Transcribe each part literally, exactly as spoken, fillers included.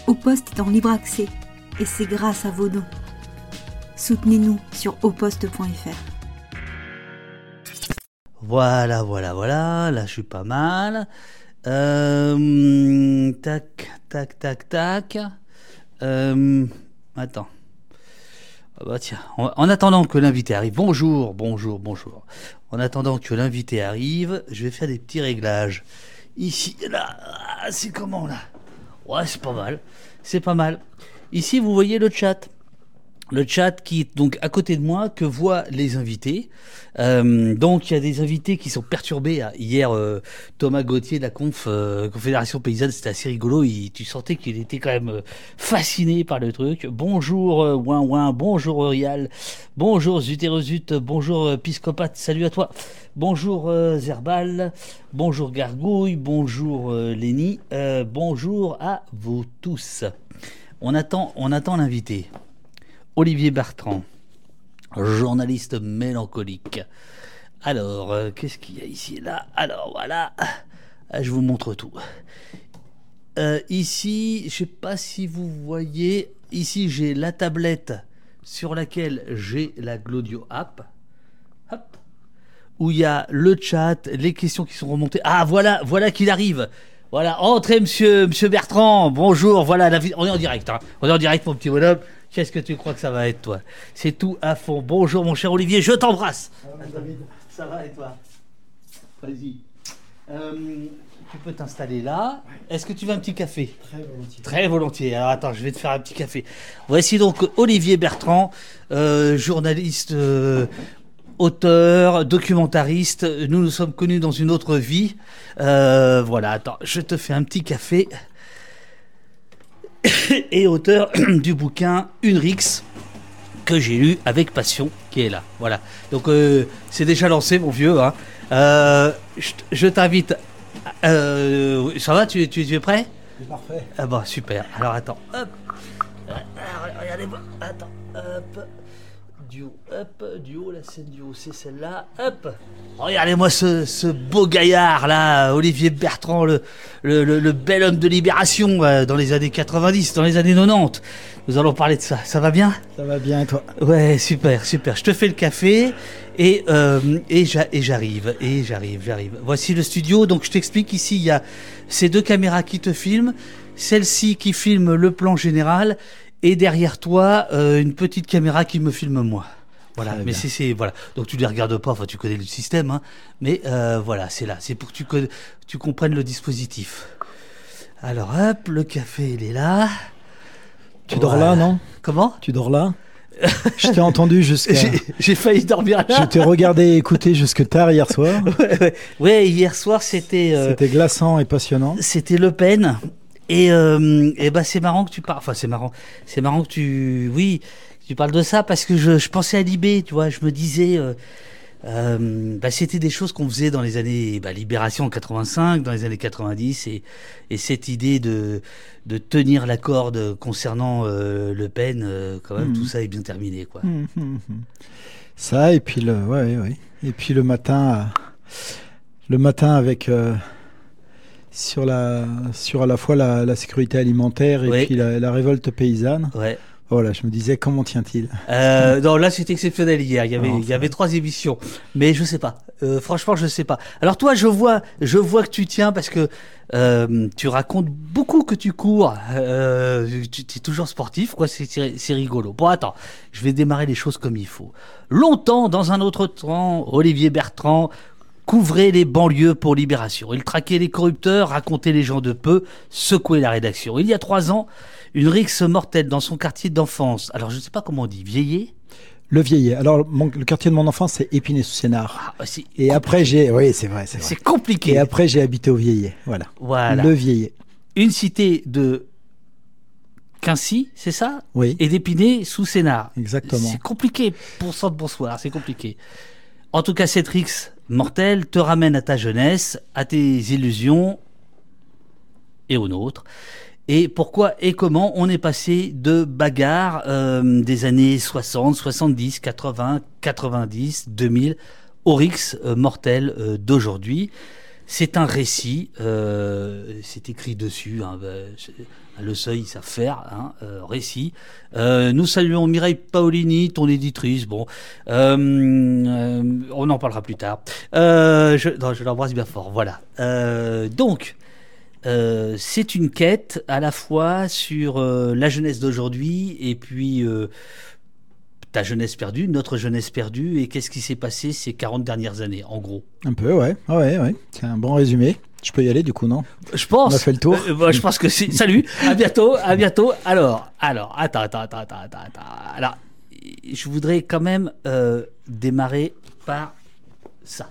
Au Poste est en libre accès et c'est grâce à vos dons. Soutenez-nous sur au poste point f r. Voilà, voilà, voilà. Là, je suis pas mal. Euh, tac, tac, tac, tac. Euh, attends. Ah bah tiens, en, en attendant que l'invité arrive, bonjour, bonjour, bonjour. En attendant que l'invité arrive, je vais faire des petits réglages. Ici, là, ah, c'est comment là? Ouais, c'est pas mal, c'est pas mal. Ici, vous voyez le chat. Le chat qui est donc à côté de moi, que voient les invités. Euh, donc il y a des invités qui sont perturbés. Hier, euh, Thomas Gauthier de la Conf, euh, Confédération Paysanne, c'était assez rigolo. Il, tu sentais qu'il était quand même euh, fasciné par le truc. Bonjour euh, Ouin Ouin, bonjour Aurial, bonjour Zutérozut, bonjour euh, Piscopate, salut à toi. Bonjour euh, Zerbal, bonjour Gargouille, bonjour euh, Léni, euh, bonjour à vous tous. On attend, on attend l'invité. Olivier Bertrand, journaliste mélancolique. Alors, euh, qu'est-ce qu'il y a ici, là? Alors, voilà, ah, je vous montre tout. Euh, ici, je ne sais pas si vous voyez, ici j'ai la tablette sur laquelle j'ai la Glodio App, hop, où il y a le chat, les questions qui sont remontées. Ah, voilà, voilà qu'il arrive. Voilà, entrez, monsieur, monsieur Bertrand, bonjour, voilà, la vie... on est en direct, hein. On est en direct, mon petit bonhomme. Qu'est-ce que tu crois que ça va être, toi? C'est tout à fond. Bonjour, mon cher Olivier, je t'embrasse. Ça va, David? Ça va, et toi? Vas-y. Euh, tu peux t'installer là. Est-ce que tu veux un petit café? Très volontiers. Très volontiers. Alors, attends, je vais te faire un petit café. Voici donc Olivier Bertrand, euh, journaliste, euh, auteur, documentariste. Nous nous sommes connus dans une autre vie. Euh, voilà, attends, je te fais un petit café. Et auteur du bouquin Unrix, que j'ai lu avec passion, qui est là. Voilà. Donc, euh, c'est déjà lancé, mon vieux. Hein. Euh, je, je t'invite. Euh, ça va, tu, tu, tu es prêt? C'est parfait. Ah bon, super. Alors, attends. Hop. Regardez-moi. Attends. Hop. Duo. Hop. Duo. La scène duo, c'est celle-là. Hop. Regardez-moi ce, ce beau gaillard, là. Olivier Bertrand, le, le, le, le bel homme de Libération, euh, dans les années quatre-vingt-dix, dans les années quatre-vingt-dix. Nous allons parler de ça. Ça va bien? Ça va bien, et toi? Ouais, super, super. Je te fais le café et, euh, et, j'a, et j'arrive, et j'arrive, j'arrive. Voici le studio. Donc, je t'explique. Ici, il y a ces deux caméras qui te filment. Celle-ci qui filme le plan général. Et derrière toi, euh, une petite caméra qui me filme moi. Voilà, Très mais c'est, c'est voilà. Donc tu les regardes pas, enfin tu connais le système, hein. Mais euh, voilà, c'est là, c'est pour que tu connais, tu comprennes le dispositif. Alors hop, le café il est là. Tu voilà. dors là, non? Comment? Tu dors là? Je t'ai entendu jusqu'à. J'ai, j'ai failli dormir là. Je t'ai regardé et écouté jusque tard hier soir. ouais, ouais. ouais, hier soir c'était. Euh, c'était glaçant et passionnant. C'était Le Pen. Et, euh, et bah c'est marrant que tu parles. Enfin c'est marrant. C'est marrant que tu. Oui. Tu parles de ça parce que je, je pensais à Libé, tu vois, je me disais, euh, euh, bah, c'était des choses qu'on faisait dans les années, bah, Libération en quatre-vingt-cinq, dans les années quatre-vingt-dix, et, et cette idée de, de tenir la corde concernant euh, Le Pen, euh, quand même, mmh. tout ça est bien terminé, quoi. Mmh, mmh. Ça, et puis le, ouais, ouais. Et puis le matin, euh, le matin avec, euh, sur la, sur à la fois la, la sécurité alimentaire et oui. puis la, la révolte paysanne. Ouais. Voilà, je me disais, comment tient-il? euh, Non, là, c'était exceptionnel hier. Il y avait, non, il y avait trois émissions. Mais je sais pas. Euh, franchement, je sais pas. Alors toi, je vois, je vois que tu tiens parce que euh, tu racontes beaucoup que tu cours. Euh, tu es toujours sportif, quoi. C'est, c'est, c'est rigolo. Bon, attends. Je vais démarrer les choses comme il faut. Longtemps, dans un autre temps, Olivier Bertrand couvrait les banlieues pour Libération. Il traquait les corrupteurs, racontait les gens de peu, secouait la rédaction. Il y a trois ans, une rixe mortelle dans son quartier d'enfance. Alors, je ne sais pas comment on dit, Vieillé ? Le Vieillé. Alors, mon, le quartier de mon enfance, c'est Épinay-sous-Sénart. Ah, c'est et compliqué. après, j'ai... Oui, c'est vrai, c'est vrai. C'est compliqué. Et après, j'ai habité au Vieillé. Voilà. Voilà. Le Vieillé. Une cité de Quincy, c'est ça ? Oui. Et d'Épinay-sous-Sénart. Exactement. C'est compliqué pour ça de bonsoir, c'est compliqué. En tout cas, cette rixe mortelle te ramène à ta jeunesse, à tes illusions et aux nôtres. Et pourquoi et comment on est passé de bagarres euh, des années soixante, soixante-dix, quatre-vingts, quatre-vingt-dix, deux mille aux rixes euh, mortelles euh, d'aujourd'hui. C'est un récit, euh, c'est écrit dessus, hein, bah, Le Seuil, ils savent faire, hein, euh, récit. Euh, nous saluons Mireille Paolini, ton éditrice. Bon, euh, euh, on en parlera plus tard. Euh, je, non, je l'embrasse bien fort. Voilà. Euh, donc, euh, c'est une quête à la fois sur euh, la jeunesse d'aujourd'hui et puis euh, ta jeunesse perdue, notre jeunesse perdue, et qu'est-ce qui s'est passé ces quarante dernières années, en gros. Un peu, ouais. Ouais, ouais. C'est un bon résumé. Je peux y aller du coup, non? Je pense. On a fait le tour. Euh, bah, je pense que c'est. Salut, à bientôt, à bientôt. Alors, alors, attends, attends, attends, attends, attends, attends. Alors, je voudrais quand même euh, démarrer par ça.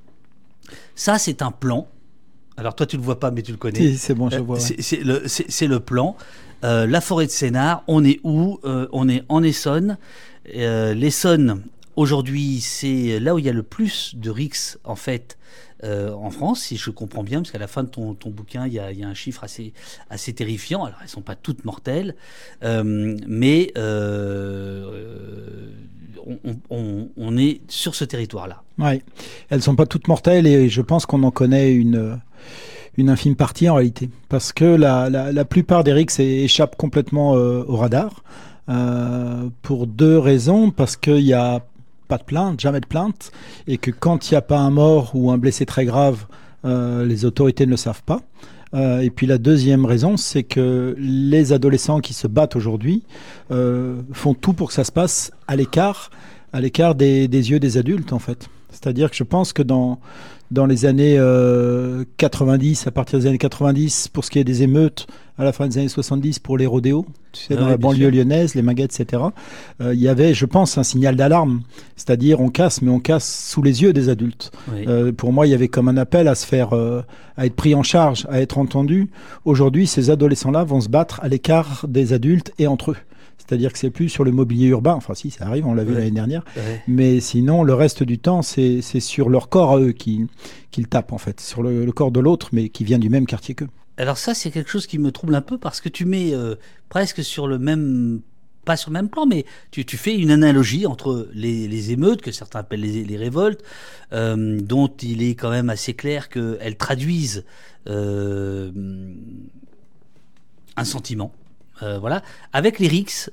Ça, c'est un plan. Alors, toi, tu le vois pas, mais tu le connais. Si, c'est bon, je vois. Ouais. C'est, c'est le, c'est, c'est le plan. Euh, la forêt de Sénart. On est où? euh, On est en Essonne. Euh, L'Essonne, aujourd'hui, c'est là où il y a le plus de rixes, en fait. Euh, en France, si je comprends bien, parce qu'à la fin de ton, ton bouquin, il y a, il y a un chiffre assez, assez terrifiant. Alors, elles ne sont pas toutes mortelles, euh, mais euh, on, on, on est sur ce territoire-là. Oui, elles ne sont pas toutes mortelles et je pense qu'on en connaît une, une infime partie en réalité. Parce que la, la, la plupart des rixes échappent complètement euh, au radar euh, pour deux raisons. Parce qu'il y a pas de plainte, jamais de plainte, et que quand il n'y a pas un mort ou un blessé très grave, euh, les autorités ne le savent pas. Euh, et puis la deuxième raison, c'est que les adolescents qui se battent aujourd'hui euh, font tout pour que ça se passe à l'écart, à l'écart des, des yeux des adultes en fait. C'est-à-dire que je pense que dans dans les années euh, quatre-vingt-dix, à partir des années quatre-vingt-dix, pour ce qui est des émeutes, à la fin des années soixante-dix pour les rodéos, tu sais, ah dans oui, la banlieue sûr. lyonnaise, les Minguettes, et cetera, euh, il y avait, je pense, un signal d'alarme. C'est-à-dire, on casse, mais on casse sous les yeux des adultes. Oui. Euh, pour moi, il y avait comme un appel à se faire, euh, à être pris en charge, à être entendu. Aujourd'hui, ces adolescents-là vont se battre à l'écart des adultes et entre eux. C'est-à-dire que c'est plus sur le mobilier urbain, enfin si, ça arrive, on l'a vu Ouais. l'année dernière, Ouais. mais sinon, le reste du temps, c'est, c'est sur leur corps à eux qu'ils, qu'ils tapent, en fait, sur le, le corps de l'autre, mais qui vient du même quartier qu'eux. Alors ça, c'est quelque chose qui me trouble un peu parce que tu mets euh, presque sur le même, pas sur le même plan, mais tu, tu fais une analogie entre les, les émeutes, que certains appellent les, les révoltes, euh, dont il est quand même assez clair qu'elles traduisent euh, un sentiment. Euh, voilà. Avec les rixes,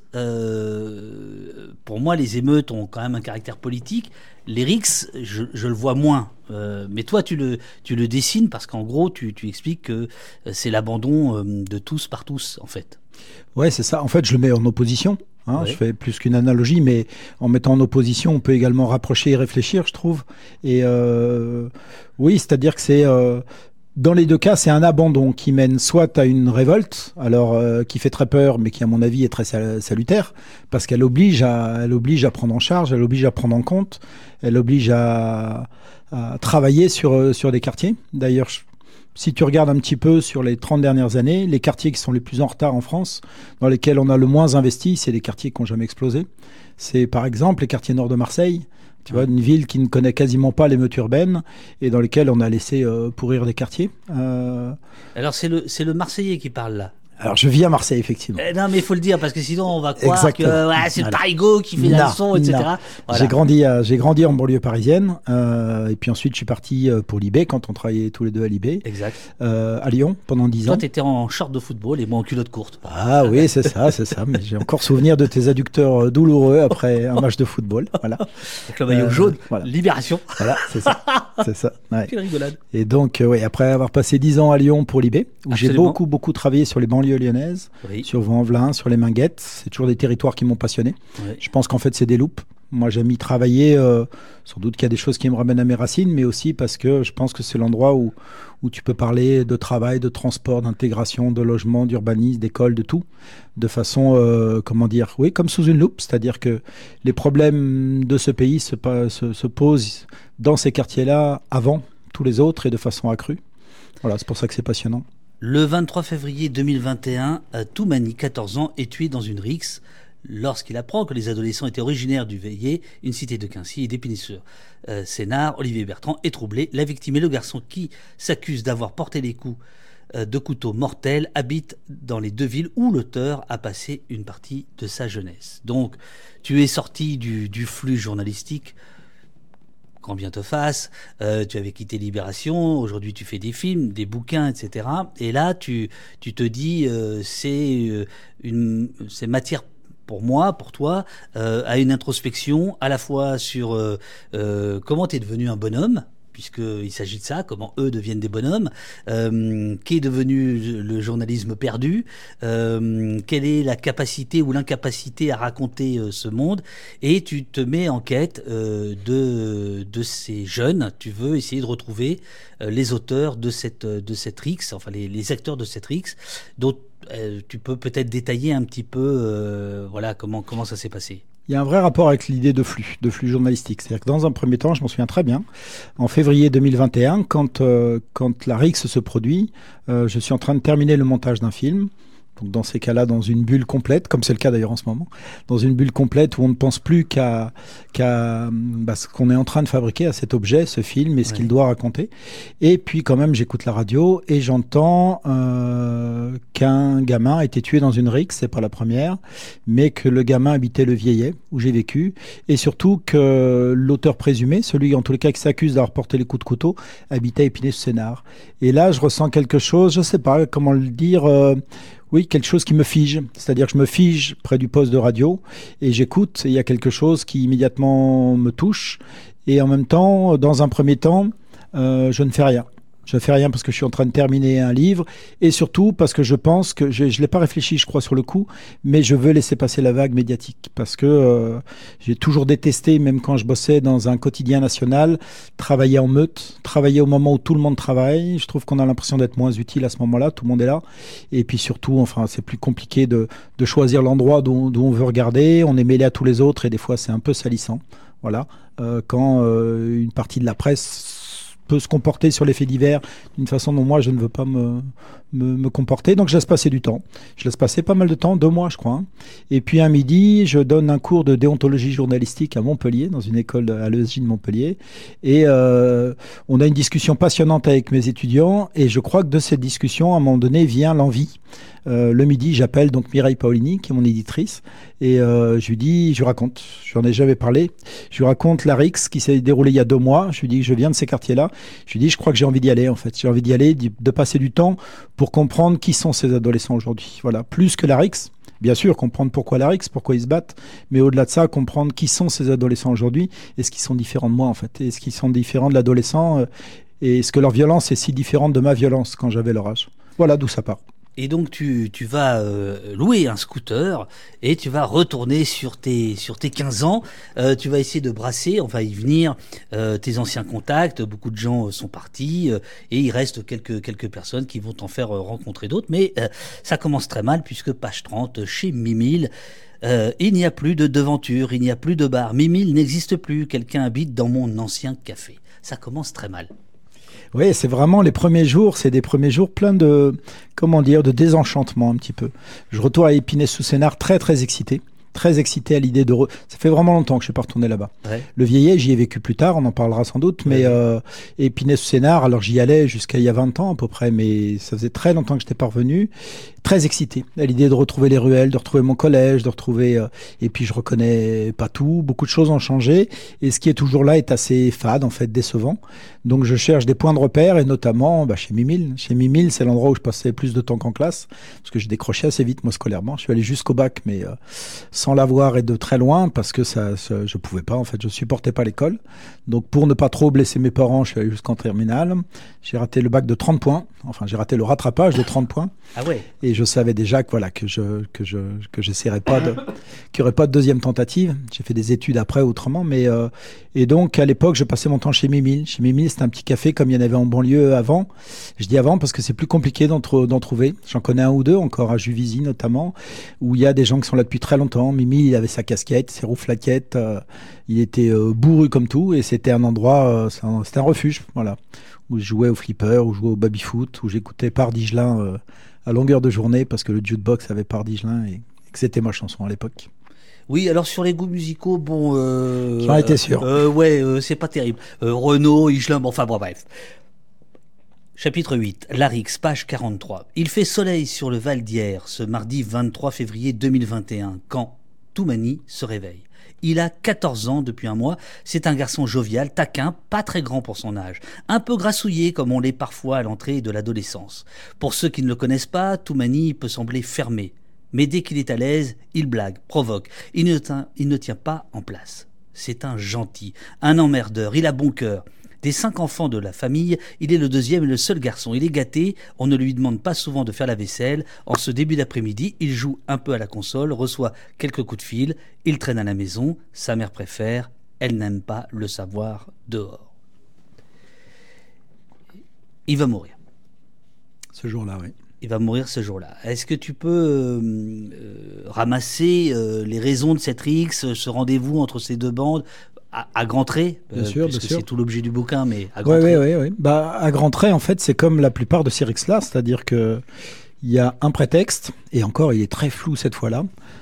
euh, pour moi, les émeutes ont quand même un caractère politique. Les rixes, je, je le vois moins. Euh, mais toi, tu le, tu le dessines parce qu'en gros, tu, tu expliques que c'est l'abandon euh, de tous par tous, en fait. Ouais, c'est ça. En fait, je le mets en opposition. Hein, Ouais. Je fais plus qu'une analogie, mais en mettant en opposition, on peut également rapprocher et réfléchir, je trouve. Et euh, oui, c'est-à-dire que c'est... Euh, dans les deux cas, c'est un abandon qui mène soit à une révolte, alors euh, qui fait très peur, mais qui, à mon avis, est très sal- salutaire, parce qu'elle oblige à, elle oblige à prendre en charge, elle oblige à prendre en compte, elle oblige à, à travailler sur, euh, sur des quartiers. D'ailleurs, je- si tu regardes un petit peu sur les trente dernières années, les quartiers qui sont les plus en retard en France, dans lesquels on a le moins investi, c'est les quartiers qui n'ont jamais explosé. C'est par exemple les quartiers nord de Marseille, tu vois, une ville qui ne connaît quasiment pas l'émeute urbaine et dans lesquelles on a laissé euh, pourrir des quartiers. Euh, Alors, c'est le, c'est le Marseillais qui parle là. Alors, je vis à Marseille, effectivement. Eh non, mais il faut le dire parce que sinon, on va croire Exactement. que ouais, c'est le Voilà. Tarigo qui fait la Non, leçon, et cetera. non. Voilà. J'ai grandi, à, j'ai grandi en banlieue parisienne euh, et puis ensuite je suis parti euh, pour l'I B quand on travaillait tous les deux à l'I B, Exact. euh, à Lyon pendant dix Toi, ans. tu étais en short de football et moi en culotte courte. Ah oui, c'est ça, c'est ça. Mais j'ai encore souvenir de tes adducteurs euh, douloureux après un match de football. Voilà, Avec le maillot Euh, jaune. voilà. Libération. voilà, c'est ça, c'est ça. Ouais. Quelle rigolade. Et donc, euh, oui, après avoir passé dix ans à Lyon pour l'I B, où j'ai Absolument. beaucoup, beaucoup travaillé sur les banlieues lyonnaises, Oui. sur Vaux-en-Velin, sur les Minguettes, c'est toujours des territoires qui m'ont passionné. Oui. Je pense qu'en fait, c'est des loupes. Moi, j'aime y travailler. Euh, sans doute qu'il y a des choses qui me ramènent à mes racines, mais aussi parce que je pense que c'est l'endroit où, où tu peux parler de travail, de transport, d'intégration, de logement, d'urbanisme, d'école, de tout, de façon, euh, comment dire, oui, comme sous une loupe. C'est-à-dire que les problèmes de ce pays se, pa- se, se posent dans ces quartiers-là avant tous les autres et de façon accrue. Voilà, c'est pour ça que c'est passionnant. Le vingt-trois février deux mille vingt et un, euh, Toumani, quatorze ans, est tué dans une rixe lorsqu'il apprend que les adolescents étaient originaires du Veillé, une cité de Quincy et d'Épinay-sur euh, Sénart. Olivier Bertrand est troublé. La victime et le garçon qui s'accuse d'avoir porté les coups euh, de couteau mortels habitent dans les deux villes où l'auteur a passé une partie de sa jeunesse. Donc, tu es sorti du, du flux journalistique Quand bien te fasse, euh, tu avais quitté Libération, aujourd'hui tu fais des films, des bouquins, et cetera. Et là, tu, tu te dis, euh, c'est euh, une, c'est matière pour moi, pour toi, euh, à une introspection à la fois sur euh, euh, comment tu es devenu un bonhomme, puisqu'il s'agit de ça, comment eux deviennent des bonhommes, euh, qu'est devenu le journalisme perdu, euh, quelle est la capacité ou l'incapacité à raconter euh, ce monde, et tu te mets en quête euh, de, de ces jeunes, tu veux essayer de retrouver euh, les auteurs de cette, de cette rixe, enfin les, les acteurs de cette rixe, dont euh, tu peux peut-être détailler un petit peu euh, voilà, comment, comment ça s'est passé. Il y a un vrai rapport avec l'idée de flux, de flux journalistique. C'est-à-dire que dans un premier temps, je m'en souviens très bien, en février deux mille vingt et un, quand, euh, quand la rixe se produit, euh, je suis en train de terminer le montage d'un film. Donc dans ces cas-là, dans une bulle complète, comme c'est le cas d'ailleurs en ce moment, dans une bulle complète où on ne pense plus qu'à qu'à bah, ce qu'on est en train de fabriquer, à cet objet, ce film et ce ouais. qu'il doit raconter. Et puis quand même, j'écoute la radio et j'entends euh, qu'un gamin a été tué dans une rixe, c'est pas la première, mais que le gamin habitait le Vieillet, où j'ai vécu, et surtout que l'auteur présumé, celui en tous les cas qui s'accuse d'avoir porté les coups de couteau, habitait Épinay-sous-Sénart. Et là, je ressens quelque chose, je sais pas comment le dire... Euh, Oui, quelque chose qui me fige, c'est-à-dire que je me fige près du poste de radio et j'écoute, et il y a quelque chose qui immédiatement me touche, et en même temps, dans un premier temps, euh, je ne fais rien. Je ne fais rien parce que je suis en train de terminer un livre, et surtout parce que je pense que, je ne l'ai pas réfléchi, je crois, sur le coup, mais je veux laisser passer la vague médiatique, parce que euh, j'ai toujours détesté, même quand je bossais dans un quotidien national, travailler en meute, travailler au moment où tout le monde travaille. Je trouve qu'on a l'impression d'être moins utile à ce moment-là, tout le monde est là, et puis surtout, enfin, c'est plus compliqué de, de choisir l'endroit d'où, d'où on veut regarder, on est mêlé à tous les autres, et des fois c'est un peu salissant, voilà, euh, quand euh, une partie de la presse peut se comporter sur les faits divers d'une façon dont moi je ne veux pas me, me, me comporter. Donc je laisse passer du temps. Je laisse passer pas mal de temps, deux mois je crois. Hein. Et puis un midi, je donne un cours de déontologie journalistique à Montpellier, dans une école à l'E S J de Montpellier. Et euh, on a une discussion passionnante avec mes étudiants. Et je crois que de cette discussion, à un moment donné, vient l'envie. Euh, le midi, j'appelle donc Mireille Paolini, qui est mon éditrice, et euh, je lui dis, je lui raconte, je n'en ai jamais parlé, je lui raconte la rixe qui s'est déroulée il y a deux mois, je lui dis que je viens de ces quartiers-là, je lui dis, je crois que j'ai envie d'y aller en fait, j'ai envie d'y aller, de passer du temps pour comprendre qui sont ces adolescents aujourd'hui, voilà, plus que la rixe. Bien sûr, comprendre pourquoi la rixe, pourquoi ils se battent, mais au-delà de ça, comprendre qui sont ces adolescents aujourd'hui, est-ce qu'ils sont différents de moi en fait, est-ce qu'ils sont différents de l'adolescent, euh, et est-ce que leur violence est si différente de ma violence quand j'avais leur âge. Voilà d'où ça part. Et donc tu, tu vas euh, louer un scooter et tu vas retourner sur tes, sur tes quinze ans. Euh, tu vas essayer de brasser, on va y venir, euh, tes anciens contacts. Beaucoup de gens sont partis euh, et il reste quelques, quelques personnes qui vont t'en faire euh, rencontrer d'autres. Mais euh, ça commence très mal puisque page trente, chez Mimile, euh, il n'y a plus de devanture, il n'y a plus de bar. Mimile n'existe plus, quelqu'un habite dans mon ancien café. Ça commence très mal. Oui, c'est vraiment les premiers jours, c'est des premiers jours pleins de, comment dire, de désenchantement un petit peu. Je retourne à Épinay-sous-Sénart très très excité, très excité à l'idée de... Re... Ça fait vraiment longtemps que je suis pas retourné là-bas. Ouais. Le Vieillet, j'y ai vécu plus tard, on en parlera sans doute, mais ouais. euh, Épinay-sous-Sénart, alors j'y allais jusqu'à il y a vingt ans à peu près, mais ça faisait très longtemps que j'étais pas revenu. Très excité à l'idée de retrouver les ruelles, de retrouver mon collège, de retrouver... Euh, et puis je reconnais pas tout, beaucoup de choses ont changé, et ce qui est toujours là est assez fade, en fait, décevant. Donc je cherche des points de repère, et notamment bah, chez Mimile. Chez Mimile, c'est l'endroit où je passais plus de temps qu'en classe, parce que j'ai décroché assez vite, moi, scolairement. Je suis allé jusqu'au bac, mais euh, sans l'avoir et de très loin, parce que ça, ça, je pouvais pas, en fait, je supportais pas l'école. Donc pour ne pas trop blesser mes parents, je suis allé jusqu'en terminale. J'ai raté le bac de trente points, enfin j'ai raté le rattrapage de trente points. Ah ouais. Et je savais déjà que voilà que je que je que j'essaierais pas de qu'il y aurait pas de deuxième tentative. J'ai fait des études après autrement, mais euh, et donc à l'époque je passais mon temps chez Mimile. Chez Mimile, c'était un petit café comme il y en avait en banlieue avant. Je dis avant parce que c'est plus compliqué d'en, d'en trouver. J'en connais un ou deux encore à Juvisy notamment, où il y a des gens qui sont là depuis très longtemps. Mimile, il avait sa casquette, ses rouflaquettes, euh, il était euh, bourru comme tout, et c'était un endroit, euh, c'est un, c'était un refuge, voilà, où je jouais au flipper, où je jouais au baby-foot, où j'écoutais Pardigelin euh, à longueur de journée parce que le jukebox avait Pardigelin et, et que c'était ma chanson à l'époque. Oui, alors sur les goûts musicaux, bon... Euh, J'en étais sûr. Euh, ouais, euh, c'est pas terrible. Euh, Renaud, Higelin, bon, enfin bon, bref. Chapitre huit, Larix, page quarante-trois. Il fait soleil sur le Val d'Hier ce mardi vingt-trois février deux mille vingt et un, quand Toumani se réveille. Il a quatorze ans depuis un mois, c'est un garçon jovial, taquin, pas très grand pour son âge, un peu grassouillé comme on l'est parfois à l'entrée de l'adolescence. Pour ceux qui ne le connaissent pas, Toumani peut sembler fermé, mais dès qu'il est à l'aise, il blague, provoque, il ne tient, il ne tient pas en place. C'est un gentil, un emmerdeur, il a bon cœur. Des cinq enfants de la famille, il est le deuxième et le seul garçon. Il est gâté, on ne lui demande pas souvent de faire la vaisselle. En ce début d'après-midi, il joue un peu à la console, reçoit quelques coups de fil, il traîne à la maison. Sa mère préfère, elle n'aime pas le savoir dehors. Il va mourir. Ce jour-là, oui. Il va mourir ce jour-là. Est-ce que tu peux euh, euh, ramasser euh, les raisons de cette rixe, ce rendez-vous entre ces deux bandes à, à grands traits, bien euh, sûr, puisque bien sûr. C'est tout l'objet du bouquin, mais à grands ouais, traits. Oui, oui, oui. Bah, à grands traits, en fait, c'est comme la plupart de ces rixes-là, c'est-à-dire que il y a un prétexte, et encore, il est très flou cette fois-là.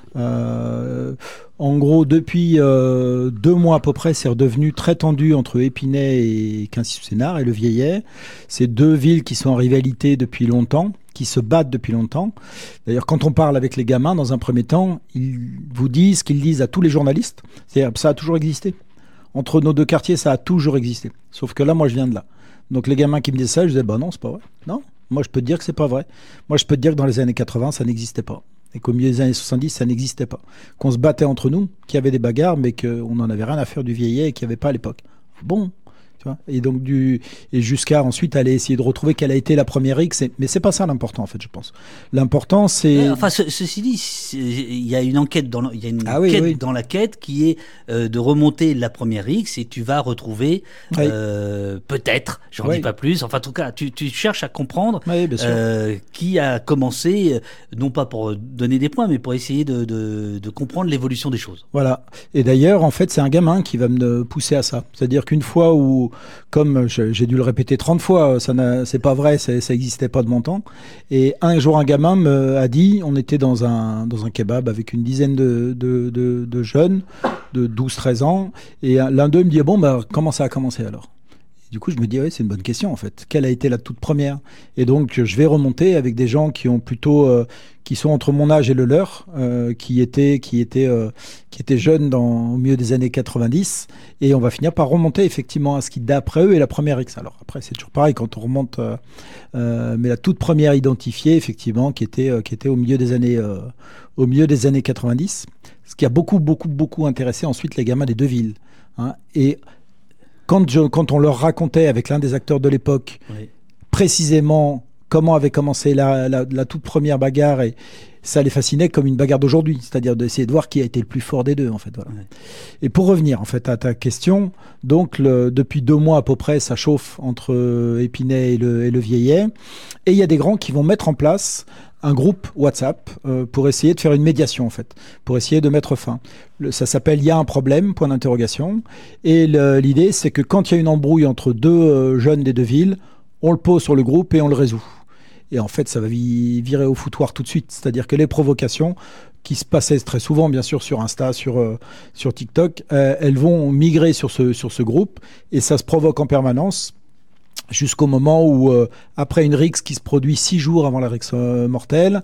Euh, en gros, depuis euh, deux mois à peu près, c'est redevenu très tendu entre Épinay et Quincy-sous-Sénard et le Vieillet. C'est deux villes qui sont en rivalité depuis longtemps, qui se battent depuis longtemps. D'ailleurs, quand on parle avec les gamins, dans un premier temps, ils vous disent ce qu'ils disent à tous les journalistes. C'est-à-dire, ça a toujours existé. Entre nos deux quartiers, ça a toujours existé. Sauf que là, moi, je viens de là. Donc, les gamins qui me disaient ça, je disais, bah non, c'est pas vrai. Non, moi, je peux te dire que c'est pas vrai. Moi, je peux te dire que dans les années quatre-vingts, ça n'existait pas. Et qu'au milieu des années soixante-dix, ça n'existait pas. Qu'on se battait entre nous, qu'il y avait des bagarres, mais qu'on n'en avait rien à faire du Vieillet et qu'il n'y avait pas à l'époque. Bon. Et donc du et jusqu'à ensuite aller essayer de retrouver quelle a été la première X. Mais c'est pas ça l'important en fait, je pense. L'important c'est. Mais enfin, ce, ceci dit, il y a une enquête dans il y a une ah oui, quête oui. dans la quête qui est euh, de remonter la première X et tu vas retrouver oui. euh, peut-être, j'en oui. dis pas plus. Enfin, en tout cas, tu, tu cherches à comprendre oui, bien sûr. Euh, qui a commencé, non pas pour donner des points, mais pour essayer de, de, de comprendre l'évolution des choses. Voilà. Et d'ailleurs, en fait, c'est un gamin qui va me pousser à ça. C'est-à-dire qu'une fois où comme j'ai dû le répéter trente fois, ça c'est pas vrai, ça n'existait pas de mon temps. Et un jour, un gamin me a dit, on était dans un, dans un kebab avec une dizaine de, de, de, de jeunes de douze treize ans, et l'un d'eux me dit, bon, bah, comment ça a commencé alors ? Du coup, je me dis, oui, c'est une bonne question, en fait. Quelle a été la toute première ? Et donc, je vais remonter avec des gens qui ont plutôt, euh, qui sont entre mon âge et le leur, euh, qui étaient, qui étaient, euh, qui étaient jeunes dans, au milieu des années quatre-vingt-dix. Et on va finir par remonter, effectivement, à ce qui, d'après eux, est la première X. Alors, après, c'est toujours pareil quand on remonte, euh, euh, mais la toute première identifiée, effectivement, qui était, euh, qui était au milieu des années, euh, au milieu des années quatre-vingt-dix. Ce qui a beaucoup, beaucoup, beaucoup intéressé ensuite les gamins des deux villes. Hein. Et Quand, je, quand on leur racontait avec l'un des acteurs de l'époque, oui. précisément comment avait commencé la, la, la toute première bagarre, et ça les fascinait comme une bagarre d'aujourd'hui, c'est-à-dire d'essayer de voir qui a été le plus fort des deux, en fait. Voilà. Oui. Et pour revenir en fait à ta question, donc le, depuis deux mois à peu près, ça chauffe entre Épinay et le, et le Vieillet, et il y a des grands qui vont mettre en place un groupe WhatsApp euh, pour essayer de faire une médiation en fait, pour essayer de mettre fin. Le, ça s'appelle « Il y a un problème », point d'interrogation. Et l'idée, c'est que quand il y a une embrouille entre deux euh, jeunes des deux villes, on le pose sur le groupe et on le résout. Et en fait, ça va vi virer au foutoir tout de suite. C'est-à-dire que les provocations, qui se passaient très souvent, bien sûr, sur Insta, sur, euh, sur TikTok, euh, elles vont migrer sur ce, sur ce groupe et ça se provoque en permanence. Jusqu'au moment où, euh, après une rixe qui se produit six jours avant la rixe euh, mortelle,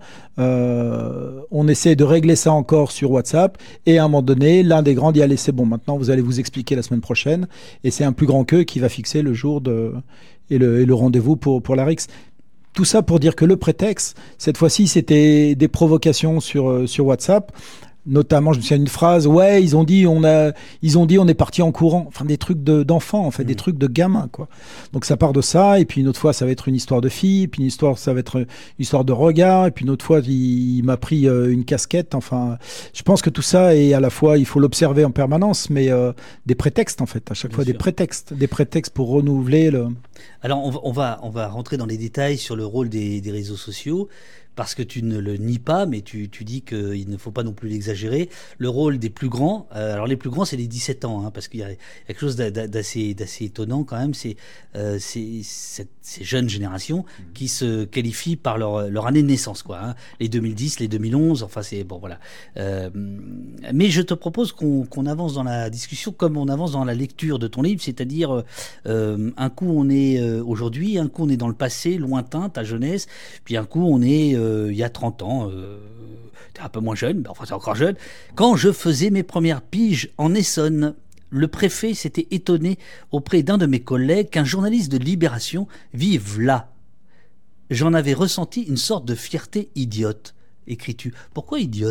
euh, on essaie de régler ça encore sur WhatsApp. Et à un moment donné, l'un des grands dit « Allez, c'est bon, maintenant vous allez vous expliquer la semaine prochaine. » Et c'est un plus grand qu'eux qui va fixer le jour de, et le, et le rendez-vous pour, pour la rixe. Tout ça pour dire que le prétexte, cette fois-ci, c'était des provocations sur, euh, sur WhatsApp. Notamment, je me souviens d'une phrase, ouais, ils ont dit, on a, ils ont dit, on est parti en courant. Enfin, des trucs d'enfants, de, en fait, mmh. des trucs de gamins, quoi. Donc, ça part de ça, et puis une autre fois, ça va être une histoire de fille, et puis une histoire, ça va être une histoire de regard, et puis une autre fois, il, il m'a pris euh, une casquette. Enfin, je pense que tout ça est à la fois, il faut l'observer en permanence, mais euh, des prétextes, en fait, à chaque Bien fois, sûr. des prétextes, des prétextes pour renouveler le. Alors, on va, on va, on va rentrer dans les détails sur le rôle des, des réseaux sociaux. Parce que tu ne le nies pas, mais tu, tu dis qu'il ne faut pas non plus l'exagérer. Le rôle des plus grands, euh, alors les plus grands, c'est les dix-sept ans, hein, parce qu'il y, y a quelque chose d'assez étonnant quand même, c'est euh, ces jeunes générations mmh. qui se qualifient par leur, leur année de naissance, quoi. Hein, les deux mille dix, les deux mille onze, enfin c'est bon, voilà. Euh, mais je te propose qu'on qu'on avance dans la discussion comme on avance dans la lecture de ton livre, c'est-à-dire euh, un coup on est euh, aujourd'hui, un coup on est dans le passé lointain, ta jeunesse, puis un coup on est euh, il y a trente ans, euh, j'étais un peu moins jeune, mais enfin c'est encore jeune, quand je faisais mes premières piges en Essonne. Le préfet s'était étonné auprès d'un de mes collègues qu'un journaliste de Libération vive là. J'en avais ressenti une sorte de fierté idiote, écris-tu. Pourquoi idiote ?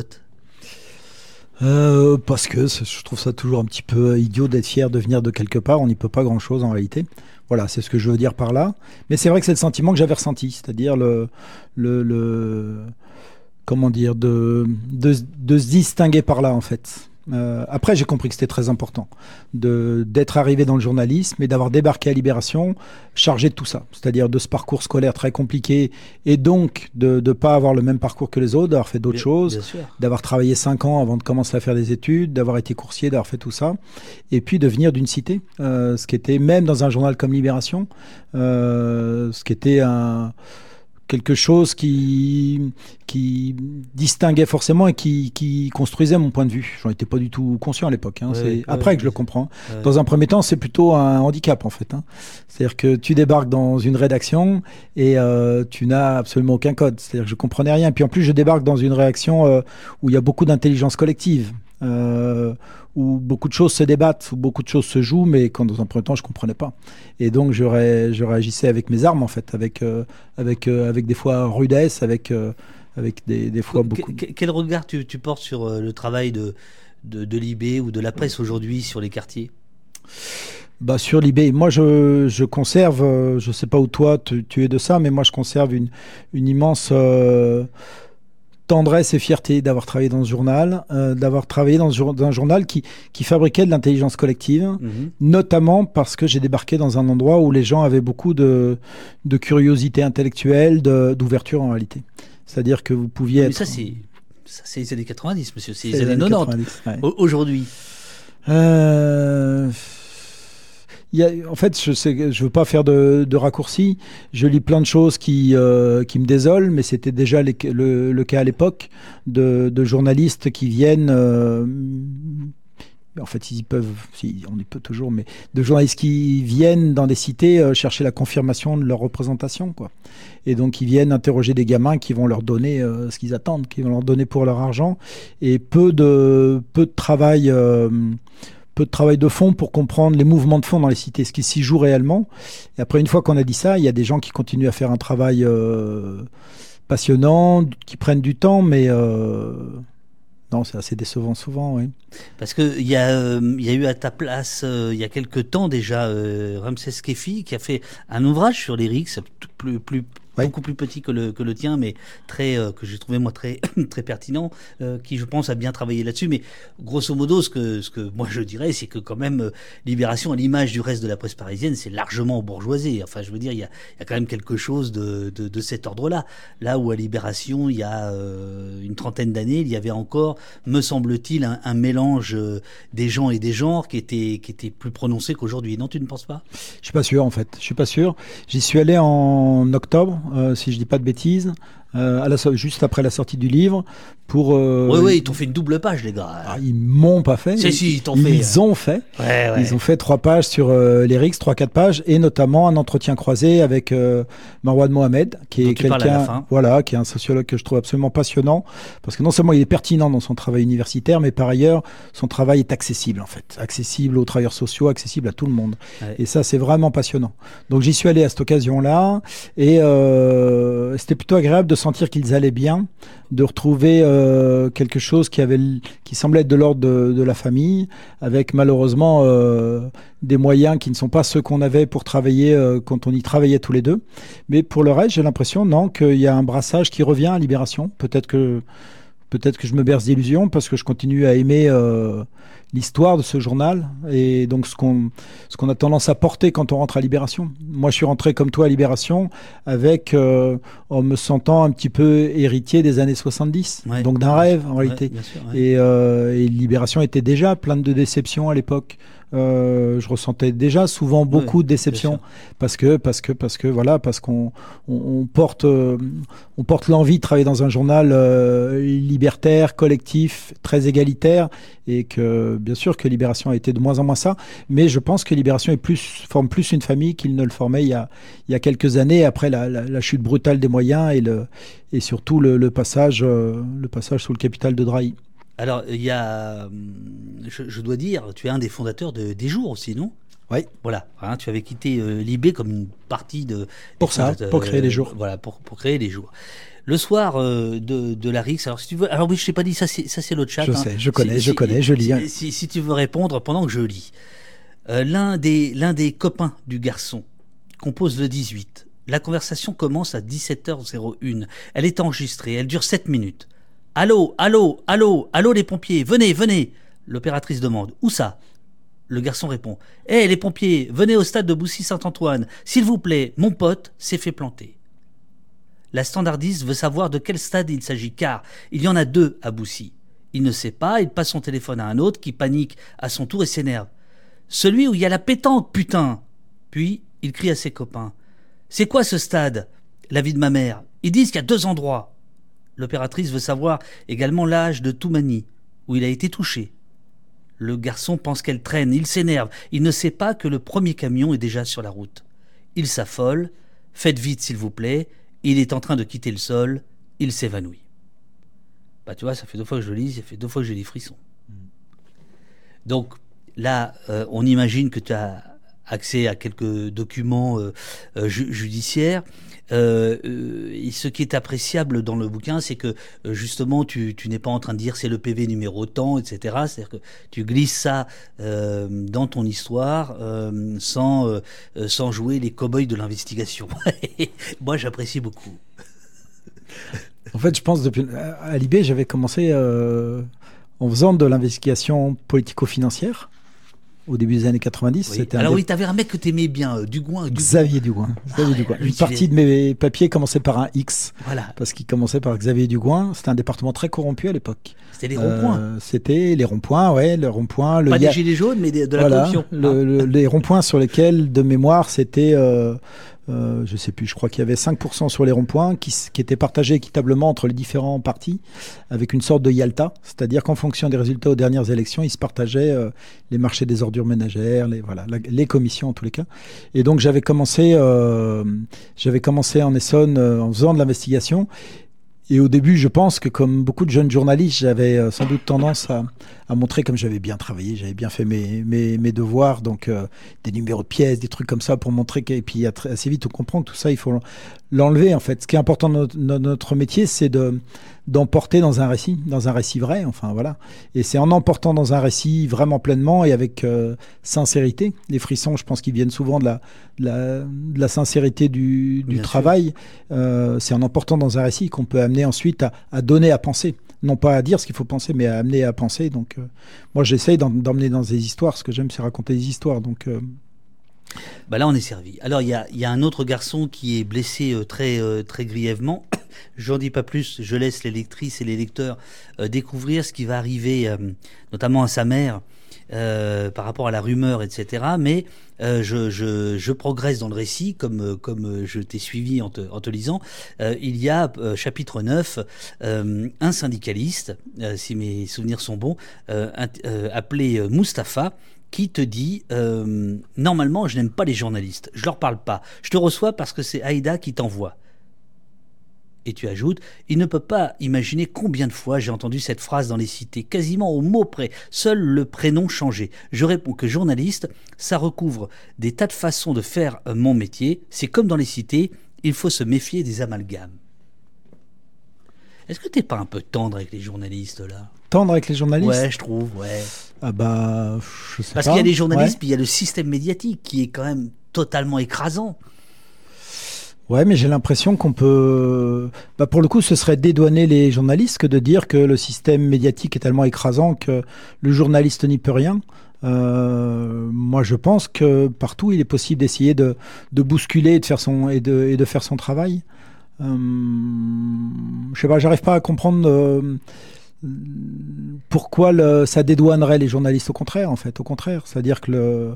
Euh, parce que je trouve ça toujours un petit peu idiot d'être fier de venir de quelque part. On n'y peut pas grand-chose en réalité. Voilà, c'est ce que je veux dire par là. Mais c'est vrai que c'est le sentiment que j'avais ressenti, c'est-à-dire le, le, le comment dire, de, de, de se distinguer par là en fait. Euh, après, j'ai compris que c'était très important de, d'être arrivé dans le journalisme et d'avoir débarqué à Libération chargé de tout ça, c'est-à-dire de ce parcours scolaire très compliqué et donc de ne pas avoir le même parcours que les autres, d'avoir fait d'autres bien, choses, bien d'avoir travaillé cinq ans avant de commencer à faire des études, d'avoir été coursier, d'avoir fait tout ça, et puis de venir d'une cité, euh, ce qui était même dans un journal comme Libération, euh, ce qui était un... quelque chose qui, qui distinguait forcément et qui, qui construisait mon point de vue. J'en étais pas du tout conscient à l'époque. Hein. Ouais, c'est ouais, après ouais, que je le comprends. Ouais. Dans un premier temps, c'est plutôt un handicap en fait. Hein. C'est-à-dire que tu débarques dans une rédaction et euh, tu n'as absolument aucun code. C'est-à-dire que je comprenais rien. Puis en plus, je débarque dans une réaction euh, où il y a beaucoup d'intelligence collective. Euh, où beaucoup de choses se débattent, où beaucoup de choses se jouent, mais quand dans un premier temps je comprenais pas. Et donc je, ré, je réagissais avec mes armes en fait, avec euh, avec euh, avec des fois rudesse, avec euh, avec des, des fois beaucoup. Quel, quel regard tu, tu portes sur euh, le travail de de, de Libé ou de la presse aujourd'hui sur les quartiers? Bah sur Libé, moi je, je conserve, euh, je sais pas où toi tu, tu es de ça, mais moi je conserve une une immense euh, tendresse et fierté d'avoir travaillé dans ce journal, euh, d'avoir travaillé dans, ce, dans un journal qui, qui fabriquait de l'intelligence collective, mmh. notamment parce que j'ai débarqué dans un endroit où les gens avaient beaucoup de, de curiosité intellectuelle, de, d'ouverture en réalité. C'est-à-dire que vous pouviez mais être... ça c'est, ça, c'est les années quatre-vingt-dix, monsieur, c'est, c'est les années quatre-vingt-dix. Ouais. Aujourd'hui euh... Il y a, en fait, je sais, je veux pas faire de, de raccourcis. Je lis plein de choses qui euh, qui me désolent, mais c'était déjà les, le, le cas à l'époque de, de journalistes qui viennent. Euh, en fait, ils peuvent, si, on y peut toujours, mais de journalistes qui viennent dans des cités euh, chercher la confirmation de leur représentation, quoi. Et donc, ils viennent interroger des gamins qui vont leur donner euh, ce qu'ils attendent, qui vont leur donner pour leur argent, et peu de peu de travail. Euh, peu de travail de fond pour comprendre les mouvements de fond dans les cités, ce qui s'y joue réellement. Et après, une fois qu'on a dit ça, il y a des gens qui continuent à faire un travail euh, passionnant, qui prennent du temps, mais euh, non, c'est assez décevant souvent, oui. Parce qu'il y, euh, y a eu à ta place, euh, il y a quelque temps déjà, euh, Ramsès Kefi, qui a fait un ouvrage sur les Rixes, plus, plus, oui. beaucoup plus petit que le, que le tien, mais très, euh, que j'ai trouvé moi très, très pertinent, euh, qui je pense a bien travaillé là-dessus. Mais grosso modo, ce que, ce que moi je dirais, c'est que quand même, euh, Libération, à l'image du reste de la presse parisienne, c'est largement bourgeoisé. Enfin, je veux dire, il y a, il y a quand même quelque chose de, de, de cet ordre-là. Là où à Libération, il y a euh, une trentaine d'années, il y avait encore, me semble-t-il, un, un mélange des gens et des genres qui était, qui était plus prononcé qu'aujourd'hui. Non, tu ne penses pas? Je suis pas sûr, en fait. Je suis pas sûr. J'y suis allé en octobre, euh, si je dis pas de bêtises, euh, à la, juste après la sortie du livre. Pour, euh, oui, oui, ils t'ont fait une double page, les gars. Ah, ils m'ont pas fait. Si, si, ils t'ont ils fait. Ils ont fait. Ouais, ouais. Ils ont fait trois pages sur euh, les Rixes, trois, quatre pages, et notamment un entretien croisé avec euh, Marwan Mohamed, qui dont est quelqu'un, voilà, qui est un sociologue que je trouve absolument passionnant, parce que non seulement il est pertinent dans son travail universitaire, mais par ailleurs, son travail est accessible, en fait. Accessible aux travailleurs sociaux, accessible à tout le monde. Ouais. Et ça, c'est vraiment passionnant. Donc, j'y suis allé à cette occasion-là, et euh, c'était plutôt agréable de sentir qu'ils allaient bien, de retrouver euh, quelque chose qui avait, qui semblait être de l'ordre de, de la famille, avec malheureusement euh, des moyens qui ne sont pas ceux qu'on avait pour travailler euh, quand on y travaillait tous les deux. Mais pour le reste, j'ai l'impression, non, qu'il y a un brassage qui revient à Libération. Peut-être que, peut-être que je me berce d'illusions parce que je continue à aimer euh, l'histoire de ce journal et donc ce qu'on, ce qu'on a tendance à porter quand on rentre à Libération. Moi, je suis rentré comme toi à Libération avec, euh, en me sentant un petit peu héritier des années soixante-dix, ouais, donc d'un rêve en ouais, réalité. Sûr, ouais. Et, euh, et Libération était déjà pleine de déceptions à l'époque. Euh, je ressentais déjà souvent beaucoup oui, de déceptions parce que parce que parce que voilà parce qu'on on, on porte euh, on porte l'envie de travailler dans un journal euh, libéral libertaire, collectif, très égalitaire, et que bien sûr que Libération a été de moins en moins ça, mais je pense que Libération est plus, forme plus une famille qu'il ne le formait il y a, il y a quelques années, après la, la, la chute brutale des moyens et, le, et surtout le, le, passage, euh, le passage sous le capital de Drahi. Alors, il y a, je, je dois dire, tu es un des fondateurs de, des Jours aussi, non ? Oui. Voilà, hein, tu avais quitté euh, Libé comme une partie de... Pour ça, euh, pour créer les Jours. Voilà, pour, pour créer les Jours. Le soir euh, de, de la R I X, alors si tu veux... Alors oui, je t'ai pas dit, ça c'est, ça c'est l'autre chat. Je hein. sais, je connais, si, je si, connais, je lis. Si, hein. si, si tu veux répondre pendant que je lis. Euh, l'un, des, l'un des copains du garçon compose le dix-huit. La conversation commence à dix-sept heures une. Elle est enregistrée, elle dure sept minutes. Allô, allô, allô, allô les pompiers, venez, venez. L'opératrice demande, où ça ? Le garçon répond, hé hey, les pompiers, venez au stade de Boussy-Saint-Antoine. S'il vous plaît, mon pote s'est fait planter. La standardiste veut savoir de quel stade il s'agit, car il y en a deux à Boussy. Il ne sait pas, il passe son téléphone à un autre qui panique à son tour et s'énerve. Celui où il y a la pétanque, putain ! Puis, il crie à ses copains. C'est quoi ce stade ? La vie de ma mère. Ils disent qu'il y a deux endroits. L'opératrice veut savoir également l'âge de Toumani, où il a été touché. Le garçon pense qu'elle traîne, il s'énerve. Il ne sait pas que le premier camion est déjà sur la route. Il s'affole. Faites vite, s'il vous plaît. Il est en train de quitter le sol. Il s'évanouit. Bah, tu vois, ça fait deux fois que je le lis, ça fait deux fois que j'ai des frissons. Mmh. Donc, là, euh, on imagine que tu as accès à quelques documents euh, euh, ju- judiciaires. Euh, euh, et ce qui est appréciable dans le bouquin, c'est que euh, justement, tu, tu n'es pas en train de dire c'est le P V numéro tant, et cetera. C'est-à-dire que tu glisses ça euh, dans ton histoire euh, sans, euh, sans jouer les cow-boys de l'investigation. Moi, j'apprécie beaucoup. En fait, je pense depuis à Libé, j'avais commencé euh, en faisant de l'investigation politico-financière. Au début des années quatre-vingt-dix. Oui. C'était Alors un oui, tu avais un mec que tu aimais bien, euh, Dugouin, Dugouin. Xavier Dugouin. Xavier Ah, Dugouin. ouais, Une partie de mes papiers commençait par un X. Voilà. Parce qu'il commençait par Xavier Dugouin. C'était un département très corrompu à l'époque. C'était les ronds-points. Euh, c'était les ronds-points, ouais, le rond-point. Le Pas ya... des gilets jaunes, mais de, de la voilà, corruption. Le, hein. le, les ronds-points sur lesquels, de mémoire, c'était... Euh, Euh, je sais plus, je crois qu'il y avait cinq pour cent sur les ronds-points qui, qui étaient partagés équitablement entre les différents partis avec une sorte de Yalta, c'est-à-dire qu'en fonction des résultats aux dernières élections, ils se partageaient euh, les marchés des ordures ménagères, les, voilà, la, les commissions en tous les cas. Et donc j'avais commencé, euh, j'avais commencé en Essonne euh, en faisant de l'investigation. Et au début, je pense que comme beaucoup de jeunes journalistes, j'avais euh, sans doute tendance à, à montrer comme j'avais bien travaillé, j'avais bien fait mes, mes, mes devoirs, donc euh, des numéros de pièces, des trucs comme ça pour montrer que, et puis assez vite on comprend que tout ça, il faut l'enlever en fait. Ce qui est important dans notre, dans notre métier, c'est de d'emporter dans un récit, dans un récit vrai, enfin voilà. Et c'est en emportant dans un récit vraiment pleinement et avec euh, sincérité. Les frissons, je pense qu'ils viennent souvent de la, de la, de la sincérité du, du travail. Euh, c'est en emportant dans un récit qu'on peut amener ensuite à, à donner à penser. Non pas à dire ce qu'il faut penser, mais à amener à penser. Donc euh, moi, j'essaye d'emmener dans des histoires. Ce que j'aime, c'est raconter des histoires. Donc euh, bah là, on est servi. Alors, il y a, y a un autre garçon qui est blessé euh, très, euh, très grièvement. J'en dis pas plus, je laisse les lectrices et les lecteurs euh, découvrir ce qui va arriver, euh, notamment à sa mère, euh, par rapport à la rumeur, et cetera. Mais euh, je, je, je progresse dans le récit, comme, comme je t'ai suivi en te, en te lisant. Euh, il y a, euh, chapitre neuf, euh, un syndicaliste, euh, si mes souvenirs sont bons, euh, euh, appelé Mustapha, qui te dit euh, « Normalement, je n'aime pas les journalistes, je leur parle pas. Je te reçois parce que c'est Aïda qui t'envoie. » Et tu ajoutes « Il ne peut pas imaginer combien de fois j'ai entendu cette phrase dans les cités, quasiment au mot près, seul le prénom changé. Je réponds que journaliste, ça recouvre des tas de façons de faire mon métier. C'est comme dans les cités, il faut se méfier des amalgames. » Est-ce que t'es pas un peu tendre avec les journalistes, là ? Tendre avec les journalistes ? Ouais, je trouve, ouais. Ah bah, je sais Parce pas. qu'il y a les journalistes, ouais. Puis il y a le système médiatique qui est quand même totalement écrasant. Ouais, mais j'ai l'impression qu'on peut... Bah pour le coup, ce serait dédouaner les journalistes que de dire que le système médiatique est tellement écrasant que le journaliste n'y peut rien. Euh, moi, je pense que partout, il est possible d'essayer de, de bousculer et de faire son, et de, et de faire son travail. Euh, je sais pas, j'arrive pas à comprendre... Euh, pourquoi le, ça dédouanerait les journalistes. Au contraire, en fait, au contraire. C'est-à-dire que le...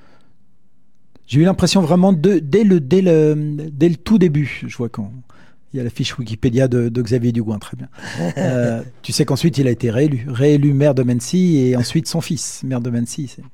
j'ai eu l'impression vraiment, de, dès, le, dès, le, dès le tout début, je vois quand Il y a la fiche Wikipédia de, de Xavier Dugouin, très bien. Euh, tu sais qu'ensuite, il a été réélu. Réélu maire de Mennecy et ensuite son fils, maire de Mennecy. C'est...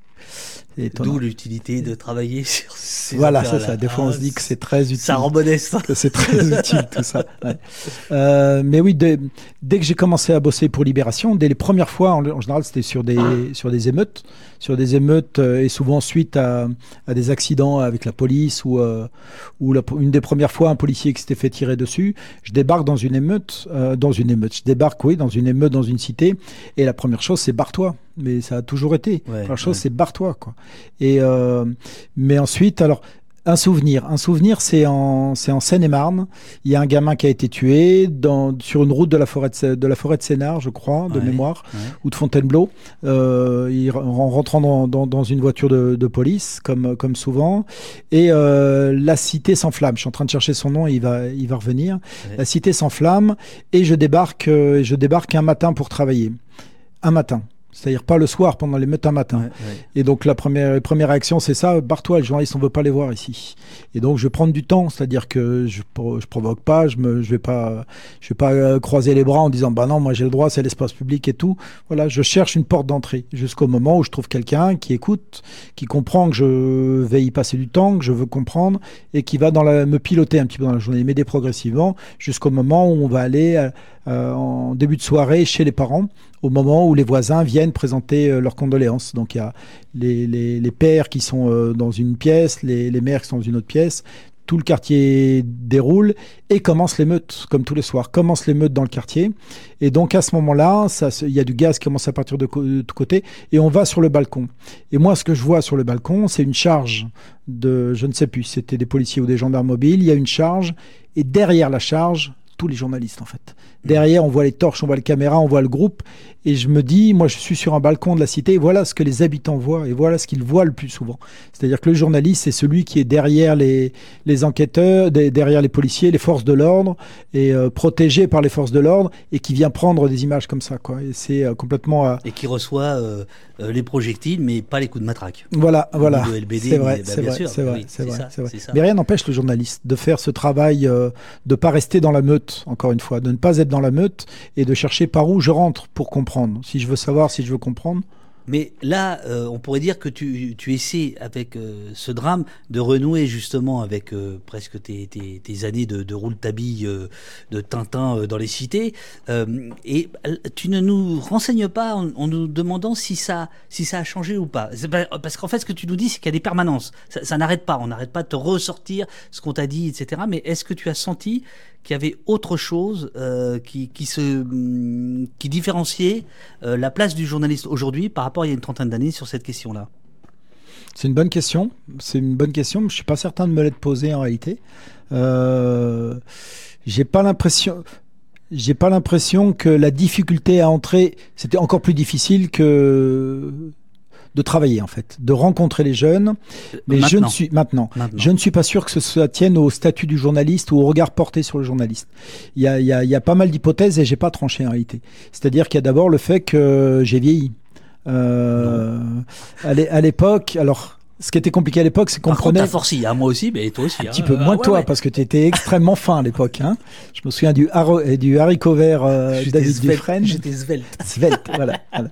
D'où l'utilité de travailler sur ces Voilà, c'est ça. Des fois, ah, on se dit que c'est très utile. Ça rend modeste. Que c'est très utile, tout ça. Ouais. Euh, mais oui, dès, dès que j'ai commencé à bosser pour Libération, dès les premières fois, en, en général, c'était sur des, sur des émeutes, sur des émeutes euh, et souvent suite à, à des accidents avec la police ou, euh, ou la, une des premières fois, un policier qui s'était fait tirer dessus. Je débarque dans une émeute, euh, dans une émeute. Je débarque, oui, dans une émeute, dans une cité. Et la première chose, c'est barre-toi. Mais ça a toujours été. Ouais, la première chose, ouais. c'est barre-toi, quoi. Et euh, mais ensuite, alors un souvenir, un souvenir, c'est en c'est en Seine-et-Marne. Il y a un gamin qui a été tué dans sur une route de la forêt de, de la forêt de Sénart, je crois, de ouais, mémoire, ouais. ou de Fontainebleau. Euh, il, en rentrant dans, dans, dans une voiture de, de police, comme comme souvent. Et euh, la cité s'enflamme. Je suis en train de chercher son nom. Et il va il va revenir. Ouais. La cité s'enflamme et je débarque euh, je débarque un matin pour travailler. Un matin. C'est-à-dire pas le soir, pendant les meutes un matin. Ouais, ouais. Et donc la première, première réaction, c'est ça, barre-toi, les journalistes, on ne veut pas les voir ici. Et donc je vais prendre du temps, c'est-à-dire que je je provoque pas, je me, je vais pas, je vais pas croiser les bras en disant bah non, moi j'ai le droit, c'est l'espace public et tout. Voilà, je cherche une porte d'entrée jusqu'au moment où je trouve quelqu'un qui écoute, qui comprend que je vais y passer du temps, que je veux comprendre et qui va dans la, me piloter un petit peu dans la journée, m'aider progressivement jusqu'au moment où on va aller euh, en début de soirée chez les parents, au moment où les voisins viennent présenter euh, leurs condoléances. Donc il y a les, les, les pères qui sont euh, dans une pièce, les, les mères qui sont dans une autre pièce. Tout le quartier déroule et commence l'émeute, comme tous les soirs. Commence l'émeute dans le quartier. Et donc à ce moment-là, il y a du gaz qui commence à partir de, co- de tous côtés et on va sur le balcon. Et moi, ce que je vois sur le balcon, c'est une charge de, je ne sais plus, c'était des policiers ou des gendarmes mobiles. Il y a une charge et derrière la charge, tous les journalistes en fait. Derrière, on voit les torches, on voit les caméras, on voit le groupe. Et je me dis, moi je suis sur un balcon de la cité, et voilà ce que les habitants voient, et voilà ce qu'ils voient le plus souvent. C'est-à-dire que le journaliste, c'est celui qui est derrière les, les enquêteurs, des, derrière les policiers, les forces de l'ordre, et euh, protégé par les forces de l'ordre, et qui vient prendre des images comme ça, quoi. Et c'est euh, complètement... Euh... Et qui reçoit euh, euh, les projectiles, mais pas les coups de matraque. Voilà, voilà. De L B D, c'est vrai, mais, bah, c'est, vrai sûr, c'est vrai, oui, c'est vrai, ça, c'est vrai. c'est ça. Mais rien n'empêche le journaliste de faire ce travail, euh, de pas rester dans la meute, encore une fois, de ne pas être dans la meute, et de chercher par où je rentre pour comprendre. Si je veux savoir, si je veux comprendre. Mais là, euh, on pourrait dire que tu, tu essaies, avec euh, ce drame, de renouer justement avec euh, presque tes, tes, tes années de, de rouletabille, euh, de Tintin euh, dans les cités. Euh, et tu ne nous renseignes pas en, en nous demandant si ça, si ça a changé ou pas. C'est pas parce qu'en fait, ce que tu nous dis, c'est qu'il y a des permanences. Ça, ça n'arrête pas. On n'arrête pas de te ressortir ce qu'on t'a dit, et cetera. Mais est-ce que tu as senti qu'il y avait autre chose euh, qui, qui, se, qui différenciait euh, la place du journaliste aujourd'hui par rapport à il y a une trentaine d'années sur cette question-là? C'est une bonne question. C'est une bonne question, mais je suis pas certain de me l'être posée en réalité. Euh, j'ai pas l'impression... J'ai pas l'impression que la difficulté à entrer, c'était encore plus difficile que de travailler en fait, de rencontrer les jeunes. Mais maintenant. je ne suis maintenant, maintenant, je ne suis pas sûr que ce tienne au statut du journaliste ou au regard porté sur le journaliste. Il y a, il y a, il y a pas mal d'hypothèses et j'ai pas tranché en réalité. C'est-à-dire qu'il y a d'abord le fait que j'ai vieilli. Euh, à l'époque, alors. Ce qui était compliqué à l'époque, c'est qu'on Par prenait... Contre, t'as forci, hein, moi aussi, mais toi aussi. Un hein. petit peu moins ah, que toi, ouais. parce que tu étais extrêmement fin à l'époque. Hein. Je me souviens du, haro... du haricot vert euh, David svelte, Dufresne. J'étais svelte. Svelte, voilà. voilà.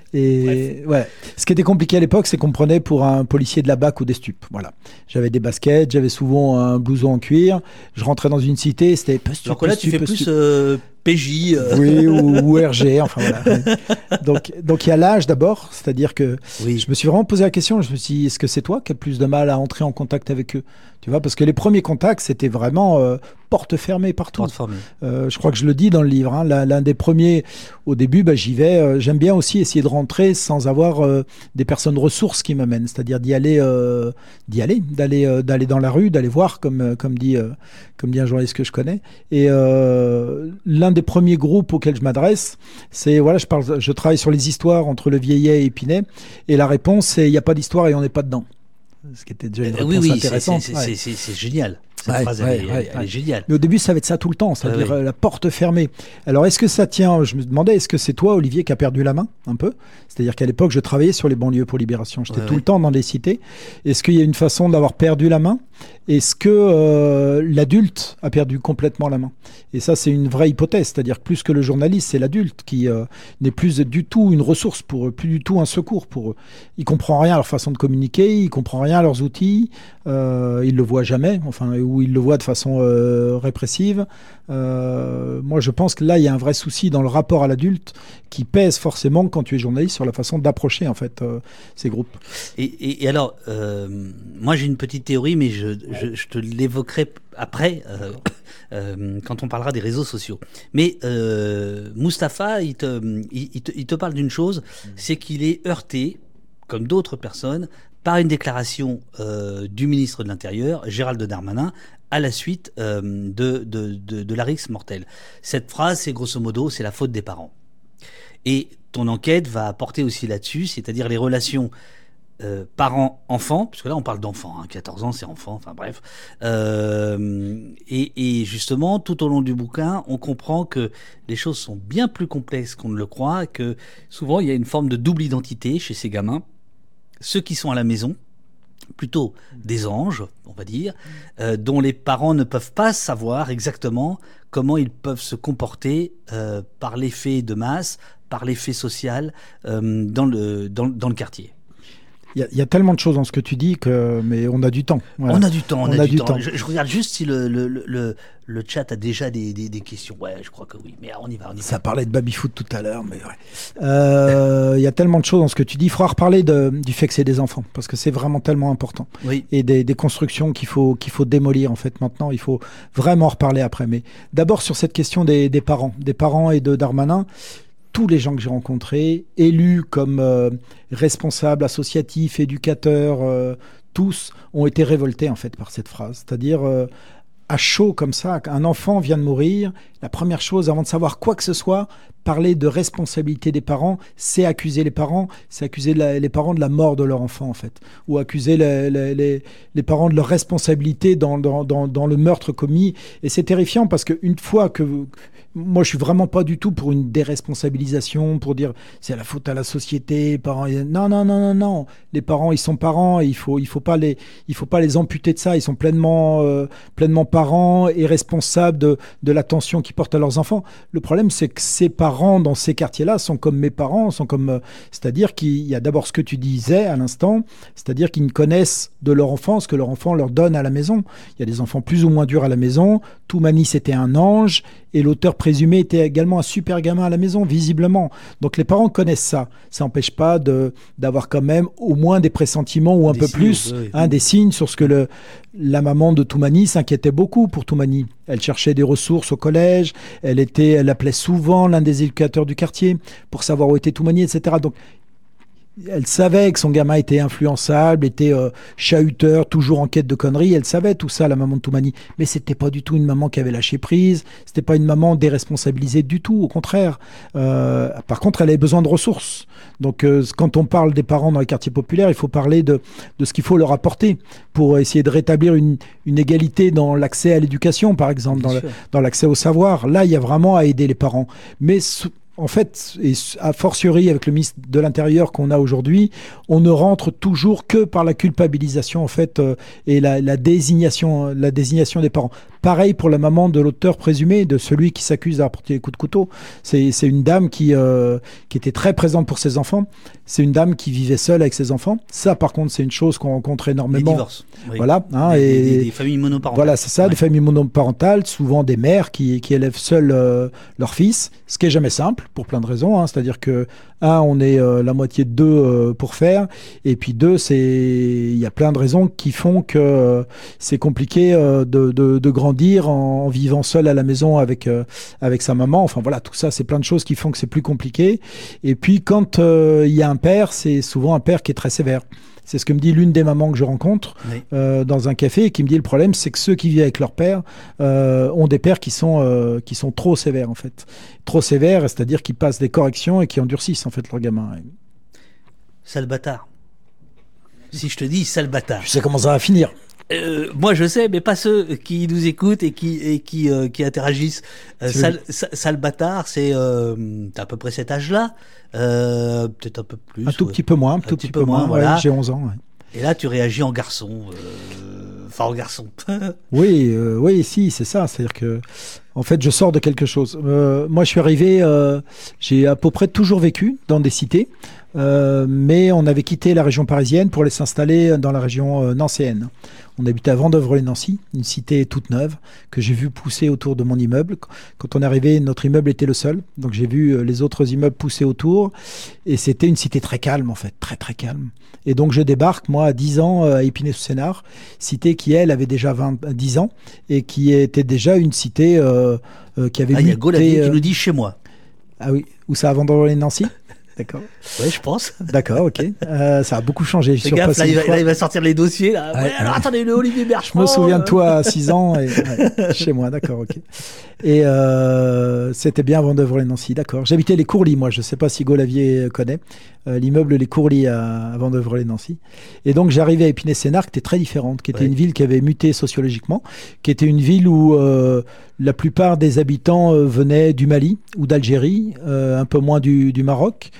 Et ouais. Ce qui était compliqué à l'époque, c'est qu'on me prenait pour un policier de la B A C ou des stupes. Voilà. J'avais des baskets, j'avais souvent un blouson en cuir. Je rentrais dans une cité, c'était pas stup. Donc là, tu fais plus euh, P J. Euh... Oui, ou, ou R G, enfin voilà. Donc, donc il y a l'âge d'abord, c'est-à-dire que oui. Je me suis vraiment posé la question. Je me suis dit, est-ce que c'est toi qui as le plus de mal à entrer en contact avec eux? Tu vois, parce que les premiers contacts, c'était vraiment euh, porte fermée partout. Porte fermée. Euh, je crois que je le dis dans le livre. Hein, l'un, l'un des premiers, au début, bah, j'y vais. Euh, j'aime bien aussi essayer de rentrer sans avoir euh, des personnes ressources qui m'amènent, c'est-à-dire d'y aller, euh, d'y aller, d'aller, euh, d'aller dans la rue, d'aller voir, comme euh, comme dit, euh, comme dit un journaliste que je connais. Et euh, l'un des premiers groupes auxquels je m'adresse, c'est voilà, je parle, je travaille sur les histoires entre le Vieillet et Épinay, et la réponse c'est il n'y a pas d'histoire et on n'est pas dedans. Ce qui était déjà une réponse oui, oui, intéressante. C'est, c'est, ouais. c'est, c'est, c'est génial. Cette Ouais, phrase, elle, ouais, est, ouais, elle, elle ouais. est géniale. Mais au début, ça va être ça tout le temps, c'est-à-dire Ouais, ouais. euh, la porte fermée. Alors, est-ce que ça tient? Je me demandais, est-ce que c'est toi, Olivier, qui a perdu la main un peu? C'est-à-dire qu'à l'époque, je travaillais sur les banlieues pour Libération. J'étais Ouais, tout ouais. le temps dans des cités. Est-ce qu'il y a une façon d'avoir perdu la main? Est-ce que euh, l'adulte a perdu complètement la main? Et ça, c'est une vraie hypothèse. C'est-à-dire que plus que le journaliste, c'est l'adulte qui euh, n'est plus du tout une ressource pour eux, plus du tout un secours pour eux. Il comprend rien à leur façon de communiquer, il comprend rien à leurs outils, euh, il le voit jamais, enfin, ou il le voit de façon euh, répressive. Euh, moi, je pense que là, il y a un vrai souci dans le rapport à l'adulte qui pèse forcément quand tu es journaliste sur la façon d'approcher en fait euh, ces groupes. Et, et, et alors, euh, moi j'ai une petite théorie, mais je, je, je te l'évoquerai après, euh, euh, quand on parlera des réseaux sociaux. Mais euh, Mustapha, il te, il, il te, il te parle d'une chose, c'est qu'il est heurté, comme d'autres personnes, par une déclaration euh, du ministre de l'Intérieur, Gérald Darmanin, à la suite euh, de, de, de, de l'arix mortel. Cette phrase, c'est grosso modo, c'est la faute des parents. Et ton enquête va porter aussi là-dessus, c'est-à-dire les relations euh, parents-enfants, puisque là on parle d'enfants, hein, quatorze ans c'est enfant, enfin bref. Euh, et, et justement, tout au long du bouquin, on comprend que les choses sont bien plus complexes qu'on ne le croit, que souvent il y a une forme de double identité chez ces gamins. Ceux qui sont à la maison, plutôt des anges, on va dire, euh, dont les parents ne peuvent pas savoir exactement comment ils peuvent se comporter euh, par l'effet de masse, par l'effet social euh, dans, le, dans, dans le quartier. Il y, y a tellement de choses dans ce que tu dis que, mais on a du temps. Voilà. On a du temps, on, on a, a du, du temps. temps. Je, je regarde juste si le, le, le, le chat a déjà des, des, des questions. Ouais, je crois que oui, mais on y va, on y va. Ça parlait de baby-foot tout à l'heure, mais ouais. Euh, il y a tellement de choses dans ce que tu dis. Il faudra reparler de, du fait que c'est des enfants, parce que c'est vraiment tellement important. Oui. Et des, des constructions qu'il faut, qu'il faut démolir, en fait, maintenant. Il faut vraiment en reparler après. Mais d'abord, sur cette question des, des parents, des parents et de Darmanin, tous les gens que j'ai rencontrés, élus comme euh, responsables associatifs, éducateurs, euh, tous ont été révoltés en fait par cette phrase. C'est-à-dire euh, à chaud comme ça, un enfant vient de mourir, la première chose avant de savoir quoi que ce soit, parler de responsabilité des parents, c'est accuser les parents, c'est accuser la, les parents de la mort de leur enfant en fait, ou accuser les, les, les, les parents de leur responsabilité dans, dans, dans, dans le meurtre commis. Et c'est terrifiant parce qu'une fois que vous, moi, je suis vraiment pas du tout pour une déresponsabilisation, pour dire c'est la faute à la société, parents. Non, non, non, non, non. Les parents, ils sont parents. Et il faut, il faut pas les, il faut pas les amputer de ça. Ils sont pleinement, euh, pleinement parents et responsables de, de l'attention qu'ils portent à leurs enfants. Le problème, c'est que ces parents dans ces quartiers-là sont comme mes parents, sont comme, euh, c'est-à-dire qu'il y a d'abord ce que tu disais à l'instant, c'est-à-dire qu'ils ne connaissent de leur enfant ce que leur enfant leur donne à la maison. Il y a des enfants plus ou moins durs à la maison. Toumani, c'était un ange. Et l'auteur présumé était également un super gamin à la maison, visiblement. Donc les parents connaissent ça. Ça n'empêche pas de, d'avoir quand même au moins des pressentiments ou un Des peu signes, plus, oui. hein, des signes sur ce que le, la maman de Toumani s'inquiétait beaucoup pour Toumani. Elle cherchait des ressources au collège, elle, était, elle appelait souvent l'un des éducateurs du quartier pour savoir où était Toumani, et cetera. Donc elle savait que son gamin était influençable, était euh, chahuteur, toujours en quête de conneries. Elle savait tout ça, la maman de Toumani. Mais c'était pas du tout une maman qui avait lâché prise. C'était pas une maman déresponsabilisée du tout. Au contraire. Euh, par contre, elle avait besoin de ressources. Donc, euh, quand on parle des parents dans les quartiers populaires, il faut parler de, de ce qu'il faut leur apporter pour essayer de rétablir une, une égalité dans l'accès à l'éducation, par exemple, dans, le, dans l'accès au savoir. Là, il y a vraiment à aider les parents. Mais en fait, et a fortiori avec le ministre de l'Intérieur qu'on a aujourd'hui, on ne rentre toujours que par la culpabilisation en fait euh, et la, la désignation, la désignation des parents. Pareil pour la maman de l'auteur présumé, de celui qui s'accuse d'avoir porté les coups de couteau. C'est, c'est une dame qui, euh, qui était très présente pour ses enfants. C'est une dame qui vivait seule avec ses enfants. Ça, par contre, c'est une chose qu'on rencontre énormément. Les divorces. Oui. Voilà. Hein, des, et, des, des familles monoparentales. Voilà, c'est ça, ouais. Des familles monoparentales, souvent des mères qui, qui élèvent seuls euh, leurs fils, ce qui est jamais simple, pour plein de raisons. Hein. C'est-à-dire que, un, on est euh, la moitié de deux euh, pour faire, et puis deux, c'est il y a plein de raisons qui font que euh, c'est compliqué euh, de, de, de grandir en, en vivant seul à la maison avec, euh, avec sa maman. Enfin voilà, tout ça, c'est plein de choses qui font que c'est plus compliqué. Et puis quand euh, il y a un père, c'est souvent un père qui est très sévère. C'est ce que me dit l'une des mamans que je rencontre oui. euh, dans un café et qui me dit le problème, c'est que ceux qui vivent avec leur père euh, ont des pères qui sont, euh, qui sont trop sévères en fait. Trop sévères, c'est-à-dire qu'ils passent des corrections et qui endurcissent en fait leur gamin. Sale bâtard. Si je te dis sale bâtard. Je sais comment ça va finir. Euh, moi je sais, mais pas ceux qui nous écoutent et qui et qui euh, qui interagissent. Euh, sale, sale bâtard, c'est euh, t'as à peu près cet âge-là, euh, peut-être un peu plus. Un tout ouais. petit peu moins, un, un tout petit peu, peu moins. Voilà. Ouais, j'ai onze ans. Ouais. Et là, tu réagis en garçon, euh, enfin en garçon. oui, euh, oui, si, c'est ça. C'est-à-dire que, en fait, je sors de quelque chose. Euh, moi, je suis arrivé, euh, j'ai à peu près toujours vécu dans des cités. Euh, mais on avait quitté la région parisienne pour aller s'installer dans la région euh, nancéenne. On habitait à Vendeuvre-les-Nancy, une cité toute neuve que j'ai vu pousser autour de mon immeuble. Quand on est arrivé, notre immeuble était le seul, donc j'ai vu euh, les autres immeubles pousser autour, et c'était une cité très calme en fait, très très calme. Et donc je débarque moi à dix ans euh, à Épinay-sous-Sénard, cité qui elle avait déjà vingt, dix ans et qui était déjà une cité euh, euh, qui avait. Ah, il y a Golavier euh... qui nous dit chez moi. Ah oui, où ça à Vendeuvre-les-Nancy. D'accord. Oui, je pense. D'accord, ok. Euh, ça a beaucoup changé. Fais gaffe, là il, va, là, il va sortir les dossiers. Là. Ouais, ouais, alors, ouais. Attendez, le Olivier Berchemont. Je me souviens de toi à six ans, et, ouais, chez moi, d'accord, ok. Et euh, c'était bien Vendeuvre-les-Nancy, d'accord. J'habitais les Courlis, moi, je ne sais pas si Golavier connaît, euh, l'immeuble Les Courlis à, à Vendeuvre-les-Nancy. Et donc j'arrivais à Épinay-Sénard, qui était très différente, qui était ouais. une ville qui avait muté sociologiquement, qui était une ville où euh, la plupart des habitants euh, venaient du Mali ou d'Algérie, euh, un peu moins du, du Maroc.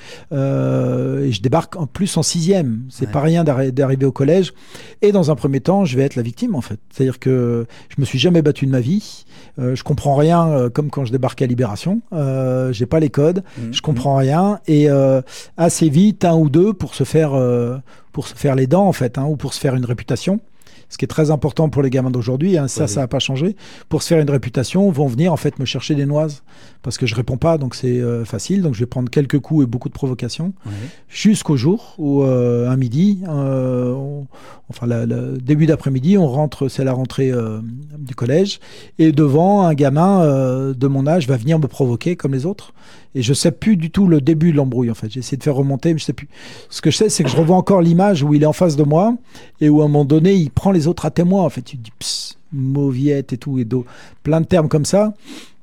Euh, et je débarque en plus en sixième. C'est ouais. pas rien d'arri- d'arriver au collège. Et dans un premier temps, je vais être la victime, en fait. C'est-à-dire que je me suis jamais battu de ma vie. Euh, je comprends rien, euh, comme quand je débarquais à Libération. Euh, j'ai pas les codes. Mmh, je comprends mmh. rien. Et euh, assez vite, un ou deux pour se faire, euh, pour se faire les dents, en fait, hein, ou pour se faire une réputation. Ce qui est très important pour les gamins d'aujourd'hui, hein, ça, oui. ça n'a pas changé. Pour se faire une réputation, vont venir en fait me chercher des noises parce que je réponds pas, donc c'est euh, facile. Donc je vais prendre quelques coups et beaucoup de provocations oui. jusqu'au jour où euh, un midi, euh, on, enfin le début d'après-midi, on rentre, c'est la rentrée euh, du collège, et devant un gamin euh, de mon âge va venir me provoquer comme les autres. Et je sais plus du tout le début de l'embrouille, en fait. J'ai essayé de faire remonter, mais je sais plus. Ce que je sais, c'est que je revois encore l'image où il est en face de moi et où, à un moment donné, il prend les autres à témoin, en fait. Tu dis, psst, mauviette et tout, et do, plein de termes comme ça,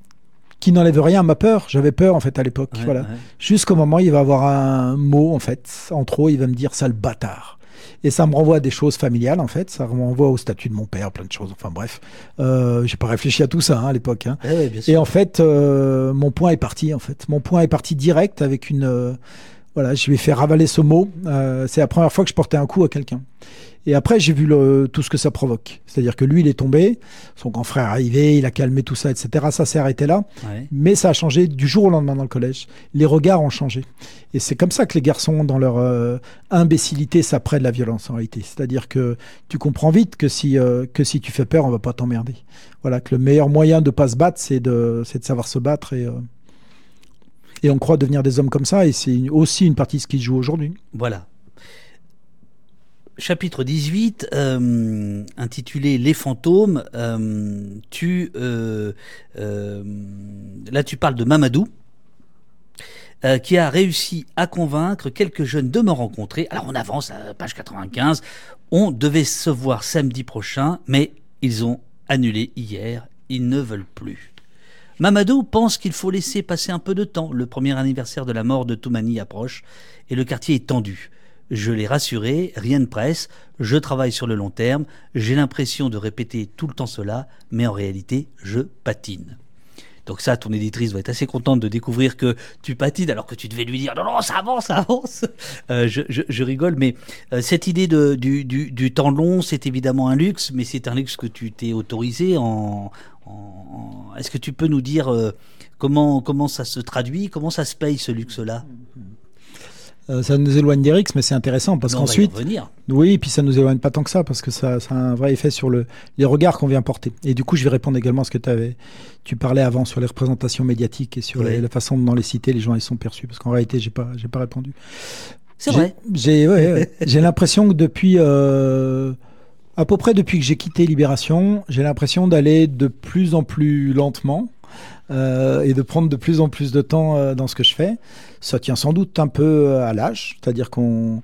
qui n'enlèvent rien à ma peur. J'avais peur, en fait, à l'époque. Ouais, voilà. Ouais. Jusqu'au moment où il va avoir un mot, en fait. En trop, il va me dire, sale bâtard. Et ça me renvoie à des choses familiales, en fait. Ça me renvoie au statut de mon père, plein de choses. Enfin bref, euh, j'ai pas réfléchi à tout ça hein, à l'époque. Hein. Ouais, bien sûr. Et en fait, euh, mon point est parti. En fait, mon point est parti direct avec une. Euh, voilà, je lui ai fait ravaler ce mot. Euh, c'est la première fois que je portais un coup à quelqu'un. Et après, j'ai vu le, tout ce que ça provoque. C'est-à-dire que lui, il est tombé, son grand frère est arrivé, il a calmé tout ça, et cetera. Ça s'est arrêté là. Ouais. Mais ça a changé du jour au lendemain dans le collège. Les regards ont changé. Et c'est comme ça que les garçons, dans leur euh, imbécilité, s'apprennent la violence en réalité. C'est-à-dire que tu comprends vite que si, euh, que si tu fais peur, on va pas t'emmerder. Voilà, que le meilleur moyen de pas se battre, c'est de, c'est de savoir se battre. Et, euh, et on croit devenir des hommes comme ça. Et c'est une, aussi une partie de ce qui se joue aujourd'hui. Voilà. Chapitre dix-huit, euh, intitulé Les fantômes, euh, tu, euh, euh, là tu parles de Mamadou, euh, qui a réussi à convaincre quelques jeunes de me rencontrer. Alors on avance à page quatre-vingt-quinze, on devait se voir samedi prochain, mais ils ont annulé hier, ils ne veulent plus. Mamadou pense qu'il faut laisser passer un peu de temps, le premier anniversaire de la mort de Toumani approche, et le quartier est tendu. Je l'ai rassuré, rien ne presse, je travaille sur le long terme, j'ai l'impression de répéter tout le temps cela, mais en réalité, je patine. Donc ça, ton éditrice va être assez contente de découvrir que tu patines alors que tu devais lui dire « Non, non, ça avance, ça avance !» euh, je, je, je rigole, mais euh, cette idée de, du, du, du temps long, c'est évidemment un luxe, mais c'est un luxe que tu t'es autorisé en... en, en... Est-ce que tu peux nous dire euh, comment, comment ça se traduit, comment ça se paye ce luxe-là ? Euh, ça nous éloigne d'Erix, mais c'est intéressant parce non, qu'ensuite, oui, et puis ça nous éloigne pas tant que ça parce que ça, ça a un vrai effet sur le, les regards qu'on vient porter. Et du coup, je vais répondre également à ce que t'avais, tu parlais avant sur les représentations médiatiques et sur oui. les, la façon dont dans les cités les gens ils sont perçus. Parce qu'en réalité, j'ai pas, j'ai pas répondu. C'est j'ai, vrai. J'ai, ouais, ouais, j'ai l'impression que depuis, euh, à peu près depuis que j'ai quitté Libération, j'ai l'impression d'aller de plus en plus lentement. Euh, et de prendre de plus en plus de temps euh, dans ce que je fais. Ça tient sans doute un peu à l'âge, c'est-à-dire qu'on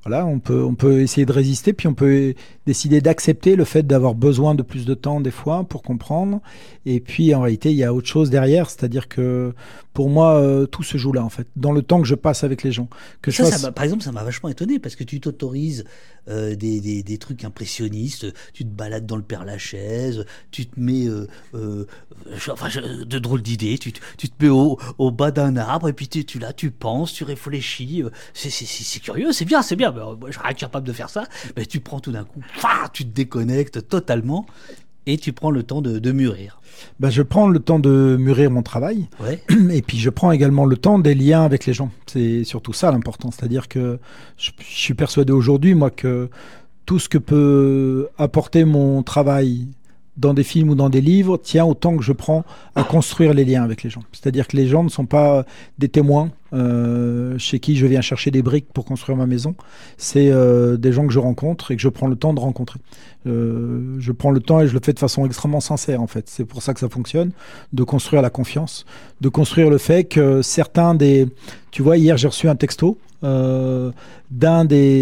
Voilà, on peut, on peut essayer de résister, puis on peut décider d'accepter le fait d'avoir besoin de plus de temps des fois pour comprendre. Et puis en réalité, il y a autre chose derrière, c'est-à-dire que pour moi, euh, tout se joue là en fait, dans le temps que je passe avec les gens. Que ça, je ça fasse... m'a- par exemple, ça m'a vachement étonné parce que tu t'autorises euh, des, des, des trucs impressionnistes, tu te balades dans le Père-Lachaise, tu te mets euh, euh, je- enfin, je- de drôles d'idées, tu, te- tu te mets au, au bas d'un arbre et puis tu, tu là, tu penses, tu réfléchis. euh, C'est c'est- c'est- c'est curieux, c'est bien, c'est bien. Mais, euh, moi, je serais incapable de faire ça. Mais tu prends tout d'un coup, paf, tu te déconnectes totalement et tu prends le temps de, de mûrir. Ben, je prends le temps de mûrir mon travail. Ouais. Et puis je prends également le temps des liens avec les gens. C'est surtout ça l'important. C'est-à-dire que je, je suis persuadé aujourd'hui, moi, que tout ce que peut apporter mon travail dans des films ou dans des livres tient autant que je prends à construire les liens avec les gens. C'est-à-dire que les gens ne sont pas des témoins euh, chez qui je viens chercher des briques pour construire ma maison. C'est euh, des gens que je rencontre et que je prends le temps de rencontrer. Euh, je prends le temps et je le fais de façon extrêmement sincère en fait. C'est pour ça que ça fonctionne, de construire la confiance, de construire le fait que certains des... Tu vois, hier j'ai reçu un texto euh, d'un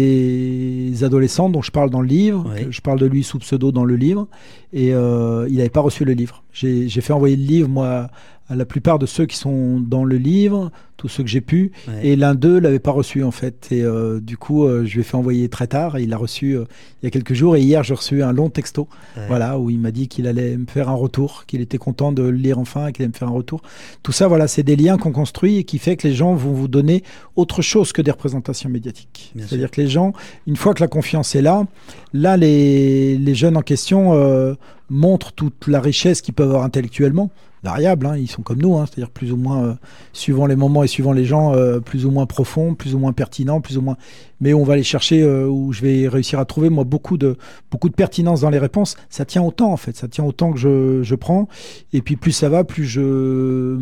des adolescents dont je parle dans le livre. Oui. Je parle de lui sous pseudo dans le livre et euh, il n'avait pas reçu le livre. J'ai j'ai fait envoyer le livre moi à la plupart de ceux qui sont dans le livre, tous ceux que j'ai pu, Ouais. et l'un d'eux l'avait pas reçu en fait. Et euh, du coup, euh, je lui ai fait envoyer très tard et il l'a reçu euh, il y a quelques jours. Et hier, j'ai reçu un long texto, Ouais. voilà, où il m'a dit qu'il allait me faire un retour, qu'il était content de le lire enfin et qu'il allait me faire un retour. Tout ça, voilà, c'est des liens qu'on construit et qui fait que les gens vont vous donner autre chose que des représentations médiatiques. Bien C'est-à-dire sûr. que les gens, une fois que la confiance est là, là, les, les jeunes en question euh, montrent toute la richesse qu'ils peuvent avoir intellectuellement. Variable, hein, ils sont comme nous, hein, c'est-à-dire plus ou moins, euh, suivant les moments et suivant les gens, euh, plus ou moins profonds, plus ou moins pertinents, plus ou moins. Mais on va les chercher euh, où je vais réussir à trouver moi beaucoup de beaucoup de pertinence dans les réponses. Ça tient au temps en fait, ça tient au temps que je, je prends. Et puis plus ça va, plus je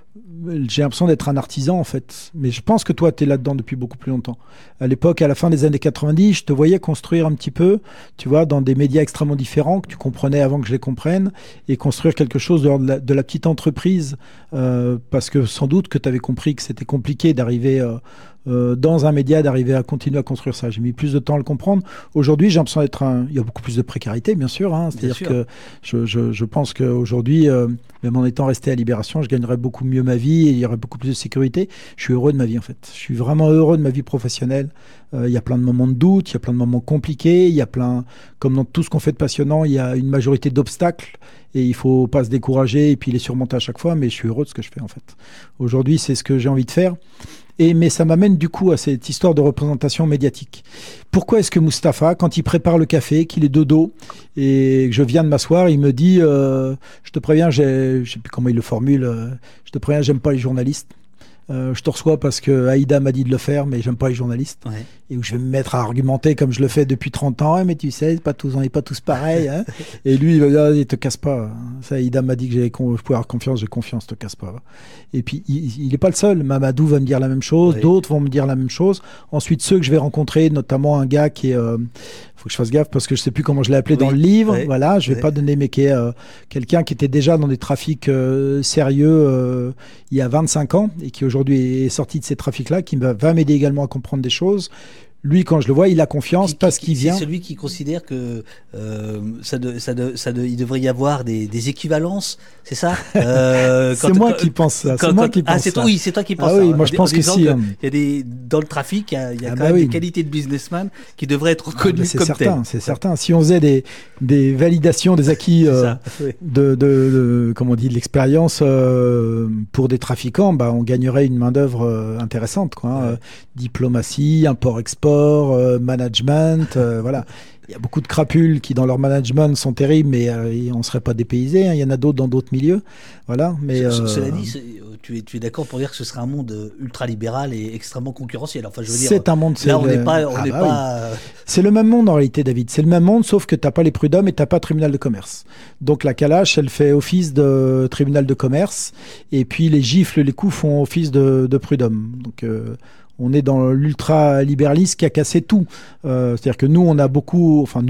j'ai l'impression d'être un artisan en fait. Mais je pense que toi, tu es là-dedans depuis beaucoup plus longtemps. À l'époque, à la fin des années quatre-vingt-dix, je te voyais construire un petit peu, tu vois, dans des médias extrêmement différents que tu comprenais avant que je les comprenne, et construire quelque chose de, la, de la petite entreprise, euh, parce que sans doute que tu avais compris que c'était compliqué d'arriver euh, euh, dans un média, d'arriver à continuer à construire ça. J'ai mis plus de temps à le comprendre. Aujourd'hui, j'ai l'impression d'être un... Il y a beaucoup plus de précarité, bien sûr. Hein. C'est-à-dire sûr. que je, je, je pense qu'aujourd'hui, euh, même en étant resté à Libération, je gagnerais beaucoup mieux ma vie et il y aurait beaucoup plus de sécurité. Je suis heureux de ma vie, en fait. Je suis vraiment heureux de ma vie professionnelle. Euh, il y a plein de moments de doute, il y a plein de moments compliqués, il y a plein... Comme dans tout ce qu'on fait de passionnant, il y a une majorité d'obstacles et il faut pas se décourager et puis les surmonter à chaque fois, mais je suis heureux de ce que je fais, en fait. Aujourd'hui, c'est ce que j'ai envie de faire. Et, mais ça m'amène du coup à cette histoire de représentation médiatique. Pourquoi est-ce que Mustapha, quand il prépare le café, qu'il est de dos et que je viens de m'asseoir, il me dit euh, je te préviens, j'ai, je sais plus comment il le formule, euh, je te préviens, j'aime pas les journalistes. Euh, je te reçois parce que Aïda m'a dit de le faire, mais j'aime pas les journalistes. Ouais. Et où je vais me mettre à argumenter comme je le fais depuis trente ans. Ouais, mais tu sais, pas tous, on n'est pas tous pareils. Hein. Et lui, il va dire, ah, te casse pas. Ça, Aïda m'a dit que j'avais con- je pouvais avoir confiance, j'ai confiance, te casse pas. Et puis, il n'est pas le seul. Mamadou va me dire la même chose, Oui. d'autres vont me dire la même chose. Ensuite, ceux que je vais rencontrer, notamment un gars qui est... Euh, faut que je fasse gaffe parce que je sais plus comment je l'ai appelé Oui. dans le livre. Oui. Voilà, je vais Oui. pas donner, mais qui est euh, quelqu'un qui était déjà dans des trafics euh, sérieux euh, il y a vingt-cinq ans et qui aujourd'hui est sorti de ces trafics-là, qui va, va m'aider également à comprendre des choses. Lui, quand je le vois, il a confiance Qui- qui- parce qui- qu'il vient. C'est celui qui considère que euh, ça de, ça de, ça de, il devrait y avoir des, des équivalences, c'est ça euh, C'est quand- moi quand- qui pense ça. quand- C'est moi quand- qui ah, pense c'est toi, ça. oui, c'est toi qui penses Ah ça. oui, moi je En pense que disant si. que hein. Il y a des dans le trafic, il y a, il y a Ah quand bah même oui. des qualités de businessman qui devraient être Ah, bah, reconnues c'est comme certain, telles. c'est certain. Si on faisait des, des validations des acquis C'est euh, ça. Oui. de, de, de, comment on dit, de l'expérience euh, pour des trafiquants, bah, on gagnerait une main d'œuvre euh, intéressante, quoi. Hein. Ouais. Euh, diplomatie, import-export, euh, management, euh, voilà. Il y a beaucoup de crapules qui, dans leur management, sont terribles, mais euh, on ne serait pas dépaysés. Hein. Il y en a d'autres dans d'autres milieux, voilà. Mais Ce- euh, Cela dit, c'est- tu es, tu es d'accord pour dire que ce serait un monde ultra libéral et extrêmement concurrentiel. Enfin, je veux dire, c'est un monde. là, on c'est n'est le- pas, on Ah n'est bah oui. pas. C'est le même monde en réalité, David. C'est le même monde, sauf que t'as pas les prud'hommes et t'as pas tribunal de commerce. Donc la calache, elle fait office de tribunal de commerce, et puis les gifles, les coups font office de, de prud'homme. Donc euh, on est dans l'ultra-libéralisme qui a cassé tout. Euh, c'est-à-dire que nous, on a beaucoup, enfin nous,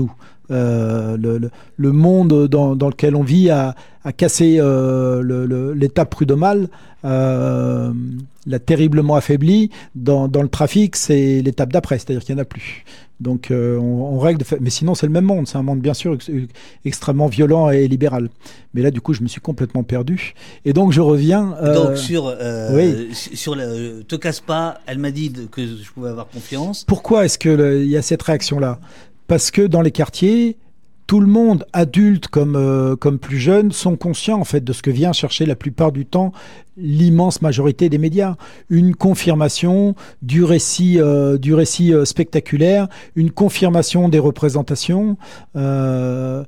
Euh, le, le, le monde dans, dans lequel on vit a, a cassé euh, le, le, l'étape prud'homale, euh, l'a terriblement affaibli. Dans, dans le trafic, c'est l'étape d'après, c'est-à-dire qu'il n'y en a plus. Donc euh, on, on règle, de fait, mais sinon c'est le même monde, c'est un monde bien sûr ex- extrêmement violent et libéral. Mais là du coup je me suis complètement perdu. Et donc je reviens. Euh, donc sur, euh, oui. sur le, te casse pas, elle m'a dit que je pouvais avoir confiance. Pourquoi est-ce que le, il y a cette réaction-là ? Parce que dans les quartiers, tout le monde, adulte comme, euh, comme plus jeune, sont conscients en fait de ce que vient chercher la plupart du temps l'immense majorité des médias. Une confirmation du récit, euh, du récit euh, spectaculaire, une confirmation des représentations. Euh,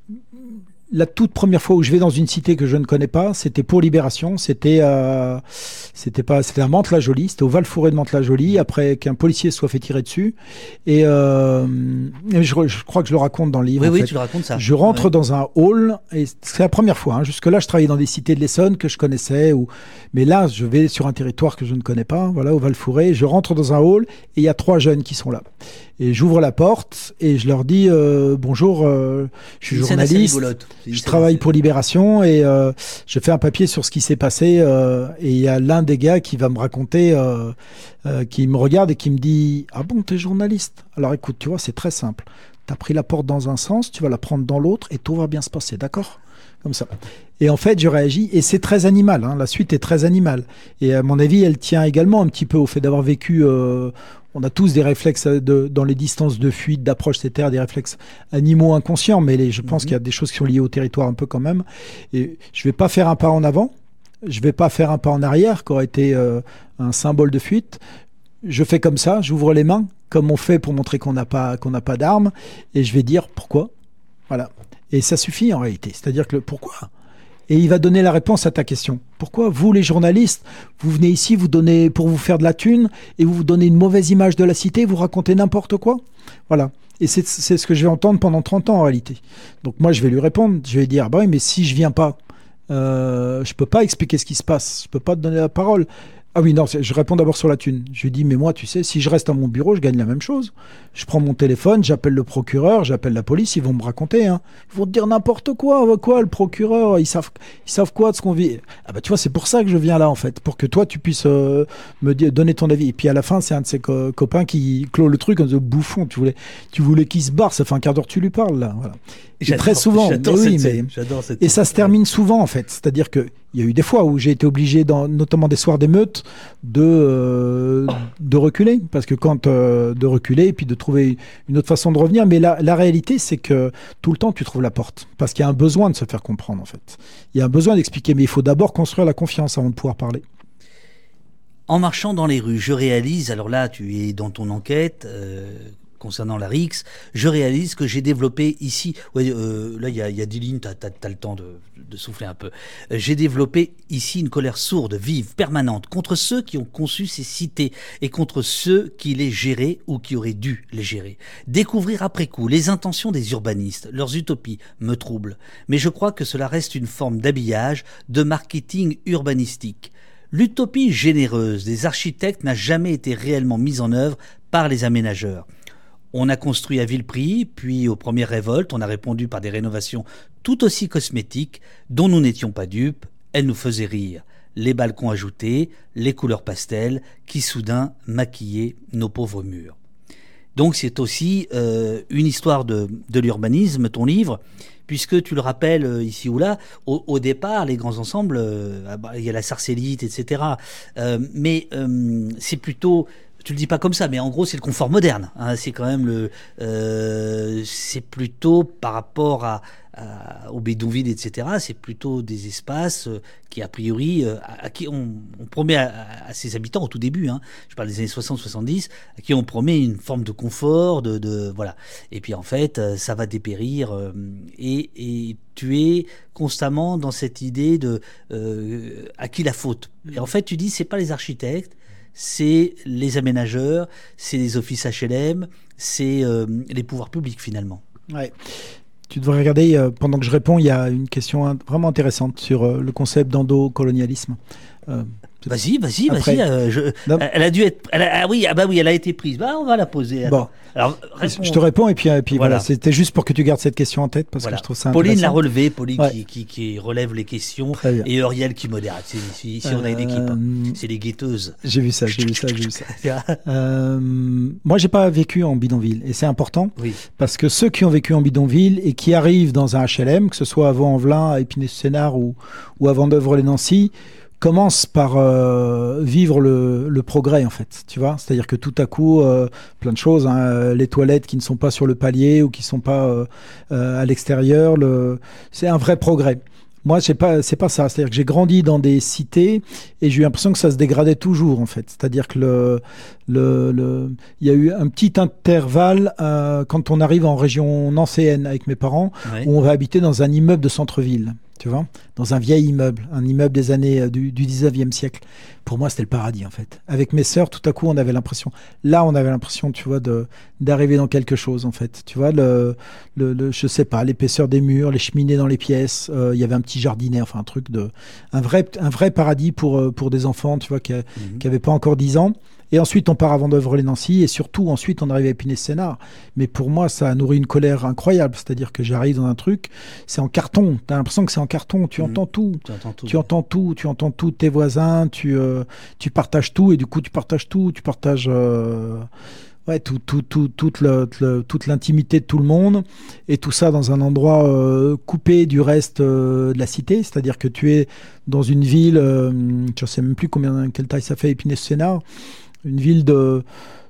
La toute première fois où je vais dans une cité que je ne connais pas, c'était pour Libération, c'était euh, c'était pas, c'était à Mantes-la-Jolie, c'était au Val-Fouré de Mantes-la-Jolie, après qu'un policier soit fait tirer dessus. Et euh, je, je crois que je le raconte dans le livre. Oui, en oui, fait. tu le racontes ça. Je rentre ouais. dans un hall, et c'est la première fois. Hein. Jusque-là, je travaillais dans des cités de l'Essonne que je connaissais, ou... mais là, je vais sur un territoire que je ne connais pas, voilà, au Val-Fouré. Je rentre dans un hall, et il y a trois jeunes qui sont là. Et j'ouvre la porte et je leur dis euh, bonjour, euh, je suis journaliste, je travaille pour Libération et euh, je fais un papier sur ce qui s'est passé. Euh, et il y a l'un des gars qui va me raconter, euh, euh, qui me regarde et qui me dit ah bon, t'es journaliste? Alors écoute, tu vois, c'est très simple. T'as pris la porte dans un sens, tu vas la prendre dans l'autre et tout va bien se passer, d'accord? Comme ça. Et en fait, je réagis et c'est très animal. Hein, la suite est très animale. Et à mon avis, elle tient également un petit peu au fait d'avoir vécu. Euh, On a tous des réflexes de, dans les distances de fuite, d'approche, et cetera, des réflexes animaux inconscients, mais les, je pense mmh. qu'il y a des choses qui sont liées au territoire un peu quand même. Et je ne vais pas faire un pas en avant, je ne vais pas faire un pas en arrière, qui aurait été euh, un symbole de fuite. Je fais comme ça, j'ouvre les mains, comme on fait pour montrer qu'on n'a pas, qu'on n'a pas d'armes, et je vais dire pourquoi. Voilà. Et ça suffit en réalité. C'est-à-dire que le pourquoi. Et il va donner la réponse à ta question. Pourquoi vous, les journalistes, vous venez ici vous donnez pour vous faire de la thune et vous vous donnez une mauvaise image de la cité, vous racontez n'importe quoi? Voilà. Et c'est, c'est ce que je vais entendre pendant trente ans en réalité. Donc moi, je vais lui répondre. Je vais dire, bah oui, mais si je viens pas, euh, je peux pas expliquer ce qui se passe. Je peux pas te donner la parole. Ah oui, non, je réponds d'abord sur la thune. Je lui dis, mais moi, tu sais, si je reste à mon bureau, je gagne la même chose. Je prends mon téléphone, j'appelle le procureur, j'appelle la police, ils vont me raconter. Hein. Ils vont te dire n'importe quoi. Quoi, le procureur, ils savent, ils savent quoi de ce qu'on vit. Ah bah tu vois, c'est pour ça que je viens là, en fait, pour que toi, tu puisses euh, me dire, donner ton avis. Et puis à la fin, c'est un de ses co- copains qui clôt le truc en disant, bouffon, tu voulais, tu voulais qu'il se barre, ça fait un quart d'heure que tu lui parles, là. Voilà. Et très souvent, j'adore mais oui, cette mais, scène, j'adore cette et scène. ça se termine souvent, en fait. C'est-à-dire que il y a eu des fois où j'ai été obligé, dans, notamment des soirs d'émeute, de, euh, de reculer. Parce que quand, euh, de reculer et puis de trouver une autre façon de revenir. Mais la, la réalité, c'est que tout le temps, tu trouves la porte. Parce qu'il y a un besoin de se faire comprendre, en fait. Il y a un besoin d'expliquer. Mais il faut d'abord construire la confiance avant de pouvoir parler. En marchant dans les rues, je réalise, alors là, tu es dans ton enquête... Euh... concernant la R I X, je réalise que j'ai développé ici, ouais, euh, là il y a, y a dix lignes, t'as, t'as, t'as le temps de, de souffler un peu, euh, j'ai développé ici une colère sourde, vive, permanente, contre ceux qui ont conçu ces cités et contre ceux qui les géraient ou qui auraient dû les gérer. Découvrir après coup les intentions des urbanistes, leurs utopies me troublent, mais je crois que cela reste une forme d'habillage, de marketing urbanistique. L'utopie généreuse des architectes n'a jamais été réellement mise en œuvre par les aménageurs. On a construit à vil prix, puis aux premières révoltes, on a répondu par des rénovations tout aussi cosmétiques, dont nous n'étions pas dupes, elles nous faisaient rire. Les balcons ajoutés, les couleurs pastel, qui soudain maquillaient nos pauvres murs. Donc c'est aussi euh, une histoire de, de l'urbanisme, ton livre, puisque tu le rappelles euh, ici ou là, au, au départ, les grands ensembles, euh, il y a la sarcellite, et cetera. Euh, mais euh, c'est plutôt... Tu le dis pas comme ça, mais en gros c'est le confort moderne. Hein, c'est quand même le, euh, c'est plutôt par rapport à, à au bidonville, et cetera. C'est plutôt des espaces euh, qui a priori, euh, à, à qui on, on promet à, à ses habitants au tout début. Hein, je parle des années soixante soixante-dix, à qui on promet une forme de confort, de, de voilà. Et puis en fait, euh, ça va dépérir euh, et, et tu es constamment dans cette idée de euh, à qui la faute. Et en fait, tu dis c'est pas les architectes. C'est les aménageurs, c'est les offices H L M, c'est euh, les pouvoirs publics finalement. Ouais. Tu devrais regarder, euh, pendant que je réponds, il y a une question in- vraiment intéressante sur euh, le concept d'endocolonialisme. Euh, Vas-y, vas-y, Après. vas-y. euh, je- Non. Elle a dû être. Elle a- ah oui, ah bah oui, elle a été prise. Bah, on va la poser. Bon. Attends. Alors, réponds. Je te réponds et puis, et puis voilà. Voilà. C'était juste pour que tu gardes cette question en tête parce Voilà. que je trouve ça Pauline l'a intéressant. relevé, Pauline Ouais. qui, qui, qui relève les questions Très bien. et Uriel qui modère. C'est- c'est- Ici, on a une équipe. hein. Euh, C'est les guetteuses. J'ai vu ça, j'ai vu ça, j'ai vu ça. Euh, moi, j'ai pas vécu en bidonville et c'est important Oui. parce que ceux qui ont vécu en bidonville et qui arrivent dans un H L M, que ce soit à Vaux-en-Velin, à Épinay-sur-Sénard ou, ou à Vendeuvre-les-Nancy, commencent par euh, vivre le, le progrès en fait, tu vois, c'est-à-dire que tout à coup, euh, plein de choses, hein, euh, les toilettes qui ne sont pas sur le palier ou qui sont pas euh, euh, à l'extérieur, le... c'est un vrai progrès. Moi, c'est pas, c'est pas ça. C'est-à-dire que j'ai grandi dans des cités et j'ai eu l'impression que ça se dégradait toujours, en fait. C'est-à-dire que le, le, le, il y a eu un petit intervalle euh, quand on arrive en région nancéenne avec mes parents, Ouais. où on va habiter dans un immeuble de centre-ville, tu vois, dans un vieil immeuble, un immeuble des années euh, du, du dix-neuvième siècle. Pour moi, c'était le paradis, en fait. Avec mes sœurs, tout à coup, on avait l'impression, là, on avait l'impression, tu vois, de, d'arriver dans quelque chose, en fait. Tu vois, le, le, le je sais pas, l'épaisseur des murs, les cheminées dans les pièces, euh, il y avait un petit jardinet, enfin, un truc de, un vrai, un vrai paradis pour, euh, pour des enfants, tu vois, qui, Mhm. qui avaient pas encore dix ans. Et ensuite, on part à Vendeuvre-les-Nancy et surtout, ensuite, on arrive à Épinay-Sénard. Mais pour moi, ça a nourri une colère incroyable. C'est-à-dire que j'arrive dans un truc, c'est en carton. Tu as l'impression que c'est en carton. Tu Mhm. entends tout. Tu entends tout. Tu entends tout. Tu entends tout. Tes voisins, tu, euh, tu partages tout. Et du coup, tu partages tout. Tu partages euh, ouais, tout, tout, tout, toute, le, le- toute l'intimité de tout le monde. Et tout ça dans un endroit euh, coupé du reste euh, de la cité. C'est-à-dire que tu es dans une ville, euh, je ne sais même plus combien, quelle taille ça fait, Épinay-Sénard. Une ville de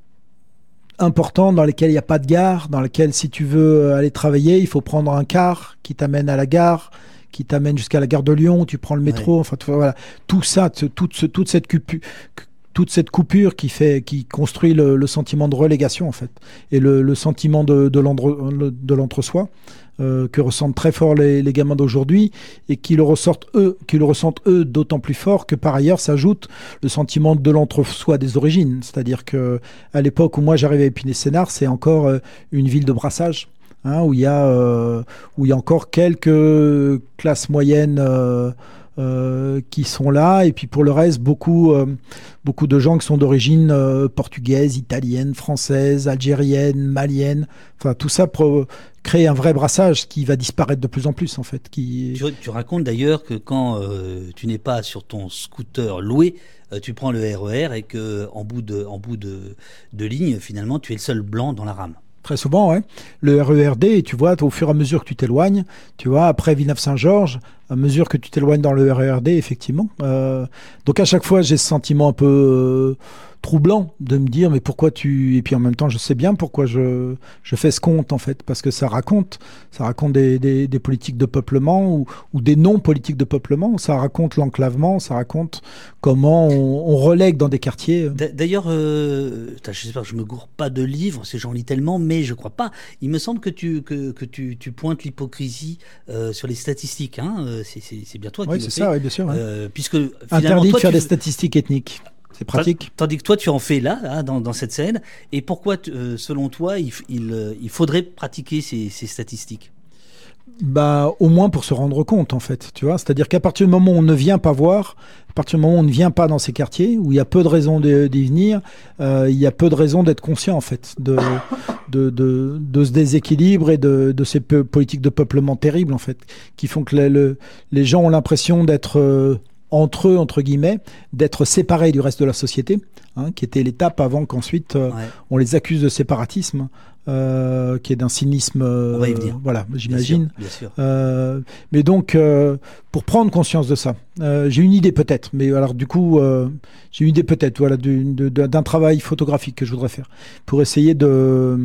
importante dans laquelle il n'y a pas de gare, dans laquelle si tu veux aller travailler, il faut prendre un car qui t'amène à la gare, qui t'amène jusqu'à la gare de Lyon, tu prends le métro, Ouais. enfin tu vois, voilà, tout ça, t- toute, ce- toute cette coupure, toute cette coupure qui fait, qui construit le, le sentiment de relégation en fait, et le, le sentiment de, de l'endre- de l'entre-soi. Euh, que ressentent très fort les, les gamins d'aujourd'hui et qui le ressortent eux, qui le ressentent eux d'autant plus fort que par ailleurs s'ajoute le sentiment de l'entre-soi des origines. C'est-à-dire que à l'époque où moi j'arrivais à Épinay-Sénard, c'est encore euh, une ville de brassage, hein, où il y a euh, où il y a encore quelques classes moyennes euh, euh, qui sont là, et puis pour le reste beaucoup euh, beaucoup de gens qui sont d'origine euh, portugaise, italienne, française, algérienne, malienne. Enfin tout ça pro- crée un vrai brassage qui va disparaître de plus en plus en fait. Qui Tu, tu racontes d'ailleurs que quand euh, tu n'es pas sur ton scooter loué, euh, tu prends le R E R et que en bout de, en bout de, de ligne, finalement, tu es le seul blanc dans la rame. Très souvent, ouais. Le R E R D, tu vois, au fur et à mesure que tu t'éloignes, tu vois, après Villeneuve-Saint-Georges, à mesure que tu t'éloignes dans le R E R D, effectivement. Euh, donc à chaque fois, j'ai ce sentiment un peu euh, troublant de me dire, mais pourquoi tu... Et puis en même temps, je sais bien pourquoi je, je fais ce compte, en fait, parce que ça raconte, ça raconte des, des, des politiques de peuplement ou, ou des non-politiques de peuplement, ça raconte l'enclavement, ça raconte comment on, on relègue dans des quartiers. D'a- D'ailleurs, euh, putain, j'espère que je me gourre pas de livres, ces gens lisent tellement, mais je crois pas. Il me semble que tu, que, que tu, tu pointes l'hypocrisie euh, sur les statistiques. Hein. Euh, C'est c'est- c'est bien toi qui Oui, le c'est fais. ça, oui, bien sûr. Ouais. Euh, puisque finalement, Interdit toi, de faire tu- des statistiques ethniques. C'est pratique. Tandis que toi, tu en fais là, hein, dans, dans cette scène. Et pourquoi, tu- euh, selon toi, il, f- il, euh, il faudrait pratiquer ces, ces statistiques? Bah, au moins pour se rendre compte, en fait, tu vois. C'est-à-dire qu'à partir du moment où on ne vient pas voir, à partir du moment où on ne vient pas dans ces quartiers, où il y a peu de raisons de- d'y venir, euh, il y a peu de raisons d'être conscient, en fait, de, de, de, de ce déséquilibre et de, de ces peu- politiques de peuplement terribles, en fait, qui font que le- le- les gens ont l'impression d'être euh, entre eux, entre guillemets, d'être séparés du reste de la société, hein, qui était l'étape avant qu'ensuite euh, Ouais. on les accuse de séparatisme, euh, qui est d'un cynisme, euh, On va y venir. voilà, Bien j'imagine. sûr, bien sûr. Euh, mais donc, euh, pour prendre conscience de ça, euh, j'ai une idée peut-être, mais alors du coup, euh, j'ai une idée peut-être, voilà, d'une- de- de- d'un travail photographique que je voudrais faire pour essayer de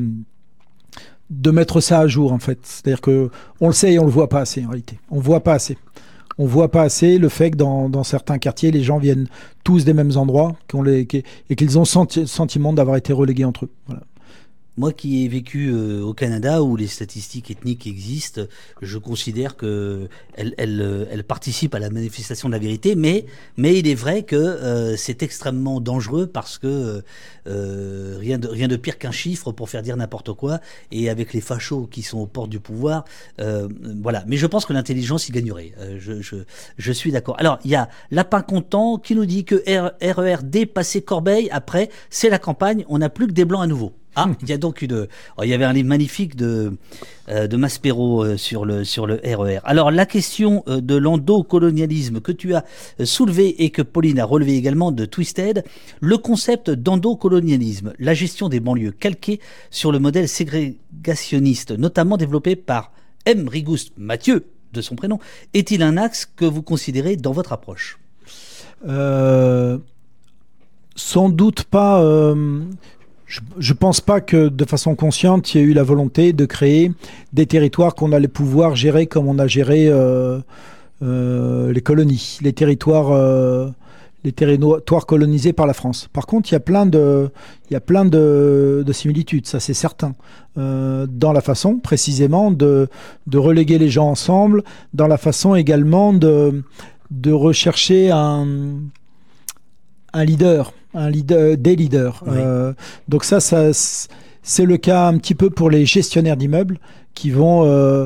de mettre ça à jour en fait. C'est-à-dire que on le sait et on le voit pas assez en réalité. On voit pas assez. On voit pas assez le fait que dans, dans certains quartiers, les gens viennent tous des mêmes endroits qu'on les, qu'- et qu'ils ont senti, le sentiment d'avoir été relégués entre eux. Voilà. moi qui ai vécu euh, au Canada où les statistiques ethniques existent, je considère que elles, elles, elles participent à la manifestation de la vérité, mais, mais il est vrai que euh, c'est extrêmement dangereux parce que euh, rien, de, rien de pire qu'un chiffre pour faire dire n'importe quoi, et avec les fachos qui sont aux portes du pouvoir, euh, voilà. Mais je pense que l'intelligence y gagnerait. Euh, je, je, je suis d'accord. Alors, il y a Lapin Content qui nous dit que R E R D passé Corbeil, après, c'est la campagne, on n'a plus que des blancs à nouveau. Ah, il y a donc une. Oh, il y avait un livre magnifique de euh, de Maspero euh, sur le sur le R E R. Alors la question euh, de l'endocolonialisme que tu as euh, soulevé et que Pauline a relevé également de Twisted, le concept d'endocolonialisme, la gestion des banlieues calquée sur le modèle ségrégationniste, notamment développé par M. Rigouste Mathieu de son prénom, est-il un axe que vous considérez dans votre approche? euh, Sans doute pas. Euh... Je ne pense pas que de façon consciente, il y ait eu la volonté de créer des territoires qu'on allait pouvoir gérer comme on a géré euh, euh, les colonies, les territoires, euh, les territoires colonisés par la France. Par contre, il y a plein de, il y a plein de, de similitudes, ça c'est certain, euh, dans la façon précisément de, de reléguer les gens ensemble, dans la façon également de, de rechercher un, un leader. Un leader, des leaders. Oui. Euh, donc ça, ça, c'est le cas un petit peu pour les gestionnaires d'immeubles qui vont... Euh,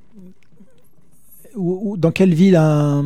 ou, ou, dans quelle ville un,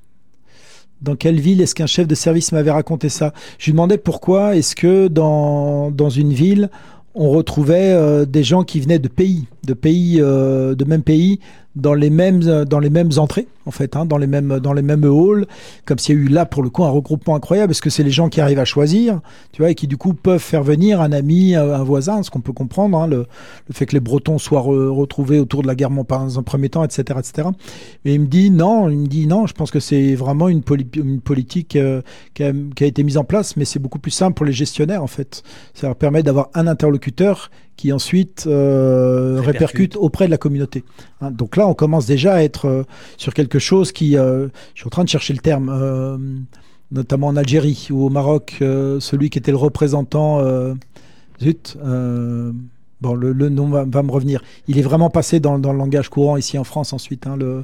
dans quelle ville est-ce qu'un chef de service m'avait raconté ça? Je lui demandais pourquoi est-ce que dans, dans une ville, on retrouvait euh, des gens qui venaient de pays, de pays, euh, de même pays, dans les mêmes, dans les mêmes entrées, en fait, hein, dans les mêmes, dans les mêmes halls, comme s'il y a eu là, pour le coup, un regroupement incroyable, parce que c'est les gens qui arrivent à choisir, tu vois, et qui, du coup, peuvent faire venir un ami, un voisin, ce qu'on peut comprendre, hein, le, le fait que les Bretons soient re, retrouvés autour de la guerre Montparnasse dans un premier temps, et cetera, et cetera. Mais il me dit non, il me dit non, je pense que c'est vraiment une, poli une politique euh, qui, a, qui a été mise en place, mais c'est beaucoup plus simple pour les gestionnaires, en fait. Ça leur permet d'avoir un interlocuteur qui ensuite euh, répercute. répercute auprès de la communauté. Hein, donc là, on commence déjà à être euh, sur quelque chose qui... Euh, je suis en train de chercher le terme, euh, notamment en Algérie ou au Maroc, euh, celui qui était le représentant... Euh, zut, euh, bon, le, le nom va, va me revenir. Il est vraiment passé dans, dans le langage courant ici en France ensuite. Hein, le...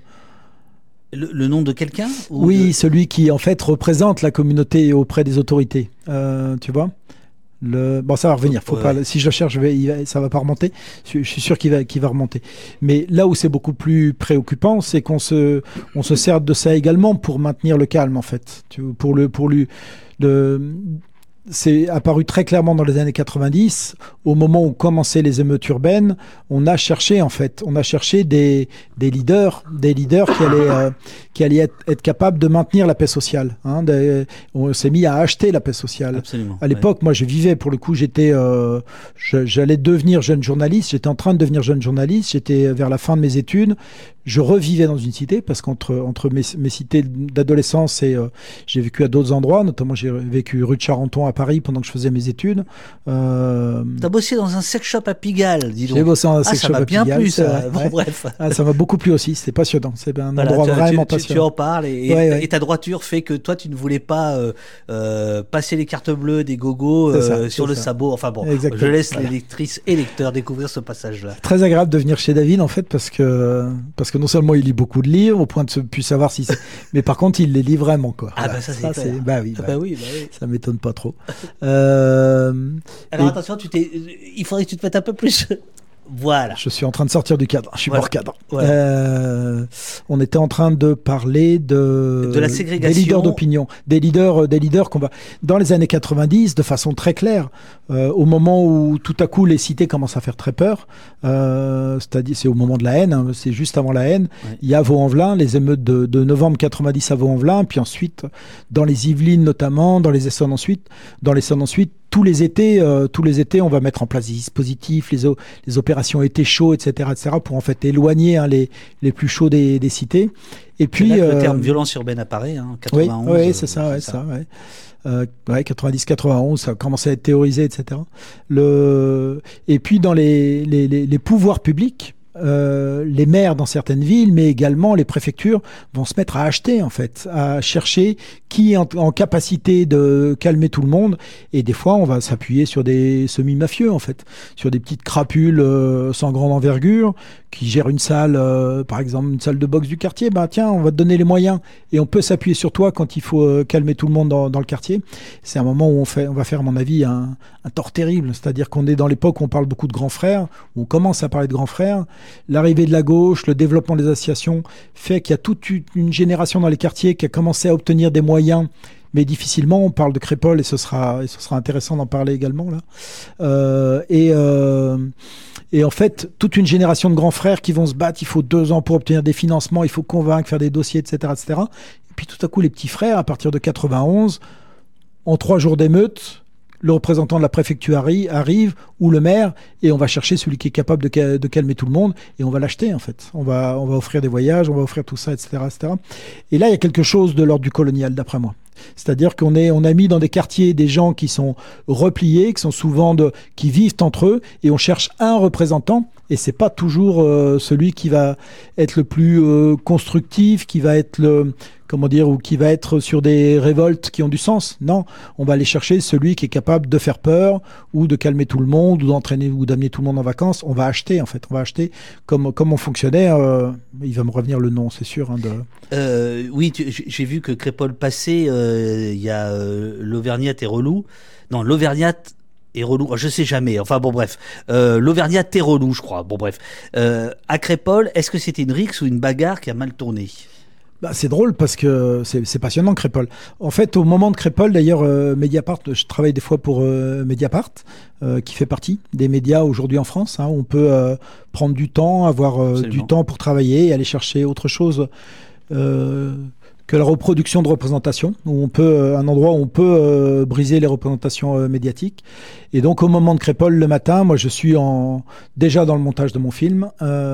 Le, le nom de quelqu'un? Oui, de... celui qui en fait représente la communauté auprès des autorités. Euh, tu vois ? Le... Bon, ça va revenir. Faut ouais. pas... Si je le cherche, je vais... Il va... ça va pas remonter. Je suis sûr qu'il va... qu'il va remonter. Mais là où c'est beaucoup plus préoccupant, c'est qu'on se... On se sert de ça également pour maintenir le calme, en fait. Tu... Pour le... Pour lui... Le... C'est apparu très clairement dans les années quatre-vingt-dix, au moment où commençaient les émeutes urbaines, on a cherché en fait, on a cherché des, des leaders, des leaders qui allaient, euh, qui allaient être, être capables de maintenir la paix sociale. Hein, des, on s'est mis à acheter la paix sociale. Absolument, à l'époque, ouais. moi je vivais, pour le coup, j'étais, euh, j'allais devenir jeune journaliste, j'étais en train de devenir jeune journaliste, j'étais vers la fin de mes études. Je revivais dans une cité parce qu'entre entre mes, mes cités d'adolescence et euh, j'ai vécu à d'autres endroits, notamment j'ai vécu rue de Charenton à Paris pendant que je faisais mes études. Euh... T'as bossé dans un sex shop à Pigalle, dis donc. J'ai bossé dans un ah, sex shop à Pigalle. Ça m'a bien plu, ça. Bon, ouais. bref. Ah, ça m'a beaucoup plu aussi. C'est passionnant. C'est un voilà, endroit tu, vraiment tu, passionnant. Tu en parles et, ouais, et, ouais. et ta droiture fait que toi, tu ne voulais pas euh, euh, passer les cartes bleues des gogos euh, ça, sur le ça. sabot. Enfin bon, Exactement. je laisse voilà. les lectrices et lecteurs découvrir ce passage-là. Très agréable de venir chez David en fait parce que parce que non seulement il lit beaucoup de livres au point de se plus savoir si c'est mais par contre il les lit vraiment quoi. Ah voilà. bah ça c'est, ça, c'est... bah oui bah, bah, bah oui bah oui ça m'étonne pas trop. euh... Alors et... attention, tu t'es il faudrait que tu te mettes un peu plus. Voilà. Je suis en train de sortir du cadre. Je suis voilà. hors cadre. Voilà. Euh, on était en train de parler de, de la ségrégation. Des leaders d'opinion. Des leaders, des leaders qu'on va. Dans les années quatre-vingt-dix, de façon très claire, euh, au moment où tout à coup les cités commencent à faire très peur, euh, c'est-à-dire c'est au moment de la haine, hein, c'est juste avant la haine. Ouais. Il y a Vaux-en-Velin, les émeutes de, de novembre quatre-vingt-dix à Vaux-en-Velin, puis ensuite dans les Yvelines notamment, dans les Essonnes ensuite, dans les Essonnes ensuite. Tous les étés, euh, tous les étés, on va mettre en place des dispositifs, les, les opérations été chauds, et cetera, et cetera, pour en fait éloigner hein, les, les plus chauds des, des cités. Et puis c'est là que euh, le terme violence urbaine apparaît, hein, quatre-vingt-onze. Oui, oui c'est ça, ouais, ça. ça ouais. Euh, ouais, quatre-vingt-dix quatre-vingt-onze, ça a commencé à être théorisé, et cetera. Le... Et puis dans les, les, les, les pouvoirs publics, euh, les maires dans certaines villes, mais également les préfectures vont se mettre à acheter en fait, à chercher qui est en, en capacité de calmer tout le monde. Et des fois, on va s'appuyer sur des semi-mafieux en fait, sur des petites crapules euh, sans grande envergure qui gèrent une salle, euh, par exemple une salle de boxe du quartier. Bah tiens, on va te donner les moyens et on peut s'appuyer sur toi quand il faut euh, calmer tout le monde dans, dans le quartier. C'est un moment où on fait, on va faire à mon avis un, un tort terrible. C'est-à-dire qu'on est dans l'époque où on parle beaucoup de grands frères, où on commence à parler de grands frères. L'arrivée de la gauche, le développement des associations fait qu'il y a toute une génération dans les quartiers qui a commencé à obtenir des moyens, mais difficilement. On parle de Crépol et ce sera, et ce sera intéressant d'en parler également là. Euh, et, euh, et en fait, toute une génération de grands frères qui vont se battre. Il faut deux ans pour obtenir des financements, il faut convaincre, faire des dossiers, et cetera, et cetera. Et puis tout à coup, les petits frères, à partir de quatre-vingt-onze, en trois jours d'émeute, le représentant de la préfecture arri- arrive, ou le maire, et on va chercher celui qui est capable de, ca- de calmer tout le monde, et on va l'acheter en fait. On va, on va offrir des voyages, on va offrir tout ça, et cetera, et cetera. Et là, il y a quelque chose de l'ordre du colonial, d'après moi. C'est-à-dire qu'on est, on a mis dans des quartiers des gens qui sont repliés, qui sont souvent de, qui vivent entre eux, et on cherche un représentant. Et c'est pas toujours euh, celui qui va être le plus euh, constructif, qui va être le, comment dire, ou qui va être sur des révoltes qui ont du sens. Non, on va aller chercher celui qui est capable de faire peur, ou de calmer tout le monde, ou d'entraîner, ou d'amener tout le monde en vacances. On va acheter, en fait. On va acheter comme, comme on fonctionnait. Euh, il va me revenir le nom, c'est sûr. Hein, de... euh, oui, tu, j'ai vu que Crépol passait, il euh, y a euh, l'Auvergnat et Relou. Non, l'Auvergnat et Relou, je sais jamais, enfin bon bref, euh, l'Auvergnat et Relou, je crois, bon bref. Euh, à Crépol, est-ce que c'était une rixe ou une bagarre qui a mal tourné ? Bah, c'est drôle parce que c'est, c'est passionnant Crépol. En fait, au moment de Crépol, d'ailleurs, euh, Mediapart, je travaille des fois pour euh, Mediapart, euh, qui fait partie des médias aujourd'hui en France. Hein, on peut euh, prendre du temps, avoir euh, du temps pour travailler et aller chercher autre chose euh, que la reproduction de représentation, où on peut, un endroit où on peut euh, briser les représentations euh, médiatiques. Et donc au moment de Crépol le matin, moi je suis en, déjà dans le montage de mon film,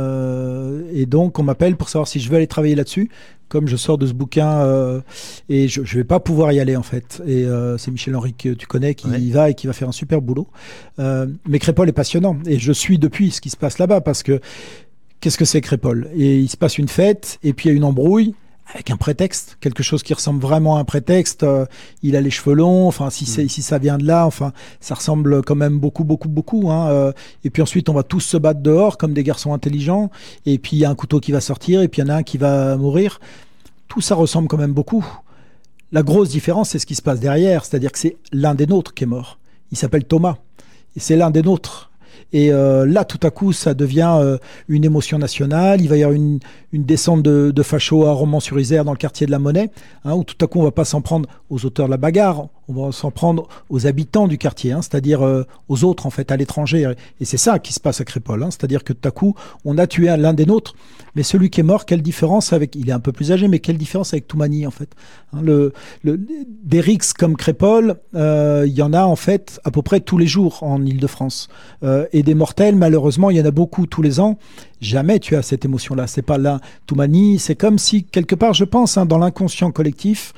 euh, et donc on m'appelle pour savoir si je veux aller travailler là-dessus, comme je sors de ce bouquin, euh, et je, je vais pas pouvoir y aller en fait. Et euh, c'est Michel Henry que tu connais qui ouais. y va et qui va faire un super boulot. Euh, mais Crépol est passionnant, et je suis depuis ce qui se passe là-bas, parce que qu'est-ce que c'est Crépol ? Et il se passe une fête, et puis il y a une embrouille, avec un prétexte, quelque chose qui ressemble vraiment à un prétexte. Euh, il a les cheveux longs, enfin si, c'est, si ça vient de là, enfin ça ressemble quand même beaucoup, beaucoup, beaucoup. Hein, euh, et puis ensuite on va tous se battre dehors comme des garçons intelligents. Et puis il y a un couteau qui va sortir, et puis il y en a un qui va mourir. Tout ça ressemble quand même beaucoup. La grosse différence, c'est ce qui se passe derrière, c'est-à-dire que c'est l'un des nôtres qui est mort. Il s'appelle Thomas, et c'est l'un des nôtres. Et euh, là, tout à coup, ça devient euh, une émotion nationale. Il va y avoir une, une descente de, de fachos à Romans-sur-Isère dans le quartier de la Monnaie, hein, où tout à coup, on va pas s'en prendre aux auteurs de la bagarre, on va s'en prendre aux habitants du quartier, hein, c'est-à-dire euh, aux autres, en fait, à l'étranger. Et c'est ça qui se passe à Crépol, hein, c'est-à-dire que tout à coup, on a tué l'un des nôtres, mais celui qui est mort, quelle différence avec... Il est un peu plus âgé, mais quelle différence avec Toumani, en fait, hein, le, le, des rixes comme Crépol, euh, il y en a, en fait, à peu près tous les jours en Île-de-France. Euh, et des mortels, malheureusement, il y en a beaucoup tous les ans. Jamais tu as cette émotion-là. C'est pas là, Toumani. C'est comme si, quelque part, je pense, hein, dans l'inconscient collectif,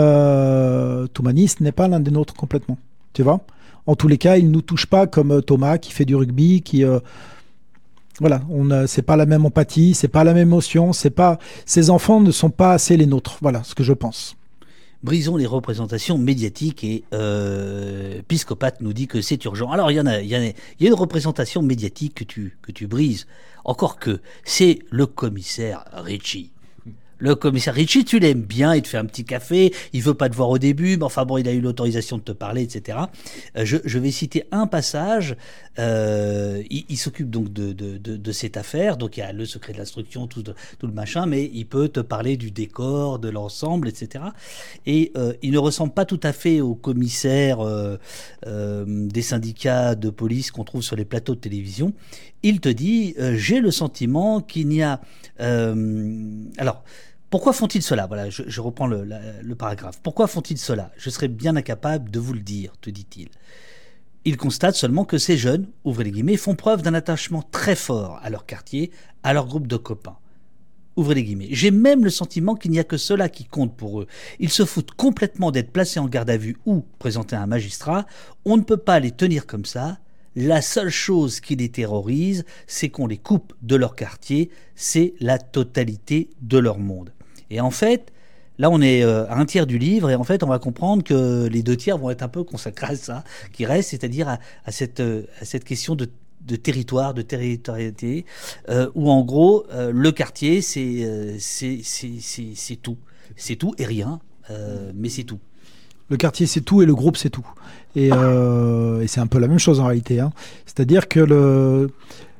euh, Toumani, ce n'est pas l'un des nôtres complètement. Tu vois ? En tous les cas, il nous touche pas comme Thomas qui fait du rugby, qui... Euh, voilà, on a, c'est pas la même empathie, c'est pas la même émotion, c'est pas... Ces enfants ne sont pas assez les nôtres. Voilà ce que je pense. Brisons les représentations médiatiques, et euh, Piscopate nous dit que c'est urgent. Alors il y en a, il y en a, il y a une représentation médiatique que tu que tu brises. Encore que c'est le commissaire Ritchie. Le commissaire Ritchie, tu l'aimes bien, il te fait un petit café, il veut pas te voir au début, mais enfin bon, il a eu l'autorisation de te parler, et cetera. Euh, je, je vais citer un passage. Euh, il, il s'occupe donc de, de, de, de cette affaire, donc il y a le secret de l'instruction, tout, tout le machin, mais il peut te parler du décor, de l'ensemble, et cetera. Et euh, il ne ressemble pas tout à fait au commissaire euh, euh, des syndicats de police qu'on trouve sur les plateaux de télévision. Il te dit, euh, j'ai le sentiment qu'il n'y a... Euh, alors... Pourquoi font-ils cela ? Voilà, je, je reprends le, la, le paragraphe. Pourquoi font-ils cela ? Je serais bien incapable de vous le dire, te dit-il. Il constate seulement que ces jeunes, ouvrez les guillemets, font preuve d'un attachement très fort à leur quartier, à leur groupe de copains. Ouvrez les guillemets. J'ai même le sentiment qu'il n'y a que cela qui compte pour eux. Ils se foutent complètement d'être placés en garde à vue ou présentés à un magistrat. On ne peut pas les tenir comme ça. la seule chose qui les terrorise, c'est qu'on les coupe de leur quartier, c'est la totalité de leur monde. Et en fait, là, on est à un tiers du livre et en fait, on va comprendre que les deux tiers vont être un peu consacrés à ça, qui reste, c'est-à-dire à, à, cette, à cette question de, de territoire, de territorialité, euh, où en gros, euh, le quartier, c'est, euh, c'est, c'est, c'est, c'est tout. C'est tout et rien, euh, mais c'est tout. Le quartier, c'est tout et le groupe, c'est tout. Et, euh, et c'est un peu la même chose en réalité. Hein. C'est-à-dire que le...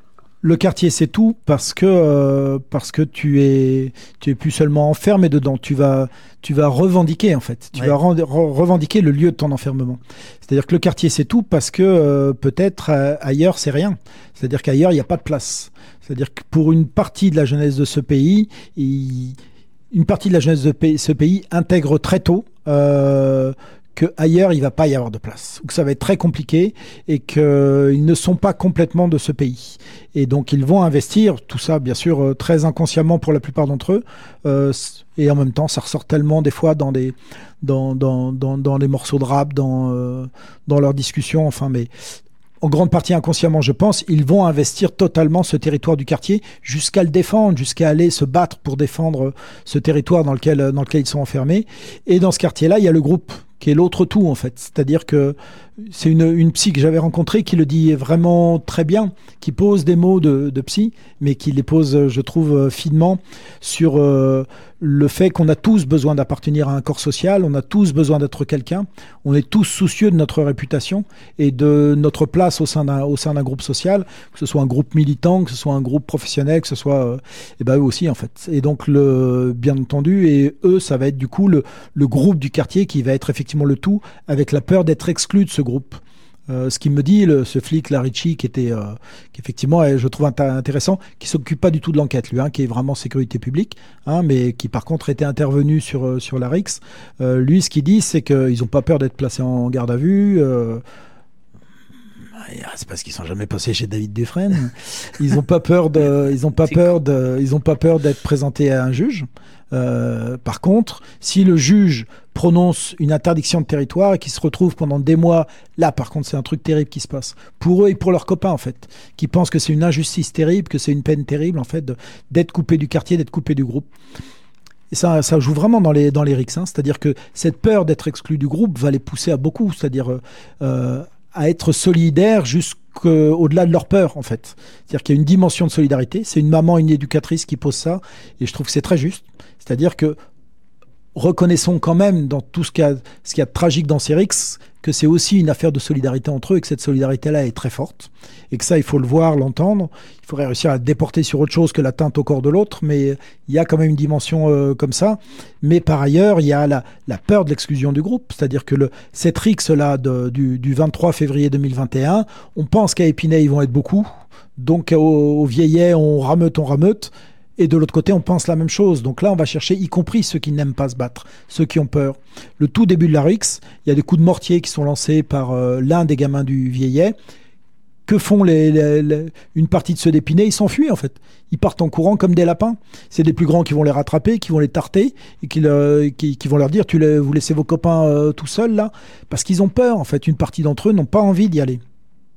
Le quartier, c'est tout parce que euh, parce que tu es tu es plus seulement enfermé dedans. Tu vas tu vas revendiquer en fait. Tu ouais. vas re- re- revendiquer le lieu de ton enfermement. C'est-à-dire que le quartier, c'est tout parce que euh, peut-être euh, ailleurs, c'est rien. C'est-à-dire qu'ailleurs, il n'y a pas de place. C'est-à-dire que pour une partie de la jeunesse de ce pays, il, une partie de la jeunesse de pays, ce pays intègre très tôt. Euh, qu'ailleurs, il ne va pas y avoir de place, ou que ça va être très compliqué et qu'ils ne sont pas complètement de ce pays. Et donc, ils vont investir, tout ça, bien sûr, très inconsciemment pour la plupart d'entre eux. Euh, et en même temps, ça ressort tellement des fois dans des, dans, dans, dans, dans les morceaux de rap, dans, euh, dans leurs discussions, enfin, mais... En grande partie inconsciemment, je pense, ils vont investir totalement ce territoire du quartier jusqu'à le défendre, jusqu'à aller se battre pour défendre ce territoire dans lequel, dans lequel ils sont enfermés. Et dans ce quartier-là, il y a le groupe qui est l'autre tout, en fait. C'est-à-dire que c'est une, une psy que j'avais rencontrée qui le dit vraiment très bien, qui pose des mots de, de psy, mais qui les pose, je trouve, finement sur euh, le fait qu'on a tous besoin d'appartenir à un corps social, on a tous besoin d'être quelqu'un, on est tous soucieux de notre réputation et de notre place au sein d'un, au sein d'un groupe social, que ce soit un groupe militant, que ce soit un groupe professionnel, que ce soit euh, et ben eux aussi en fait. Et donc le, bien entendu, et eux, ça va être du coup le, le groupe du quartier qui va être effectivement le tout, avec la peur d'être exclu de ce groupe. Euh, ce qu'il me dit, le, ce flic, la Ritchie, qui était, euh, qui effectivement, je trouve intéressant, qui s'occupe pas du tout de l'enquête, lui, hein, qui est vraiment sécurité publique, hein, mais qui par contre était intervenu sur sur la Rix. Euh, lui, ce qu'il dit, c'est qu'ils ont pas peur d'être placés en garde à vue. Euh, c'est parce qu'ils sont jamais passés chez David Dufresne. Ils ont pas peur de, ils ont pas peur de, ils ont pas peur d'être présentés à un juge. Euh, par contre, si le juge prononce une interdiction de territoire et qu'ils se retrouvent pendant des mois, là par contre c'est un truc terrible qui se passe pour eux et pour leurs copains en fait, qui pensent que c'est une injustice terrible, que c'est une peine terrible en fait de, d'être coupé du quartier, d'être coupé du groupe. Et ça, ça joue vraiment dans les dans les rixes, hein. C'est-à-dire que cette peur d'être exclu du groupe va les pousser à beaucoup, c'est-à-dire euh, à être solidaires jusqu'au-delà de leur peur, en fait. C'est-à-dire qu'il y a une dimension de solidarité. C'est une maman, une éducatrice qui pose ça, et je trouve que c'est très juste. C'est-à-dire que reconnaissons quand même dans tout ce qu'il y a, ce qu'il y a de tragique dans ces rixes, que c'est aussi une affaire de solidarité entre eux, et que cette solidarité-là est très forte, et que ça, il faut le voir, l'entendre. Il faudrait réussir à déporter sur autre chose que l'atteinte au corps de l'autre, mais il y a quand même une dimension euh, comme ça. Mais par ailleurs, il y a la, la peur de l'exclusion du groupe, c'est-à-dire que le, cette rixe-là de, du, du vingt-trois février deux mille vingt et un, on pense qu'à Épinay, ils vont être beaucoup, donc au, au Vieillet, on rameute, on rameute, et de l'autre côté, on pense la même chose. Donc là, on va chercher, y compris ceux qui n'aiment pas se battre, ceux qui ont peur. Le tout début de la rixe, il y a des coups de mortier qui sont lancés par euh, l'un des gamins du Vieillet. Que font les, les, les, une partie de ceux d'Épinay? Ils s'enfuient en fait. Ils partent en courant comme des lapins. C'est des plus grands qui vont les rattraper, qui vont les tarter et qui, le, qui, qui vont leur dire tu les, vous laissez vos copains euh, tout seuls là, parce qu'ils ont peur en fait. Une partie d'entre eux n'ont pas envie d'y aller.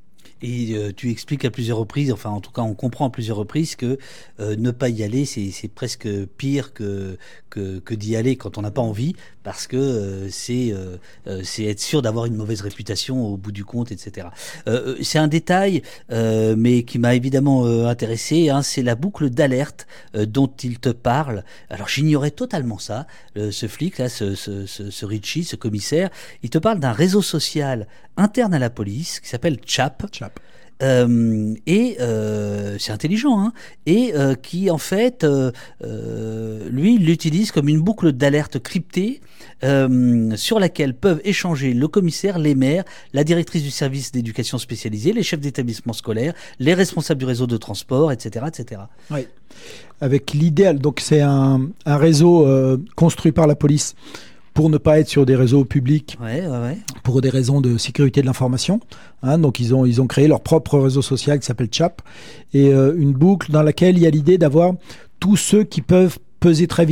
Et euh, tu expliques à plusieurs reprises, enfin en tout cas on comprend à plusieurs reprises que euh, ne pas y aller c'est, c'est presque pire que, que, que d'y aller quand on n'a pas envie, parce que euh, c'est, euh, c'est être sûr d'avoir une mauvaise réputation au bout du compte, et cetera. Euh, c'est un détail, euh, mais qui m'a évidemment euh, intéressé, hein, c'est la boucle d'alerte euh, dont il te parle. Alors j'ignorais totalement ça, euh, ce flic là, ce, ce, ce, ce Ritchie, ce commissaire, il te parle d'un réseau social interne à la police qui s'appelle CHAP. CHAP. Euh, et euh, c'est intelligent, hein, et euh, qui en fait, euh, euh, lui, il l'utilise comme une boucle d'alerte cryptée euh, sur laquelle peuvent échanger le commissaire, les maires, la directrice du service d'éducation spécialisée, les chefs d'établissement scolaire, les responsables du réseau de transport, et cetera, et cetera. Oui, avec l'idéal. Donc c'est un, un réseau euh, construit par la police pour ne pas être sur des réseaux publics, ouais, ouais, ouais. pour des raisons de sécurité de l'information. Hein, donc ils ont, ils ont créé leur propre réseau social qui s'appelle CHAP, et euh, une boucle dans laquelle il y a l'idée d'avoir tous ceux qui peuvent peser très vite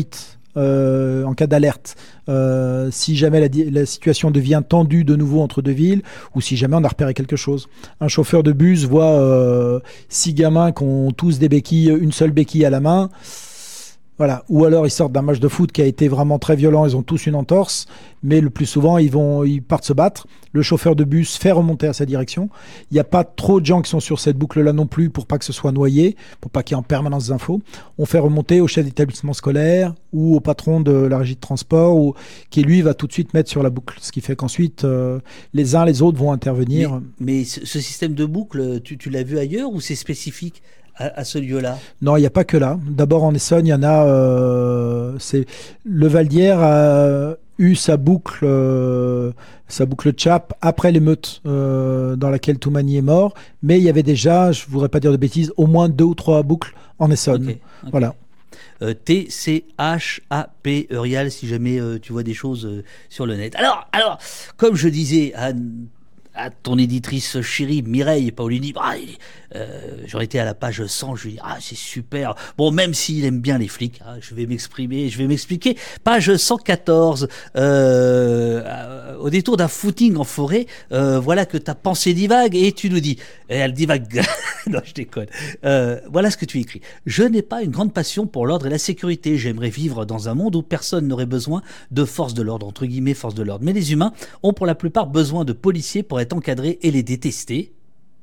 euh, en cas d'alerte. Euh, si jamais la, la situation devient tendue de nouveau entre deux villes, ou si jamais on a repéré quelque chose. Un chauffeur de bus voit euh, six gamins qui ont tous des béquilles, une seule béquille à la main. Voilà. Ou alors ils sortent d'un match de foot qui a été vraiment très violent, ils ont tous une entorse, mais le plus souvent ils vont, ils partent se battre. Le chauffeur de bus fait remonter à sa direction. Il n'y a pas trop de gens qui sont sur cette boucle-là non plus pour pas que ce soit noyé, pour pas qu'il y ait en permanence des infos. On fait remonter au chef d'établissement scolaire ou au patron de la régie de transport, ou, qui lui va tout de suite mettre sur la boucle. Ce qui fait qu'ensuite euh, les uns les autres vont intervenir. Mais, mais ce, ce système de boucle, tu, tu l'as vu ailleurs ou c'est spécifique à, à ce lieu-là? Non, il n'y a pas que là. D'abord en Essonne, il y en a. Euh, c'est le Val d'Hier a eu sa boucle, euh, sa boucle Tchap après l'émeute euh, dans laquelle Toumani est mort. Mais il y avait déjà, je voudrais pas dire de bêtises, au moins deux ou trois boucles en Essonne. Okay, okay. Voilà. Euh, T C H A P, Eurial, si jamais euh, tu vois des choses euh, sur le net. Alors, alors, comme je disais à, à ton éditrice chérie Mireille Paolini, bah, euh, j'en étais à la page cent, je lui dis ah c'est super. Bon, même s'il aime bien les flics, hein, je vais m'exprimer, je vais m'expliquer. Page cent quatorze, euh, au détour d'un footing en forêt, euh, voilà que ta pensée divague et tu nous dis, et elle divague. Non, je déconne. Euh, voilà ce que tu écris. Je n'ai pas une grande passion pour l'ordre et la sécurité. J'aimerais vivre dans un monde où personne n'aurait besoin de force de l'ordre, entre guillemets, force de l'ordre. Mais les humains ont pour la plupart besoin de policiers pour être encadrés et les détester.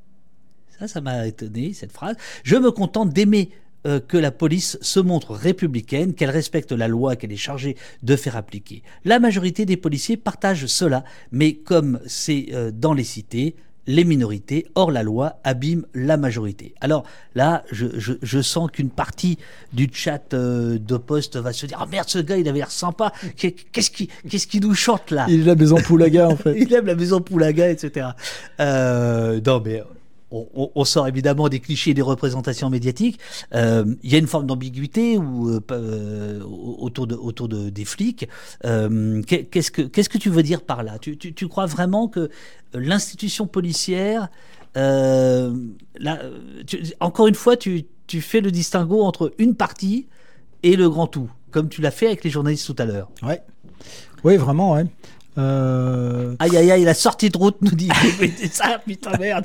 Ça, ça m'a étonné, cette phrase. Je me contente d'aimer euh, que la police se montre républicaine, qu'elle respecte la loi qu'elle est chargée de faire appliquer. La majorité des policiers partagent cela, mais comme c'est euh, dans les cités, les minorités, hors la loi, abîment la majorité. Alors là, je, je, je sens qu'une partie du chat euh, de poste va se dire « Ah merde, ce gars, il avait l'air sympa. Qu'est-ce qu'il qu'est-ce qu'il nous chante là ?» Il aime la maison Poulaga, en fait. Il aime la maison Poulaga, et cetera. Euh, non, mais... On, on, on sort évidemment des clichés et des représentations médiatiques. Euh, il y a une forme d'ambiguïté où, euh, autour, de, autour de, des flics. Euh, qu'est-ce que, qu'est-ce que tu veux dire par là? tu, tu, tu crois vraiment que l'institution policière... Euh, là, tu, encore une fois, tu, tu fais le distinguo entre une partie et le grand tout, comme tu l'as fait avec les journalistes tout à l'heure. Ouais. Oui, vraiment, ouais. Euh... Aïe aïe aïe, la sortie de route nous dit c'est ça, putain merde.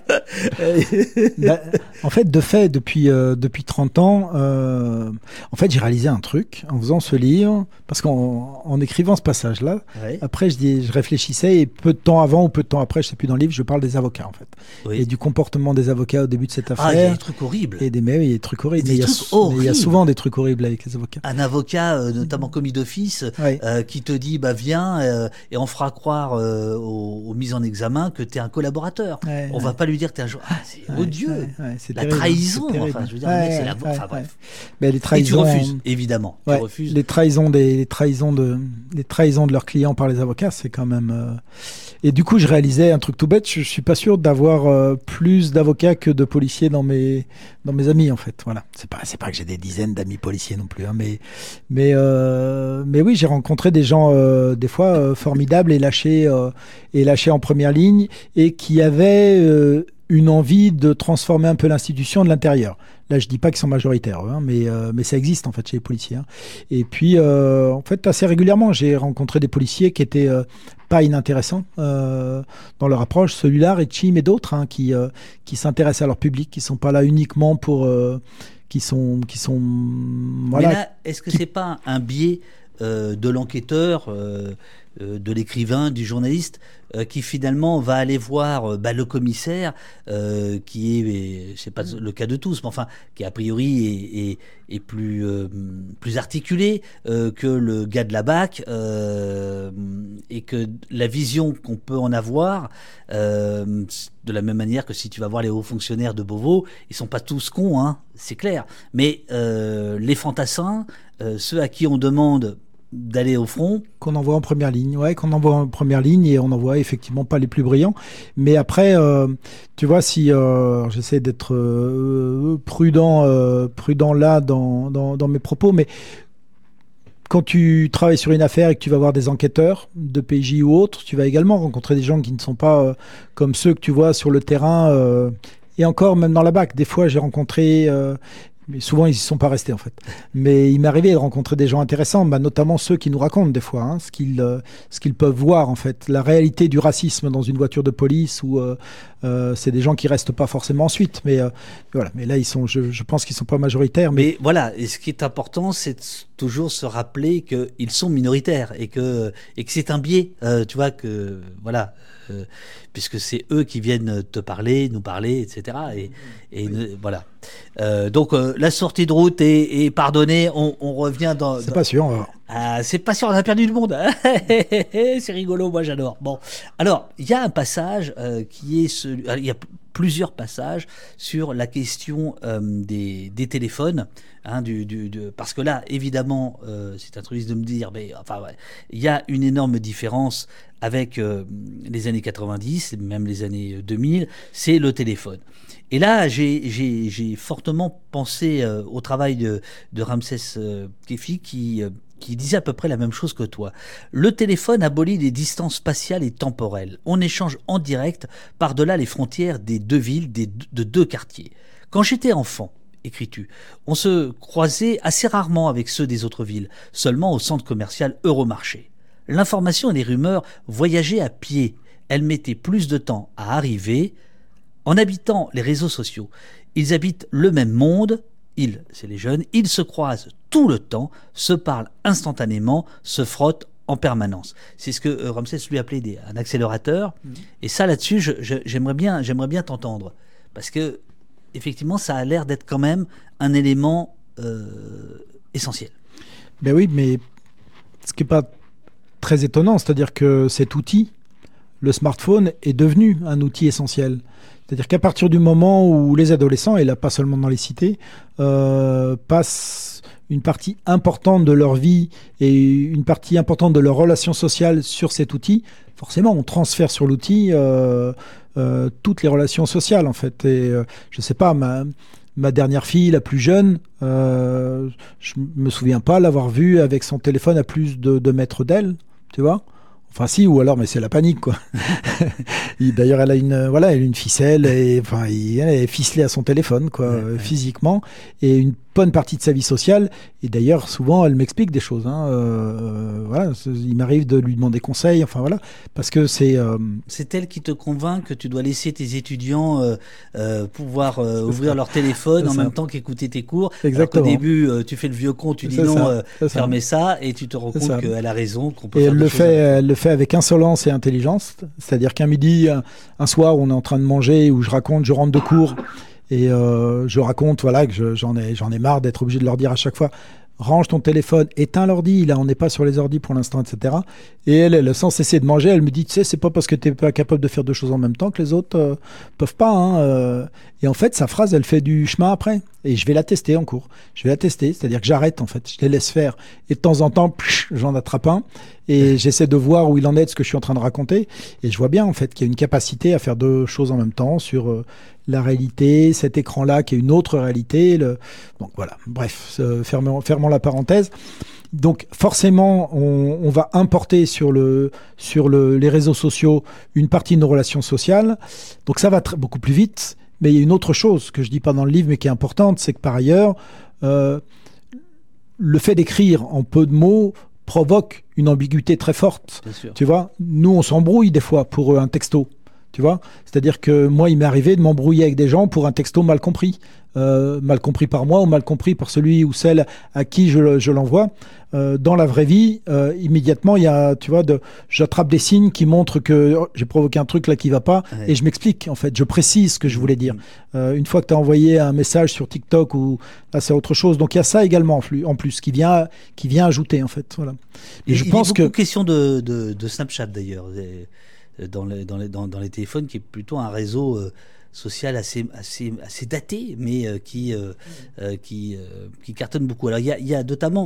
Bah, en fait, de fait, depuis euh, depuis trente ans, euh, en fait, j'ai réalisé un truc en faisant ce livre, parce qu'en en écrivant ce passage-là, ouais. Après, je dis, je réfléchissais et peu de temps avant ou peu de temps après, je sais plus dans le livre, je parle des avocats en fait, oui. Et du comportement des avocats au début de cette affaire. Ah, il y a des trucs horribles. Et des mais oui, il y a des trucs horribles. Des mais trucs il, y a, mais il y a souvent des trucs horribles avec les avocats. Un avocat, euh, notamment commis d'office, ouais. euh, qui te dit bah viens euh, et on fera croire euh, aux, aux mises en examen que tu es un collaborateur. Ouais, on ouais. va pas lui dire que tu es un joueur. Ah, c'est ouais, odieux. Ouais, ouais, c'est la terrible, trahison. Enfin, je veux dire, ouais, le mec, c'est la. Enfin, ouais, bref. Mais les trahisons. Et tu refuses, évidemment. Ouais, tu refuses. Les trahisons des, les trahisons de, les trahisons de leurs clients par les avocats, c'est quand même. Euh... Et du coup, je réalisais un truc tout bête. Je, je suis pas sûr d'avoir euh, plus d'avocats que de policiers dans mes, dans mes amis, en fait. Voilà. C'est pas, c'est pas que j'ai des dizaines d'amis policiers non plus, hein, mais, mais, euh, mais oui, j'ai rencontré des gens euh, des fois euh, formidables et lâchés, euh, et lâchés en première ligne, et qui avaient euh, une envie de transformer un peu l'institution de l'intérieur. Là, je dis pas qu'ils sont majoritaires, hein, mais euh, mais ça existe en fait chez les policiers. Hein. Et puis, euh, en fait, assez régulièrement, j'ai rencontré des policiers qui étaient euh, pas inintéressants euh, dans leur approche. Celui-là, Richim et d'autres, hein, qui euh, qui s'intéressent à leur public, qui sont pas là uniquement pour, euh, qui sont qui sont. Voilà. Mais là, est-ce que qui... c'est pas un biais euh, de l'enquêteur, euh, euh, de l'écrivain, du journaliste, euh, qui finalement va aller voir euh, bah, le commissaire, euh, qui est, c'est pas le cas de tous, mais enfin, qui a priori est, est, est plus, euh, plus articulé euh, que le gars de la B A C, euh, et que la vision qu'on peut en avoir, euh, de la même manière que si tu vas voir les hauts fonctionnaires de Beauvau, ils sont pas tous cons, hein, c'est clair, mais euh, les fantassins, euh, ceux à qui on demande d'aller au front, qu'on envoie en première ligne, ouais, qu'on envoie en première ligne, et on n'envoie effectivement pas les plus brillants. Mais après, euh, tu vois, si euh, j'essaie d'être euh, prudent, euh, prudent là dans, dans dans mes propos, mais quand tu travailles sur une affaire et que tu vas voir des enquêteurs de P J ou autres, tu vas également rencontrer des gens qui ne sont pas euh, comme ceux que tu vois sur le terrain. Euh, et encore, même dans la B A C, des fois, j'ai rencontré euh, Mais souvent, ils y sont pas restés, en fait. Mais il m'est arrivé de rencontrer des gens intéressants, bah, notamment ceux qui nous racontent des fois hein, ce qu'ils euh, ce qu'ils peuvent voir, en fait. La réalité du racisme dans une voiture de police, où euh, euh, c'est des gens qui restent pas forcément ensuite. Mais, euh, voilà. Mais là, ils sont, je, je pense qu'ils sont pas majoritaires. Mais, Mais voilà, et ce qui est important, c'est de s- toujours se rappeler qu'ils sont minoritaires et que, et que c'est un biais, euh, tu vois, que, voilà, euh, puisque c'est eux qui viennent te parler, nous parler, et cetera. Et, et ne- voilà. Euh, donc, euh, la sortie de route est, est pardonnée, on, on revient dans. c'est dans- pas sûr. hein. Ah, c'est pas sûr, on a perdu le monde. C'est rigolo, moi j'adore. Bon, alors il y a un passage euh, qui est celui, il y a p- plusieurs passages sur la question euh, des, des téléphones, hein, du, du, de- parce que là, évidemment, euh, c'est un truc de me dire, mais enfin, ouais, il y a une énorme différence avec euh, les années quatre-vingt-dix, même les années deux mille, c'est le téléphone. Et là, j'ai j'ai- j'ai fortement pensé euh, au travail de, de Ramsès euh, Kefi qui, euh, qui disait à peu près la même chose que toi. Le téléphone abolit les distances spatiales et temporelles. On échange en direct par-delà les frontières des deux villes, des, de deux quartiers. Quand j'étais enfant, écris-tu, on se croisait assez rarement avec ceux des autres villes, seulement au centre commercial Euromarché. L'information et les rumeurs voyageaient à pied. Elles mettaient plus de temps à arriver. En habitant les réseaux sociaux, ils habitent le même monde, ils, c'est les jeunes, ils se croisent tout le temps, se parlent instantanément, se frottent en permanence. C'est ce que euh, Ramsès lui appelait des, un accélérateur. Mmh. Et ça, là-dessus, je, je, j'aimerais bien, j'aimerais bien t'entendre. Parce que, effectivement, ça a l'air d'être quand même un élément euh, essentiel. Ben oui, mais ce qui n'est pas très étonnant, c'est-à-dire que cet outil, le smartphone, est devenu un outil essentiel. C'est-à-dire qu'à partir du moment où les adolescents, et là pas seulement dans les cités, euh, passent une partie importante de leur vie et une partie importante de leur relation sociale sur cet outil, forcément on transfère sur l'outil euh, euh, toutes les relations sociales en fait. Et euh, je sais pas, ma, ma dernière fille, la plus jeune, euh, je me souviens pas l'avoir vue avec son téléphone à plus de deux mètres d'elle, tu vois. Enfin si, ou alors, mais c'est la panique, quoi. D'ailleurs, elle a une, voilà, elle a une ficelle, et enfin, elle est ficelée à son téléphone, quoi, ouais, ouais. physiquement, et une bonne partie de sa vie sociale. Et d'ailleurs, souvent, elle m'explique des choses. Hein, euh, voilà, il m'arrive de lui demander conseil, enfin voilà, parce que c'est. Euh... C'est elle qui te convainc que tu dois laisser tes étudiants euh, euh, pouvoir euh, ouvrir ça. leur téléphone en même temps qu'écouter tes cours. Exactement. Au début, euh, tu fais le vieux con, tu dis non, euh, fermez ça, et tu te rends compte qu'elle a raison, qu'on peut et faire elle des le choses fait, elle le fait avec insolence et intelligence. C'est-à-dire qu'un midi, un, un soir, on est en train de manger, où je raconte, je rentre de cours. Et euh, je raconte voilà, que je, j'en, ai, j'en ai marre d'être obligé de leur dire à chaque fois « Range ton téléphone, éteins l'ordi, là on n'est pas sur les ordis pour l'instant, et cetera » Et elle, elle, sans cesser de manger, elle me dit « Tu sais, c'est pas parce que tu n'es pas capable de faire deux choses en même temps que les autres euh, peuvent pas. Hein, euh. » Et en fait, sa phrase, elle fait du chemin après. Et je vais la tester en cours. Je vais la tester, c'est-à-dire que j'arrête en fait, je les laisse faire. Et de temps en temps, psh, j'en attrape un. Et j'essaie de voir où il en est de ce que je suis en train de raconter. Et je vois bien en fait qu'il y a une capacité à faire deux choses en même temps sur euh, la réalité, cet écran-là qui est une autre réalité. Le... Donc voilà, bref, euh, fermons, fermons la parenthèse. Donc forcément, on, on va importer sur, le, sur le, les réseaux sociaux une partie de nos relations sociales. Donc ça va tr- beaucoup plus vite. Mais il y a une autre chose que je ne dis pas dans le livre, mais qui est importante, c'est que par ailleurs, euh, le fait d'écrire en peu de mots provoque une ambiguïté très forte. Tu vois, nous, on s'embrouille des fois pour un texto. Tu vois, c'est-à-dire que moi, il m'est arrivé de m'embrouiller avec des gens pour un texto mal compris. Euh, mal compris par moi ou mal compris par celui ou celle à qui je, je l'envoie. Euh, dans la vraie vie, euh, immédiatement, il y a, tu vois, de, j'attrape des signes qui montrent que oh, j'ai provoqué un truc là qui va pas, ouais. Et je m'explique. En fait, je précise ce que je voulais dire. Euh, une fois que tu as envoyé un message sur TikTok ou là, c'est autre chose. Donc il y a ça également en plus qui vient, qui vient ajouter en fait. Voilà. Et, et je il pense y a beaucoup que question de, de, de Snapchat d'ailleurs dans les, dans les, dans, dans les téléphones, qui est plutôt un réseau euh, social assez, assez, assez daté, mais euh, qui, euh, euh, qui, euh, qui cartonne beaucoup. Alors il y a, il y a notamment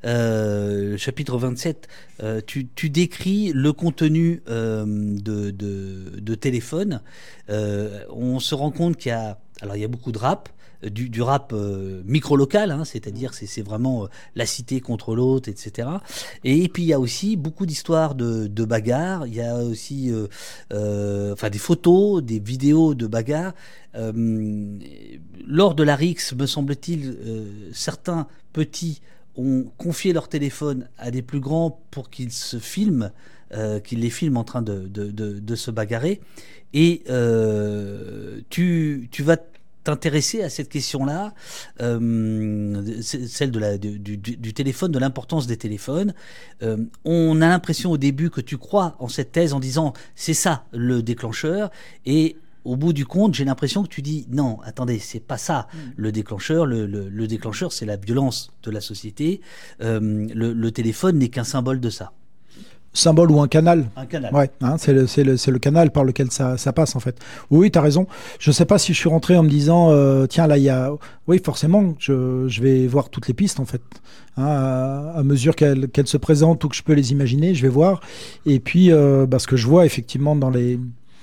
euh, chapitre vingt-sept, euh, tu, tu décris le contenu euh, de, de, de téléphone. Euh, on se rend compte qu'il y a Alors il y a beaucoup de rap, du, du rap euh, micro-local, hein, c'est-à-dire c'est, c'est vraiment euh, la cité contre l'autre, et cetera. Et, et puis il y a aussi beaucoup d'histoires de, de bagarres, il y a aussi euh, euh, enfin, des photos, des vidéos de bagarres. Euh, lors de la Rix, me semble-t-il, euh, certains petits ont confié leur téléphone à des plus grands pour qu'ils se filment, euh, qu'ils les filment en train de, de, de, de se bagarrer. Et euh, tu, tu vas t'intéresser à cette question-là, euh, celle de la, du, du, du téléphone, de l'importance des téléphones. Euh, on a l'impression au début que tu crois en cette thèse en disant c'est ça le déclencheur, et au bout du compte, j'ai l'impression que tu dis non, attendez, c'est pas ça mmh. le déclencheur. Le, le, le déclencheur, c'est la violence de la société. Euh, le, le téléphone n'est qu'un symbole de ça. Symbole ou un canal. Un canal. Ouais, hein, c'est le, c'est le, c'est le canal par lequel ça, ça passe en fait. Oui, tu as raison. Je sais pas si je suis rentré en me disant euh, tiens là il y a. Oui, forcément, je, je vais voir toutes les pistes en fait. Hein, à, à mesure qu'elles, qu'elles se présentent ou que je peux les imaginer, je vais voir. Et puis, euh, bah, ce que je vois effectivement dans les.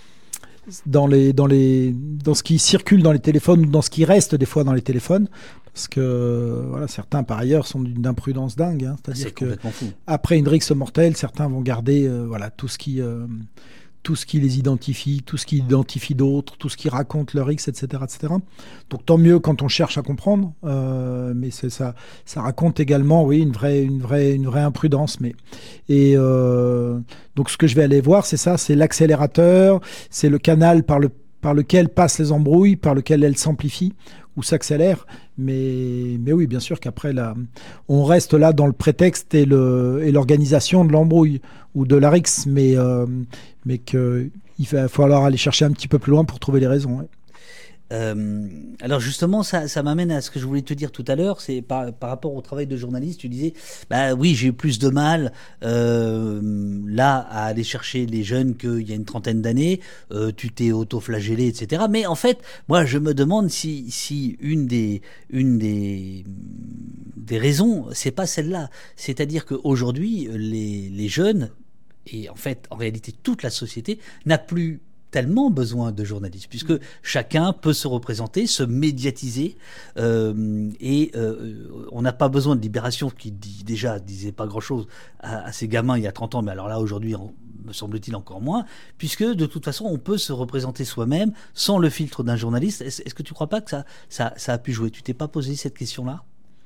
Dans, les, dans, les, dans ce qui circule dans les téléphones ou dans ce qui reste des fois dans les téléphones, parce que voilà, certains par ailleurs sont d'une imprudence dingue, hein, c'est-à-dire c'est que fou. Après une rixe mortelle, certains vont garder euh, voilà, tout, ce qui, euh, tout ce qui les identifie, tout ce qui identifie d'autres, tout ce qui raconte leur rixe, et cetera, et cetera. Donc tant mieux quand on cherche à comprendre, euh, mais c'est, ça, ça raconte également oui, une, vraie, une, vraie, une vraie imprudence. Mais, et euh, donc ce que je vais aller voir, c'est ça, c'est l'accélérateur, c'est le canal par, le, par lequel passent les embrouilles, par lequel elles s'amplifient ou s'accélèrent. Mais, mais oui, bien sûr qu'après, là, on reste là dans le prétexte et, le, et l'organisation de l'embrouille ou de la rixe, mais, euh, mais qu'il va falloir aller chercher un petit peu plus loin pour trouver les raisons. Ouais. Euh, alors justement, ça, ça m'amène à ce que je voulais te dire tout à l'heure, c'est par, par rapport au travail de journaliste, tu disais, bah oui, j'ai eu plus de mal euh, là à aller chercher les jeunes qu'il y a une trentaine d'années, euh, tu t'es auto-flagellé, et cetera. Mais en fait, moi, je me demande si, si une des, une des, des raisons, c'est pas celle-là. C'est-à-dire qu'aujourd'hui, les, les jeunes, et en fait, en réalité, toute la société n'a plus tellement besoin de journalistes, puisque chacun peut se représenter, se médiatiser, euh, et euh, on n'a pas besoin de Libération, qui dit, déjà disait pas grand-chose à, à ces gamins il y a trente ans, mais alors là aujourd'hui, on, me semble-t-il encore moins, puisque de toute façon on peut se représenter soi-même sans le filtre d'un journaliste. Est-ce, est-ce que tu crois pas que ça, ça, ça a pu jouer? Tu t'es pas posé cette question-là?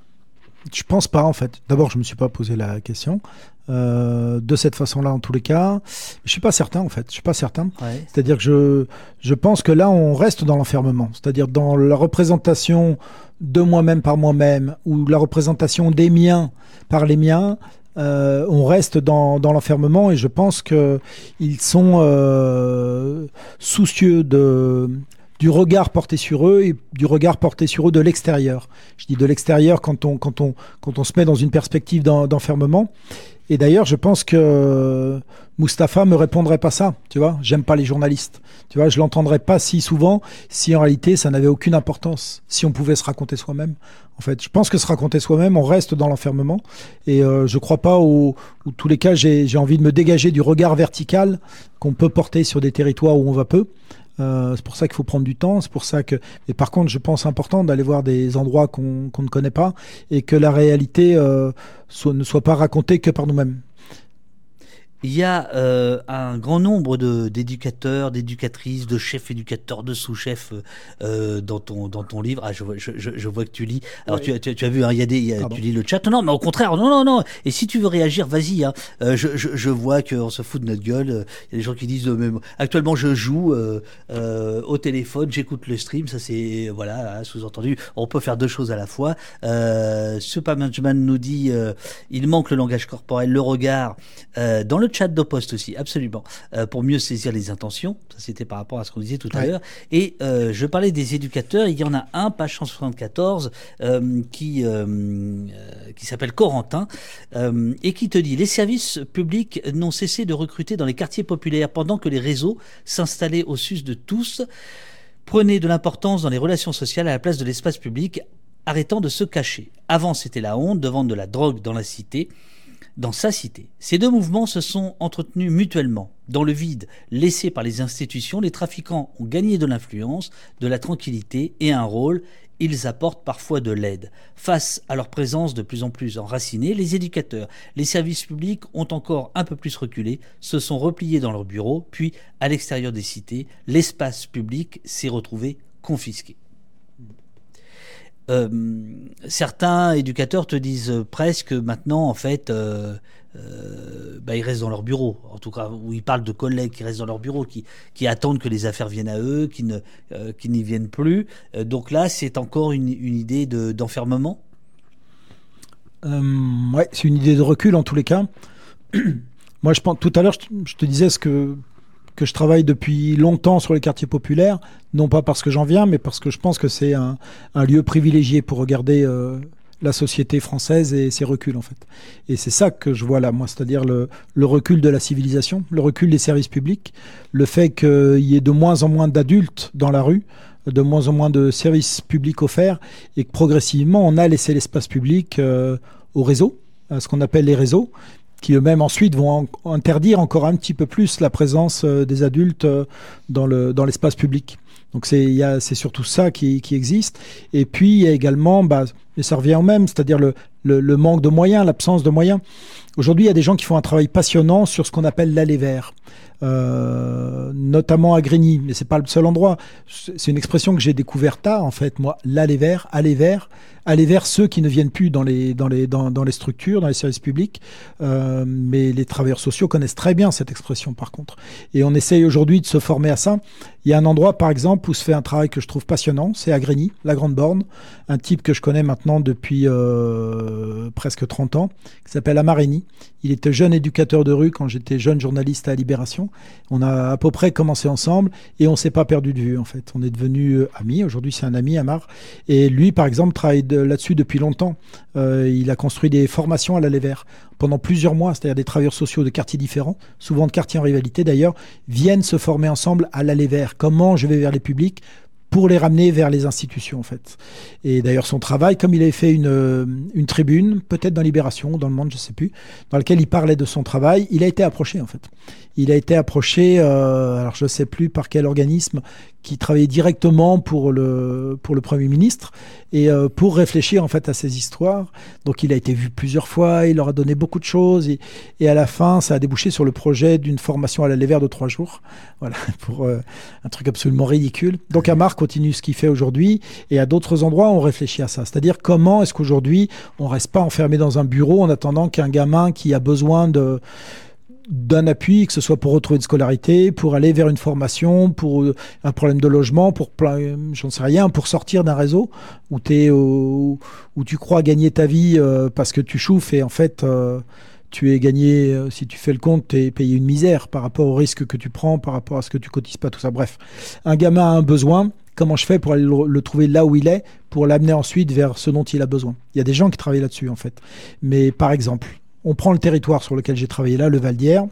Je pense pas en fait. D'abord, je me suis pas posé la question euh, de cette façon-là en tous les cas. Je suis pas certain en fait. Je suis pas certain. Ouais. C'est-à-dire que je je pense que là, on reste dans l'enfermement. C'est-à-dire dans la représentation de moi-même par moi-même ou la représentation des miens par les miens. Euh, on reste dans dans l'enfermement et je pense que ils sont euh, soucieux de du regard porté sur eux et du regard porté sur eux de l'extérieur. Je dis de l'extérieur quand on, quand on, quand on se met dans une perspective d'en, d'enfermement. Et d'ailleurs, je pense que Mustapha me répondrait pas ça, tu vois. J'aime pas les journalistes. Tu vois, je l'entendrais pas si souvent si en réalité ça n'avait aucune importance, si on pouvait se raconter soi-même. En fait, je pense que se raconter soi-même, on reste dans l'enfermement. Et euh, je crois pas au, ou tous les cas, j'ai, j'ai envie de me dégager du regard vertical qu'on peut porter sur des territoires où on va peu. Euh, c'est pour ça qu'il faut prendre du temps, c'est pour ça que... Mais par contre, je pense important d'aller voir des endroits qu'on, qu'on ne connaît pas et que la réalité euh, soit, ne soit pas racontée que par nous-mêmes. Il y a euh, un grand nombre de, d'éducateurs, d'éducatrices, de chefs éducateurs, de sous-chefs euh, dans ton dans ton livre. Ah, je, je, je, je vois que tu lis. Alors oui. tu, tu, tu as vu, hein, il y a des, il y a, tu lis le chat. Non, mais au contraire, non, non, non. Et si tu veux réagir, vas-y. Hein. Euh, je, je, je vois qu'on se fout de notre gueule. Il y a des gens qui disent, euh, mais actuellement, je joue euh, euh, au téléphone, j'écoute le stream. Ça, c'est voilà, hein, sous-entendu. On peut faire deux choses à la fois. Euh, Supermanman nous dit, euh, il manque le langage corporel, le regard euh, dans le chat de poste aussi, absolument, euh, pour mieux saisir les intentions. Ça, c'était par rapport à ce qu'on disait tout à ouais. l'heure. Et euh, je parlais des éducateurs. Il y en a un, page cent soixante-quatorze, euh, qui, euh, qui s'appelle Corentin, euh, et qui te dit « Les services publics n'ont cessé de recruter dans les quartiers populaires pendant que les réseaux s'installaient au sus de tous, prenaient de l'importance dans les relations sociales à la place de l'espace public, arrêtant de se cacher. Avant, c'était la honte de vendre de la drogue dans la cité. dans sa cité. Ces deux mouvements se sont entretenus mutuellement. Dans le vide laissé par les institutions, les trafiquants ont gagné de l'influence, de la tranquillité et un rôle. Ils apportent parfois de l'aide. Face à leur présence de plus en plus enracinée, les éducateurs, les services publics ont encore un peu plus reculé, se sont repliés dans leurs bureaux, puis à l'extérieur des cités, l'espace public s'est retrouvé confisqué. Euh, certains éducateurs te disent presque maintenant, en fait, euh, euh, bah, ils restent dans leur bureau. En tout cas, où ils parlent de collègues qui restent dans leur bureau, qui, qui attendent que les affaires viennent à eux, qui, ne, euh, qui n'y viennent plus. Euh, donc là, c'est encore une, une idée de, d'enfermement. Euh, ouais, c'est une idée de recul en tous les cas. Moi, je pense, tout à l'heure, je, je te disais ce que... que je travaille depuis longtemps sur les quartiers populaires, non pas parce que j'en viens, mais parce que je pense que c'est un, un lieu privilégié pour regarder euh, la société française et ses reculs, en fait. Et c'est ça que je vois là, moi, c'est-à-dire le, le recul de la civilisation, le recul des services publics, le fait qu'il y ait de moins en moins d'adultes dans la rue, de moins en moins de services publics offerts, et que progressivement, on a laissé l'espace public euh, au réseau, à ce qu'on appelle les réseaux, qui eux-mêmes ensuite vont en- interdire encore un petit peu plus la présence euh, des adultes euh, dans le dans l'espace public. Donc c'est il y a c'est surtout ça qui qui existe. Et puis il y a également bah et ça revient au même, c'est-à-dire le le, le manque de moyens, l'absence de moyens. Aujourd'hui, il y a des gens qui font un travail passionnant sur ce qu'on appelle l'allée vert. Euh, notamment à Grigny, mais c'est pas le seul endroit. C'est une expression que j'ai découverte tard, en fait, moi, l'aller vers, aller vers, aller vers ceux qui ne viennent plus dans les dans les dans, dans les structures, dans les services publics. Euh, mais les travailleurs sociaux connaissent très bien cette expression, par contre. Et on essaye aujourd'hui de se former à ça. Il y a un endroit, par exemple, où se fait un travail que je trouve passionnant, c'est à Grigny, la Grande Borne, un type que je connais maintenant depuis euh, presque trente ans, qui s'appelle Amarini. Il était jeune éducateur de rue quand j'étais jeune journaliste à Libération. On a à peu près commencé ensemble et on s'est pas perdu de vue, en fait. On est devenus euh, amis. Aujourd'hui, c'est un ami, Amar. Et lui, par exemple, travaille de, là-dessus depuis longtemps. Euh, il a construit des formations à l'allée vert pendant plusieurs mois, c'est-à-dire des travailleurs sociaux de quartiers différents, souvent de quartiers en rivalité d'ailleurs, viennent se former ensemble à l'allée vert. Comment je vais vers les publics pour les ramener vers les institutions, en fait. Et d'ailleurs, son travail, comme il avait fait une, une tribune, peut-être dans Libération ou dans Le Monde, je sais plus, dans laquelle il parlait de son travail, il a été approché, en fait. Il a été approché, euh, alors je sais plus par quel organisme, qui travaillait directement pour le, pour le Premier ministre, et euh, pour réfléchir, en fait, à ces histoires. Donc, il a été vu plusieurs fois, il leur a donné beaucoup de choses, et, et à la fin, ça a débouché sur le projet d'une formation à l'allée vert de trois jours. Voilà, pour euh, un truc absolument ridicule. Donc, Amar continue ce qu'il fait aujourd'hui, et à d'autres endroits, on réfléchit à ça. C'est-à-dire, comment est-ce qu'aujourd'hui, on reste pas enfermé dans un bureau en attendant qu'un gamin qui a besoin de d'un appui, que ce soit pour retrouver une scolarité, pour aller vers une formation, pour un problème de logement, pour plein, j'en sais rien, pour sortir d'un réseau où t'es au, où tu crois gagner ta vie euh, parce que tu chauffes et en fait euh, tu es gagné, euh, si tu fais le compte, tu es payé une misère par rapport au risque que tu prends, par rapport à ce que tu cotises pas, tout ça. Bref, un gamin a un besoin. Comment je fais pour aller le, le trouver là où il est, pour l'amener ensuite vers ce dont il a besoin? Il y a des gens qui travaillent là-dessus, en fait. Mais par exemple, on prend le territoire sur lequel j'ai travaillé là, le Val d'Hier.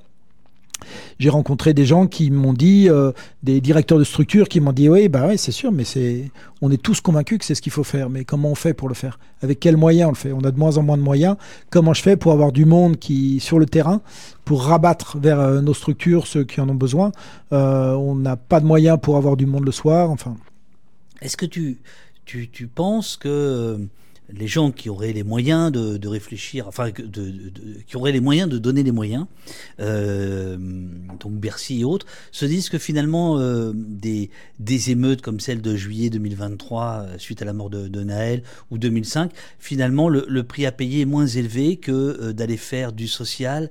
J'ai rencontré des gens qui m'ont dit, euh, des directeurs de structures qui m'ont dit, oui, bah oui, c'est sûr, mais c'est, on est tous convaincus que c'est ce qu'il faut faire. Mais comment on fait pour le faire? Avec quels moyens on le fait? On a de moins en moins de moyens. Comment je fais pour avoir du monde qui, sur le terrain, pour rabattre vers euh, nos structures ceux qui en ont besoin? euh, On n'a pas de moyens pour avoir du monde le soir. Enfin. Est-ce que tu, tu, tu penses que euh, les gens qui auraient les moyens de, de réfléchir, enfin, de, de, de, qui auraient les moyens de donner les moyens, euh, donc Bercy et autres, se disent que finalement euh, des, des émeutes comme celle de juillet deux mille vingt-trois, euh, suite à la mort de, de Naël, ou deux mille cinq, finalement le, le prix à payer est moins élevé que euh, d'aller faire du social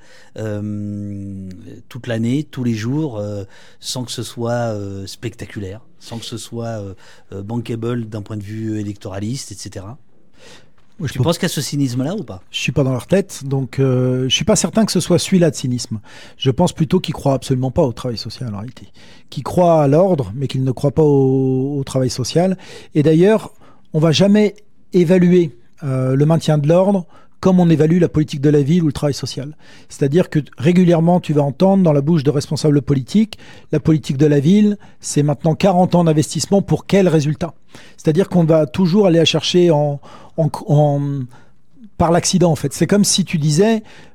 euh, toute l'année, tous les jours, euh, sans que ce soit euh, spectaculaire, sans que ce soit euh, euh, bankable d'un point de vue électoraliste, et cetera. Moi, tu peux... penses qu'il y a ce cynisme-là ou pas? Je suis pas dans leur tête, donc euh, je suis pas certain que ce soit celui-là de cynisme. Je pense plutôt qu'ils croient absolument pas au travail social en réalité, qu'ils croient à l'ordre, mais qu'ils ne croient pas au, au travail social. Et d'ailleurs, on va jamais évaluer euh, le maintien de l'ordre comme on évalue la politique de la ville ou le travail social. C'est-à-dire que régulièrement, tu vas entendre dans la bouche de responsables politiques, la politique de la ville, c'est maintenant quarante ans d'investissement pour quel résultat? C'est-à-dire qu'on va toujours aller à chercher en, en, en, par l'accident, en fait. C'est comme si tu disais,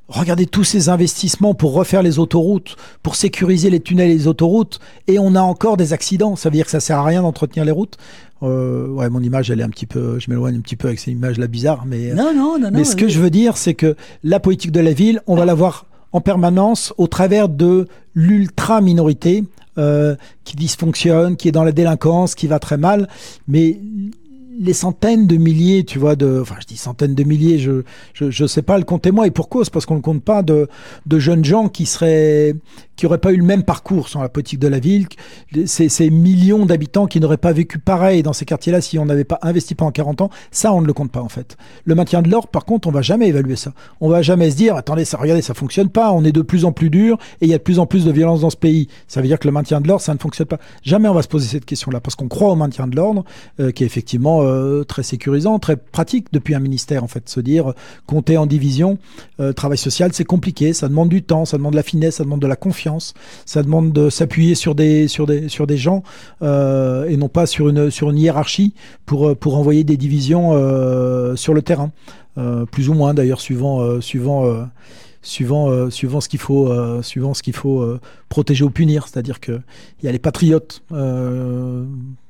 regardez tous ces investissements pour refaire les autoroutes, pour sécuriser les tunnels et les autoroutes, et on a encore des accidents. Ça veut dire que ça sert à rien d'entretenir les routes. Euh, ouais, mon image, elle est un petit peu, je m'éloigne un petit peu avec ces images-là bizarres, mais non, non, non, mais non, ce oui. que je veux dire, c'est que la politique de la ville, on va la voir en permanence au travers de l'ultra minorité euh, qui dysfonctionne, qui est dans la délinquance, qui va très mal, mais les centaines de milliers, tu vois, de, enfin, je dis centaines de milliers, je, je, je sais pas le compter moi, et pour cause, parce qu'on ne compte pas de, de jeunes gens qui seraient, qui auraient pas eu le même parcours sur la politique de la ville, ces, ces millions d'habitants qui n'auraient pas vécu pareil dans ces quartiers-là si on n'avait pas investi pendant quarante ans, ça, on ne le compte pas, en fait. Le maintien de l'ordre, par contre, on va jamais évaluer ça. On va jamais se dire, attendez, ça, regardez, ça fonctionne pas, on est de plus en plus dur, et il y a de plus en plus de violence dans ce pays. Ça veut dire que le maintien de l'ordre, ça ne fonctionne pas. Jamais on va se poser cette question-là, parce qu'on croit au maintien de l'ordre, euh, qui est effectivement, euh, très sécurisant, très pratique depuis un ministère, en fait. Se dire, euh, compter en division, euh, travail social, c'est compliqué, ça demande du temps, ça demande de la finesse, ça demande de la confiance. Ça demande de s'appuyer sur des, sur des, sur des gens euh, et non pas sur une, sur une hiérarchie pour, pour envoyer des divisions euh, sur le terrain. Euh, plus ou moins d'ailleurs, suivant, euh, suivant, euh, suivant, euh, suivant ce qu'il faut, euh, suivant ce qu'il faut euh, protéger ou punir. C'est-à-dire qu'il y a les patriotes euh,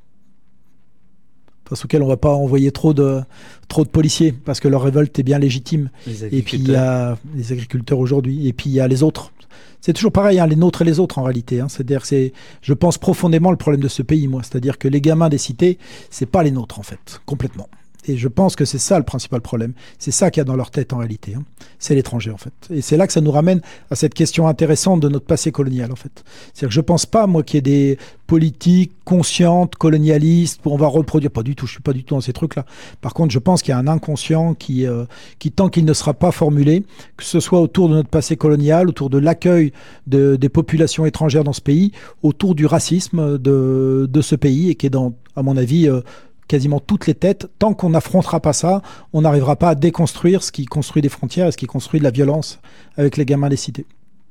face auxquels on ne va pas envoyer trop de, trop de policiers parce que leur révolte est bien légitime. Et puis il y a les agriculteurs aujourd'hui, et puis il y a les autres. C'est toujours pareil, hein, les nôtres et les autres en réalité. Hein. C'est-à-dire, c'est, je pense profondément le problème de ce pays, moi. C'est-à-dire que les gamins des cités, c'est pas les nôtres en fait, complètement. Et je pense que c'est ça le principal problème. C'est ça qu'il y a dans leur tête en réalité. Hein. C'est l'étranger en fait. Et c'est là que ça nous ramène à cette question intéressante de notre passé colonial en fait. C'est-à-dire que je pense pas moi qu'il y ait des politiques conscientes, colonialistes, où on va reproduire. Pas du tout. Je suis pas du tout dans ces trucs-là. Par contre, je pense qu'il y a un inconscient qui, euh, qui tant qu'il ne sera pas formulé, que ce soit autour de notre passé colonial, autour de l'accueil de, des populations étrangères dans ce pays, autour du racisme de, de ce pays et qui est dans, à mon avis, euh, quasiment toutes les têtes. Tant qu'on n'affrontera pas ça, on n'arrivera pas à déconstruire ce qui construit des frontières et ce qui construit de la violence avec les gamins des cités.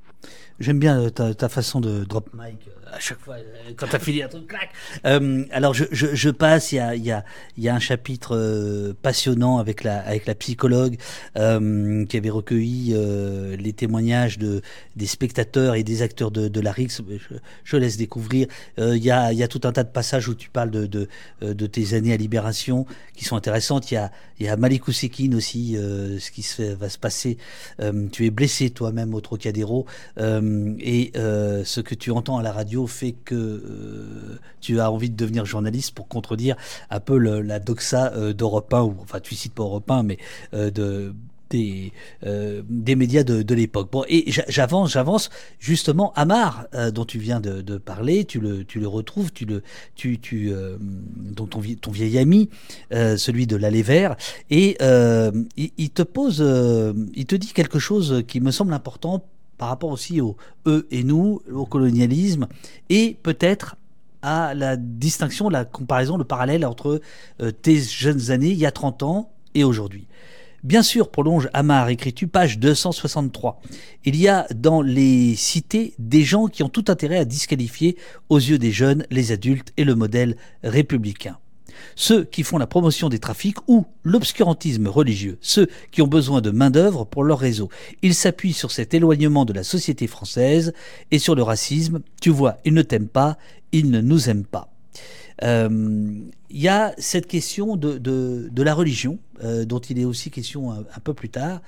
J'aime bien ta, ta façon de drop mic à chaque fois quand t'as fini un truc, clac. Euh, alors je, je, je passe. Il y a, il y a, il y a un chapitre euh, passionnant avec la, avec la psychologue euh, qui avait recueilli euh, les témoignages de des spectateurs et des acteurs de, de la R I X. Je, je laisse découvrir. Euh, il y a, il y a tout un tas de passages où tu parles de, de, de tes années à Libération qui sont intéressantes. Il y a, il y a Malik Oussekine aussi, euh, ce qui se fait, va se passer. Euh, tu es blessé toi-même au Trocadéro euh, et euh, ce que tu entends à la radio fait que euh, tu as envie de devenir journaliste pour contredire un peu le, la doxa euh, d'Europe un, ou enfin tu cites pas Europe un, mais euh, de des euh, des médias de, de l'époque. Bon, et j'avance, j'avance justement. Amar, euh, dont tu viens de, de parler, tu le tu le retrouves, tu le tu tu euh, dont ton ton vieil ami, euh, celui de l'Allée Vert, et euh, il, il te pose, euh, il te dit quelque chose qui me semble important par rapport aussi au eux et nous, au colonialisme, et peut-être à la distinction, la comparaison, le parallèle entre euh, tes jeunes années, il y a trente ans, et aujourd'hui. Bien sûr, prolonge Amar, écris-tu, page deux cent soixante-trois. Il y a dans les cités des gens qui ont tout intérêt à disqualifier aux yeux des jeunes, les adultes et le modèle républicain. Ceux qui font la promotion des trafics ou l'obscurantisme religieux, ceux qui ont besoin de main-d'œuvre pour leur réseau. Ils s'appuient sur cet éloignement de la société française et sur le racisme. Tu vois, ils ne t'aiment pas, ils ne nous aiment pas. Il euh, y a cette question de, de, de la religion, euh, dont il est aussi question un, un peu plus tard.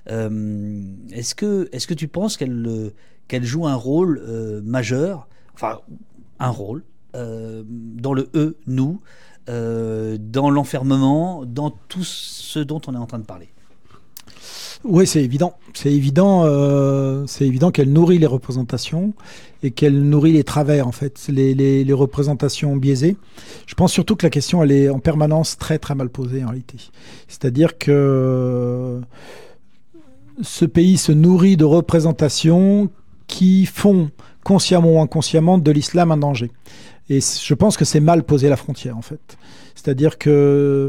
Euh, est-ce que, est-ce que tu penses qu'elle, qu'elle joue un rôle euh, majeur, enfin un rôle, euh, dans le « eux », nous, Euh, dans l'enfermement, dans tout ce dont on est en train de parler? Oui, c'est évident. C'est évident, euh, c'est évident qu'elle nourrit les représentations et qu'elle nourrit les travers, en fait, les, les, les représentations biaisées. Je pense surtout que la question, elle est en permanence très, très mal posée, en réalité. C'est-à-dire que ce pays se nourrit de représentations qui font, consciemment ou inconsciemment, de l'islam un danger. Et je pense que c'est mal poser la frontière, en fait. C'est-à-dire que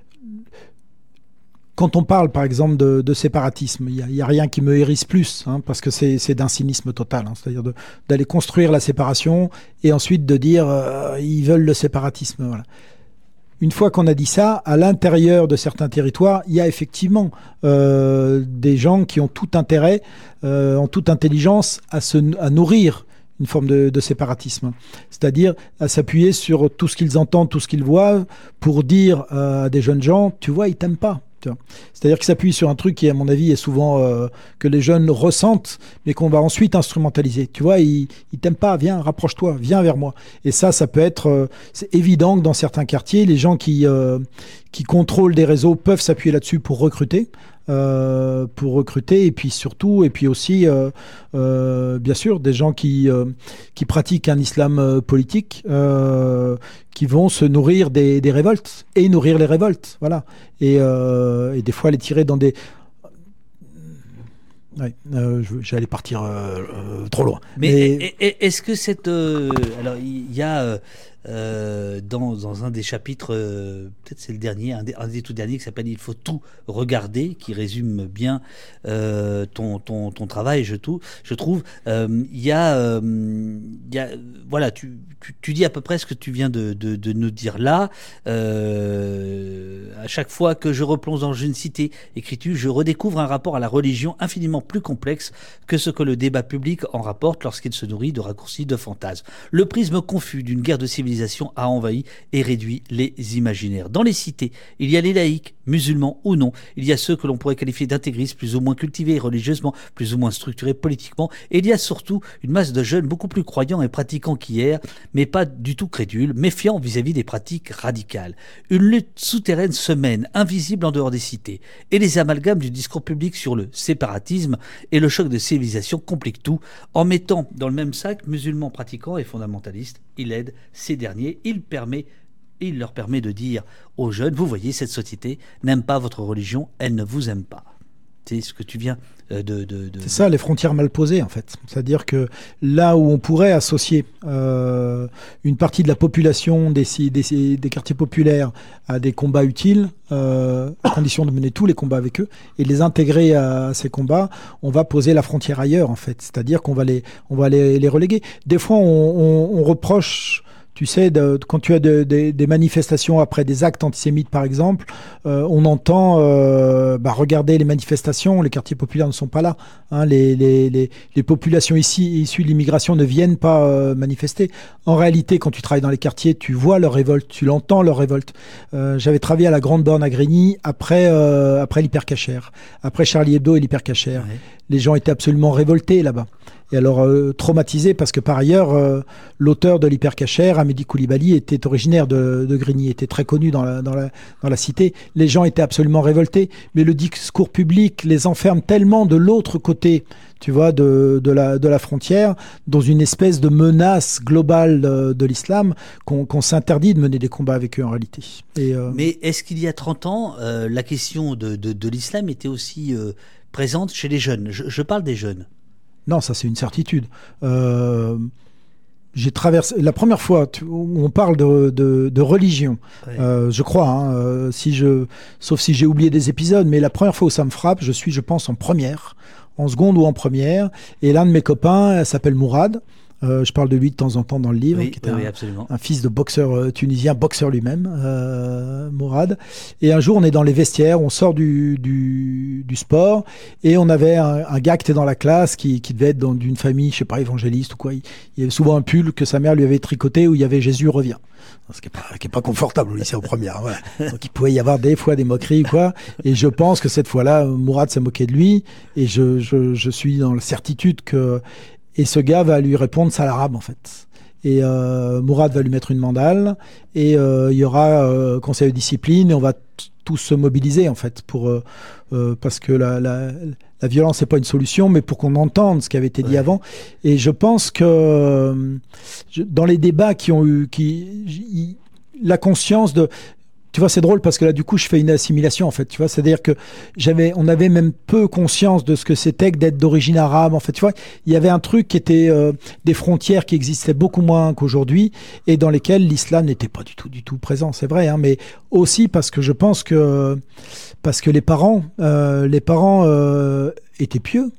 quand on parle, par exemple, de, de séparatisme, il n'y a, a rien qui me hérisse plus, hein, parce que c'est, c'est d'un cynisme total. Hein, c'est-à-dire de, d'aller construire la séparation et ensuite de dire euh, ils veulent le séparatisme. Voilà. une fois qu'on a dit ça, à l'intérieur de certains territoires, il y a effectivement euh, des gens qui ont tout intérêt, euh, ont toute intelligence à, se, à nourrir une forme de, de séparatisme. C'est-à-dire à s'appuyer sur tout ce qu'ils entendent, tout ce qu'ils voient, pour dire euh, à des jeunes gens, tu vois, ils t'aiment pas. C'est-à-dire qu'ils s'appuient sur un truc qui, à mon avis, est souvent euh, que les jeunes ressentent, mais qu'on va ensuite instrumentaliser. Tu vois, ils, ils t'aiment pas, viens, rapproche-toi, viens vers moi. Et ça, ça peut être, euh, c'est évident que dans certains quartiers, les gens qui euh, qui contrôlent des réseaux peuvent s'appuyer là-dessus pour recruter. Euh, pour recruter et puis surtout et puis aussi euh, euh, bien sûr des gens qui euh, qui pratiquent un islam euh, politique euh, qui vont se nourrir des, des révoltes et nourrir les révoltes, voilà, et, euh, et des fois les tirer dans des Ouais, euh, j'allais partir euh, euh, trop loin. Mais, mais... est-ce que cette euh, alors il y a euh, euh, dans, dans un des chapitres, euh, peut-être c'est le dernier, un des, un des tout derniers qui s'appelle Il faut tout regarder, qui résume bien euh, ton, ton, ton travail, je, tout, je trouve. Euh, il y a, euh, il y a voilà, tu, tu, tu dis à peu près ce que tu viens de, de, de nous dire là. Euh, à chaque fois que je replonge dans une cité, écris-tu, je redécouvre un rapport à la religion infiniment plus complexe que ce que le débat public en rapporte lorsqu'il se nourrit de raccourcis, de fantasmes. Le prisme confus d'une guerre de civilisation a envahi et réduit les imaginaires. Dans les cités, il y a les laïcs, musulmans ou non. Il y a ceux que l'on pourrait qualifier d'intégristes, plus ou moins cultivés religieusement, plus ou moins structurés politiquement. Et il y a surtout une masse de jeunes beaucoup plus croyants et pratiquants qu'hier, mais pas du tout crédules, méfiants vis-à-vis des pratiques radicales. Une lutte souterraine se mène, invisible en dehors des cités. Et les amalgames du discours public sur le séparatisme et le choc de civilisation compliquent tout, en mettant dans le même sac musulmans pratiquants et fondamentalistes. Il aide ces derniers, il permet, il leur permet de dire aux jeunes, vous voyez, cette société n'aime pas votre religion, elle ne vous aime pas. C'est ce que tu viens de... de, de c'est ça, les frontières mal posées, en fait. C'est-à-dire que là où on pourrait associer euh, une partie de la population des, des, des quartiers populaires à des combats utiles, euh, à condition de mener tous les combats avec eux, et de les intégrer à, à ces combats, on va poser la frontière ailleurs, en fait. C'est-à-dire qu'on va les, on va les, les reléguer. Des fois, on, on, on reproche... Tu sais, de, quand tu as de, de, des manifestations après des actes antisémites, par exemple, euh, on entend euh, bah, regarder les manifestations, les quartiers populaires ne sont pas là. Hein, les, les, les, les populations ici issues de l'immigration ne viennent pas euh, manifester. En réalité, quand tu travailles dans les quartiers, tu vois leur révolte, tu l'entends leur révolte. Euh, j'avais travaillé à la Grande Borne à Grigny après, euh, après l'hypercachère, après Charlie Hebdo et l'hypercachère. Ouais. Les gens étaient absolument révoltés là-bas. Et alors euh, traumatisé parce que par ailleurs euh, l'auteur de l'hypercachère, Amédi Koulibaly, était originaire de, de Grigny, était très connu dans la, dans, la, dans la cité. Les gens étaient absolument révoltés, mais le discours public les enferme tellement de l'autre côté, tu vois, de, de, la, de la frontière, dans une espèce de menace globale de, de l'islam, qu'on, qu'on s'interdit de mener des combats avec eux en réalité. Et, euh... Mais est-ce qu'il y a trente ans, euh, la question de, de, de l'islam était aussi euh, présente chez les jeunes? je, je parle des jeunes. Non, ça c'est une certitude. Euh, j'ai traversé la première fois tu, où on parle de, de, de religion. Ouais. Euh, je crois, hein, euh, si je, sauf si j'ai oublié des épisodes, mais la première fois où ça me frappe, je suis, je pense, en première, en seconde ou en première, et l'un de mes copains s'appelle Mourad. Euh, je parle de lui de temps en temps dans le livre, oui, qui était oui, un, un fils de boxeur euh, tunisien, boxeur lui-même, euh, Mourad. Et un jour, on est dans les vestiaires, on sort du, du, du sport, et on avait un, un gars qui était dans la classe, qui, qui devait être dans d'une famille, je sais pas, évangéliste ou quoi. Il, il y avait souvent un pull que sa mère lui avait tricoté où il y avait Jésus revient. Ce qui est pas, qui est pas confortable au lycée aux premières. Voilà. Donc il pouvait y avoir des fois des moqueries ou quoi. Et je pense que cette fois-là, Mourad s'est moqué de lui, et je, je, je suis dans la certitude que Et ce gars va lui répondre ça l'arabe en fait. Et euh, Mourad va lui mettre une mandale et euh, il y aura euh, conseil de discipline et on va t- tous se mobiliser en fait pour euh, euh, parce que la, la, la violence c'est pas une solution, mais pour qu'on entende ce qui avait été dit ouais. avant. Et je pense que euh, je, dans les débats qui ont eu, qui y, la conscience de Tu vois, c'est drôle parce que là, du coup, je fais une assimilation, en fait. Tu vois, c'est-à-dire que j'avais, on avait même peu conscience de ce que c'était que d'être d'origine arabe. En fait, tu vois, il y avait un truc qui était euh, des frontières qui existaient beaucoup moins qu'aujourd'hui et dans lesquelles l'islam n'était pas du tout, du tout présent. C'est vrai, hein, mais aussi parce que je pense que parce que les parents, euh, les parents euh, étaient pieux.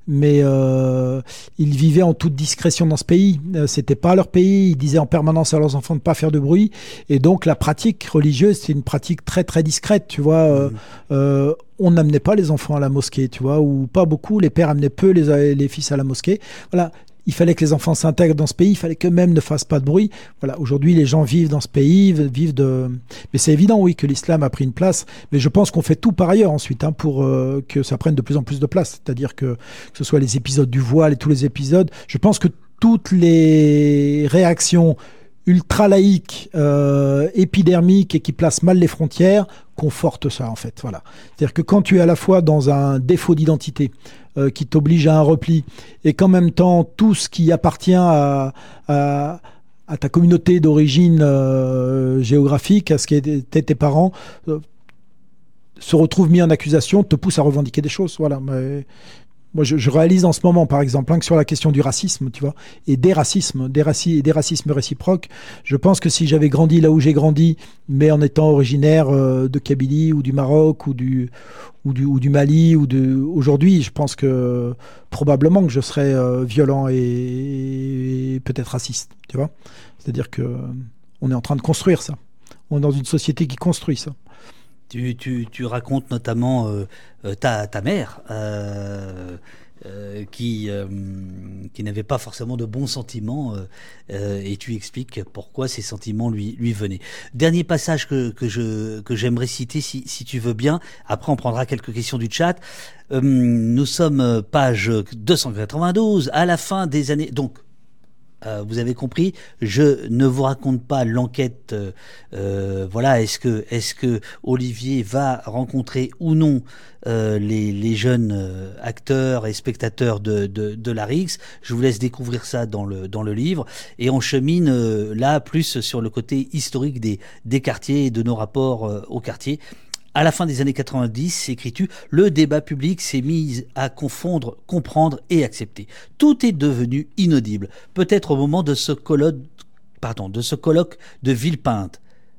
mais euh, ils vivaient en toute discrétion dans ce pays. Euh, c'était pas leur pays. Ils disaient en permanence à leurs enfants de pas faire de bruit. Et donc la pratique religieuse, c'est une pratique très très discrète, tu vois. Euh, mmh. euh, on n'amenait pas les enfants à la mosquée, tu vois, ou pas beaucoup. Les pères amenaient peu les, les fils à la mosquée. Voilà. Il fallait que les enfants s'intègrent dans ce pays, il fallait qu'eux-mêmes ne fassent pas de bruit. Voilà, aujourd'hui, les gens vivent dans ce pays, vivent de... Mais c'est évident, oui, que l'islam a pris une place, mais je pense qu'on fait tout par ailleurs ensuite hein, pour euh, que ça prenne de plus en plus de place. C'est-à-dire que, que ce soit les épisodes du voile et tous les épisodes, je pense que toutes les réactions ultra laïques, euh, épidermiques et qui placent mal les frontières, confortent ça, en fait. Voilà. C'est-à-dire que quand tu es à la fois dans un défaut d'identité, Euh, qui t'oblige à un repli, et qu'en même temps, tout ce qui appartient à, à, à ta communauté d'origine euh, géographique, à ce qui étaient tes parents, euh, se retrouve mis en accusation, te pousse à revendiquer des choses. Voilà. Mais moi, je, je réalise en ce moment, par exemple, hein, que sur la question du racisme, tu vois, et des racismes, des, raci- des racismes réciproques, je pense que si j'avais grandi là où j'ai grandi, mais en étant originaire euh, de Kabylie ou du Maroc ou du, ou du, ou du Mali, ou de, aujourd'hui, je pense que probablement que je serais euh, violent et, et peut-être raciste, tu vois. C'est-à-dire que on est en train de construire ça. On est dans une société qui construit ça. Tu, tu, tu racontes notamment euh, ta, ta mère euh, euh, qui, euh, qui n'avait pas forcément de bons sentiments euh, euh, et tu expliques pourquoi ces sentiments lui, lui venaient. Dernier passage que, que, je, que j'aimerais citer si, si tu veux bien, après on prendra quelques questions du chat. Euh, nous sommes page deux cent quatre-vingt-douze à la fin des années... Donc, Euh, vous avez compris, je ne vous raconte pas l'enquête. Euh, euh, voilà, est-ce que, est-ce que Olivier va rencontrer ou non euh, les, les jeunes euh, acteurs et spectateurs de, de, de l'A R I X. Je vous laisse découvrir ça dans le, dans le livre. Et on chemine euh, là plus sur le côté historique des, des quartiers et de nos rapports euh, aux quartiers. À la fin des années quatre-vingt-dix, écris-tu, le débat public s'est mis à confondre, comprendre et accepter. Tout est devenu inaudible. Peut-être au moment de ce colloque, pardon, de ce colloque de Villepinte.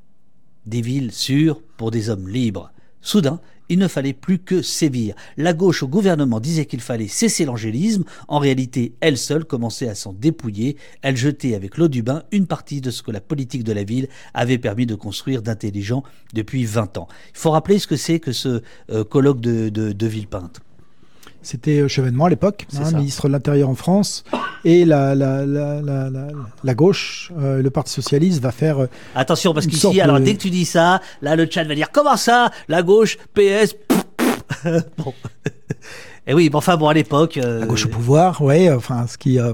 Des villes sûres pour des hommes libres. Soudain, il ne fallait plus que sévir. La gauche au gouvernement disait qu'il fallait cesser l'angélisme. En réalité, elle seule commençait à s'en dépouiller. Elle jetait avec l'eau du bain une partie de ce que la politique de la ville avait permis de construire d'intelligent depuis vingt ans. Il faut rappeler ce que c'est que ce euh, colloque de, de, de Villepinte. C'était Chevènement à l'époque, hein, ministre de l'Intérieur en France, et la, la, la, la, la, la gauche, euh, le Parti Socialiste va faire... Euh, Attention, parce qu'ici, alors de... dès que tu dis ça, là le chat va dire « Comment ça ? La gauche, P S... » Bon. Et oui, bon, enfin bon, à l'époque... Euh... La gauche au pouvoir, ouais, enfin, ce qui... Euh...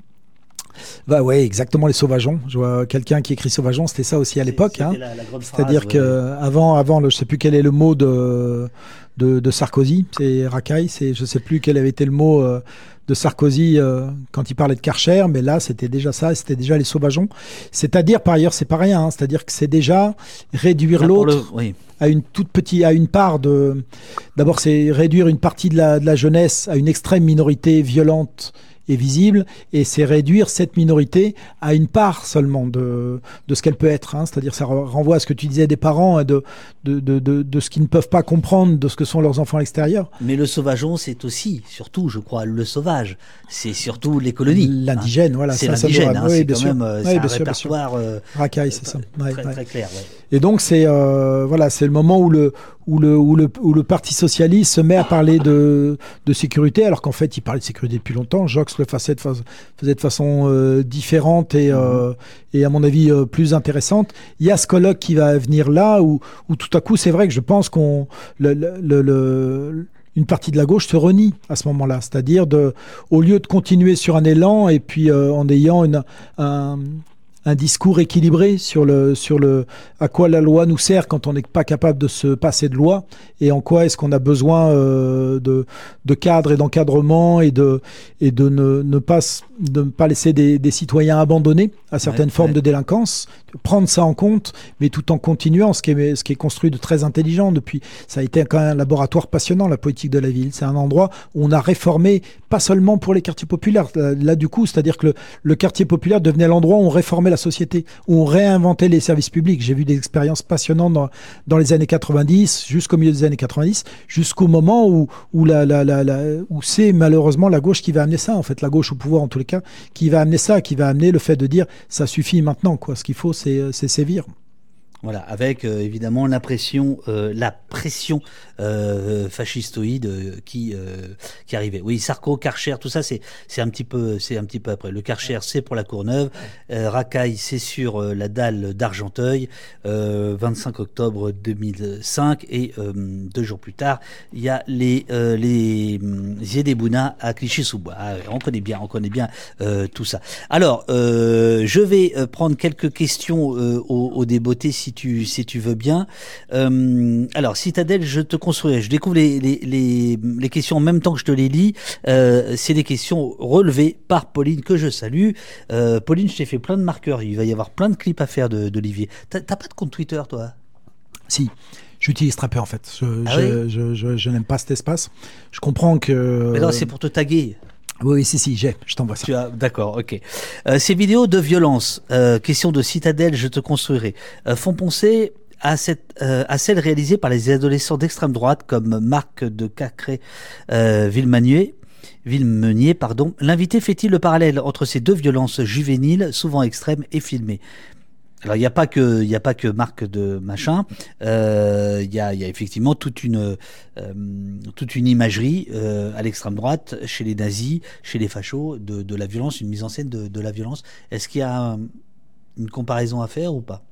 Bah ouais, exactement, les sauvageons. Je vois quelqu'un qui écrit sauvageons, c'était ça aussi à l'époque. Hein. La, la C'est-à-dire que ouais. avant, avant, le, je sais plus quel est le mot de de, de Sarkozy, c'est racaille. C'est, je sais plus quel avait été le mot euh, de Sarkozy euh, quand il parlait de Karcher, mais là c'était déjà ça, c'était déjà les sauvageons. C'est-à-dire par ailleurs, c'est pas rien. Hein, c'est-à-dire que c'est déjà réduire là, l'autre le, oui. à une toute petite, à une part de. D'abord, c'est réduire une partie de la de la jeunesse à une extrême minorité violente est visible, et c'est réduire cette minorité à une part seulement de, de ce qu'elle peut être. Hein. C'est-à-dire ça renvoie à ce que tu disais des parents, de, de, de, de, de ce qu'ils ne peuvent pas comprendre de ce que sont leurs enfants à l'extérieur. Mais le sauvageon, c'est aussi, surtout, je crois, le sauvage. C'est surtout les colonies. L'indigène, hein. Voilà. C'est ça, l'indigène, ça hein, oui, c'est bien quand sûr. même Oui, c'est bien un sûr, répertoire euh, racaille, c'est ça. Ouais, très, ouais. très clair. Ouais. Et donc, c'est, euh, voilà, c'est le moment où le, où, le, où, le, où le Parti Socialiste se met à parler de, de sécurité, alors qu'en fait, il parlait de sécurité depuis longtemps. Jox le faisait de, fa- faisait de façon euh, différente et, mmh. euh, et, à mon avis, euh, plus intéressante. Il y a ce colloque qui va venir là, où, où tout à coup, c'est vrai que je pense qu'on... Le, le, le, le, une partie de la gauche se renie à ce moment-là. C'est-à-dire, de, au lieu de continuer sur un élan et puis euh, en ayant une, un... un discours équilibré sur le sur le à quoi la loi nous sert quand on n'est pas capable de se passer de loi, et en quoi est-ce qu'on a besoin euh, de de cadre et d'encadrement et de et de ne, ne pas de ne pas laisser des, des citoyens abandonnés à certaines ouais, formes ouais. de délinquance, prendre ça en compte, mais tout en continuant ce qui est ce qui est construit de très intelligent depuis. Ça a été quand même un laboratoire passionnant, la politique de la ville. C'est un endroit où on a réformé, pas seulement pour les quartiers populaires. Là, là du coup, c'est-à-dire que le, le quartier populaire devenait l'endroit où on réformait la société, où on réinventait les services publics. J'ai vu des expériences passionnantes dans, dans les années quatre-vingt-dix, jusqu'au milieu des années quatre-vingt-dix, jusqu'au moment où, où, la, la, la, la, où c'est malheureusement la gauche qui va amener ça, en fait, la gauche au pouvoir en tous les cas, qui va amener ça, qui va amener le fait de dire ça suffit maintenant, quoi. Ce qu'il faut, c'est, c'est sévir. Voilà, avec euh, évidemment l'impression, euh, la pression euh, fascistoïde euh, qui euh, qui arrivait. Oui, Sarko, Karcher, tout ça, c'est c'est un petit peu c'est un petit peu après. Le Karcher, c'est pour la Courneuve. Euh, Racaille, c'est sur euh, la dalle d'Argenteuil. Euh, vingt-cinq octobre deux mille cinq et euh, deux jours plus tard, il y a les euh, les Ziedebouna à Clichy-sous-Bois. Ah, on connaît bien, on connaît bien euh, tout ça. Alors, euh, je vais euh, prendre quelques questions euh, au, au débeauté si tu si tu veux bien. Euh, alors, Citadelle, je te construirai. Je découvre les, les, les, les questions en même temps que je te les lis. Euh, c'est des questions relevées par Pauline, que je salue. Euh, Pauline, je t'ai fait plein de marqueurs. Il va y avoir plein de clips à faire de, d'Olivier. T'as, t'as pas de compte Twitter, toi? Si. J'utilise très peu, en fait. Je, ah je, oui je, je, je n'aime pas cet espace. Je comprends que... Mais non, c'est pour te taguer. Oui, si, si, j'ai. Je t'envoie ça. Tu as, d'accord, ok. Euh, ces vidéos de violence, euh, question de Citadelle, je te construirai, euh, font penser à, cette, euh, à celles réalisées par les adolescents d'extrême droite comme Marc de Cacré, euh, Villemanier. Villemenier, pardon. L'invité fait-il le parallèle entre ces deux violences juvéniles, souvent extrêmes et filmées? Alors il n'y a pas que il y a pas que Marc de machin, euh, il y a il y a effectivement toute une euh, toute une imagerie euh, à l'extrême droite, chez les nazis, chez les fachos, de de la violence, une mise en scène de de la violence. Est-ce qu'il y a une comparaison à faire ou pas?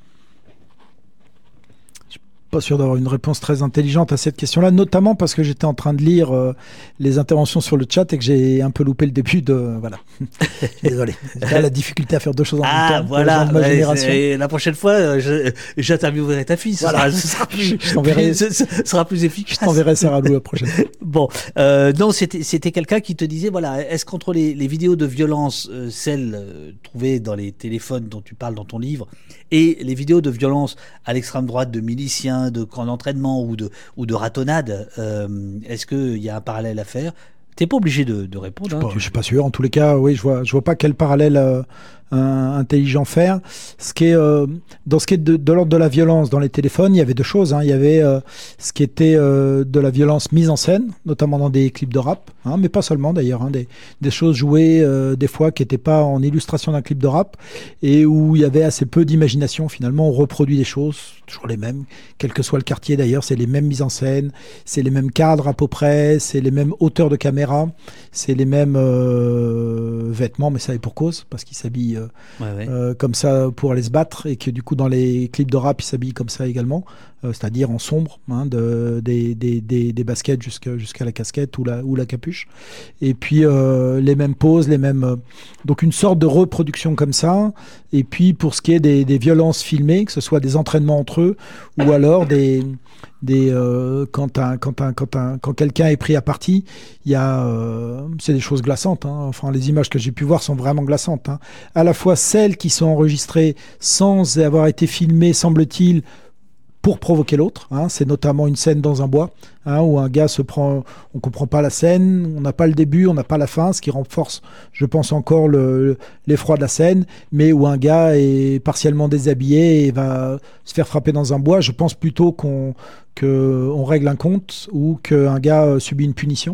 Pas sûr d'avoir une réponse très intelligente à cette question-là, notamment parce que j'étais en train de lire euh, les interventions sur le chat et que j'ai un peu loupé le début de... Voilà. Désolé. J'ai la difficulté à faire deux choses en ah, même temps. Voilà. De ma ouais, génération. Et la prochaine fois, je, j'interviewerai ta fille. Ce, voilà. sera, ce, sera, plus, je plus, ce sera plus efficace. Je t'enverrai Sarah Lou la prochaine fois. Bon. Euh, non, c'était, c'était quelqu'un qui te disait, voilà, est-ce qu'entre les, les vidéos de violence, euh, celles euh, trouvées dans les téléphones dont tu parles dans ton livre, et les vidéos de violence à l'extrême droite de miliciens, de camps d'entraînement ou de, ou de ratonnade, euh, est-ce qu'il y a un parallèle à faire? T'es pas obligé de, de répondre. Je hein, ne tu... suis pas sûr. En tous les cas, oui, je vois, je vois pas quel parallèle euh, un, intelligent faire. Ce qui est, euh, dans ce qui est de, de l'ordre de la violence dans les téléphones, il y avait deux choses. Hein. Il y avait euh, ce qui était euh, de la violence mise en scène, notamment dans des clips de rap, hein, mais pas seulement d'ailleurs. Hein, des, des choses jouées euh, des fois qui n'étaient pas en illustration d'un clip de rap et où il y avait assez peu d'imagination. Finalement, on reproduit des choses, toujours les mêmes, quel que soit le quartier d'ailleurs. C'est les mêmes mises en scène, c'est les mêmes cadres à peu près, c'est les mêmes hauteurs de caméra, c'est les mêmes euh, vêtements, mais ça est pour cause, parce qu'ils s'habillent euh, ouais, ouais. Euh, comme ça pour aller se battre, et que du coup dans les clips de rap ils s'habillent comme ça également, euh, c'est-à-dire en sombre, hein, de, des, des, des, des baskets jusqu'à, jusqu'à la casquette ou la, ou la capuche, et puis euh, les mêmes poses, les mêmes, euh, donc une sorte de reproduction comme ça. Et puis pour ce qui est des, des violences filmées, que ce soit des entraînements entre eux ou alors des Des, euh, quand, un, quand, un, quand, un, quand quelqu'un est pris à partie, il y a, euh, c'est des choses glaçantes. Hein. Enfin, les images que j'ai pu voir sont vraiment glaçantes. Hein. À la fois celles qui sont enregistrées sans avoir été filmées, semble-t-il, pour provoquer l'autre. Hein. C'est notamment une scène dans un bois, hein, où un gars se prend, on comprend pas la scène, on n'a pas le début, on n'a pas la fin, ce qui renforce, je pense, encore le, l'effroi de la scène, mais où un gars est partiellement déshabillé et va se faire frapper dans un bois. Je pense plutôt qu'on qu'on règle un compte ou qu'un gars subit une punition.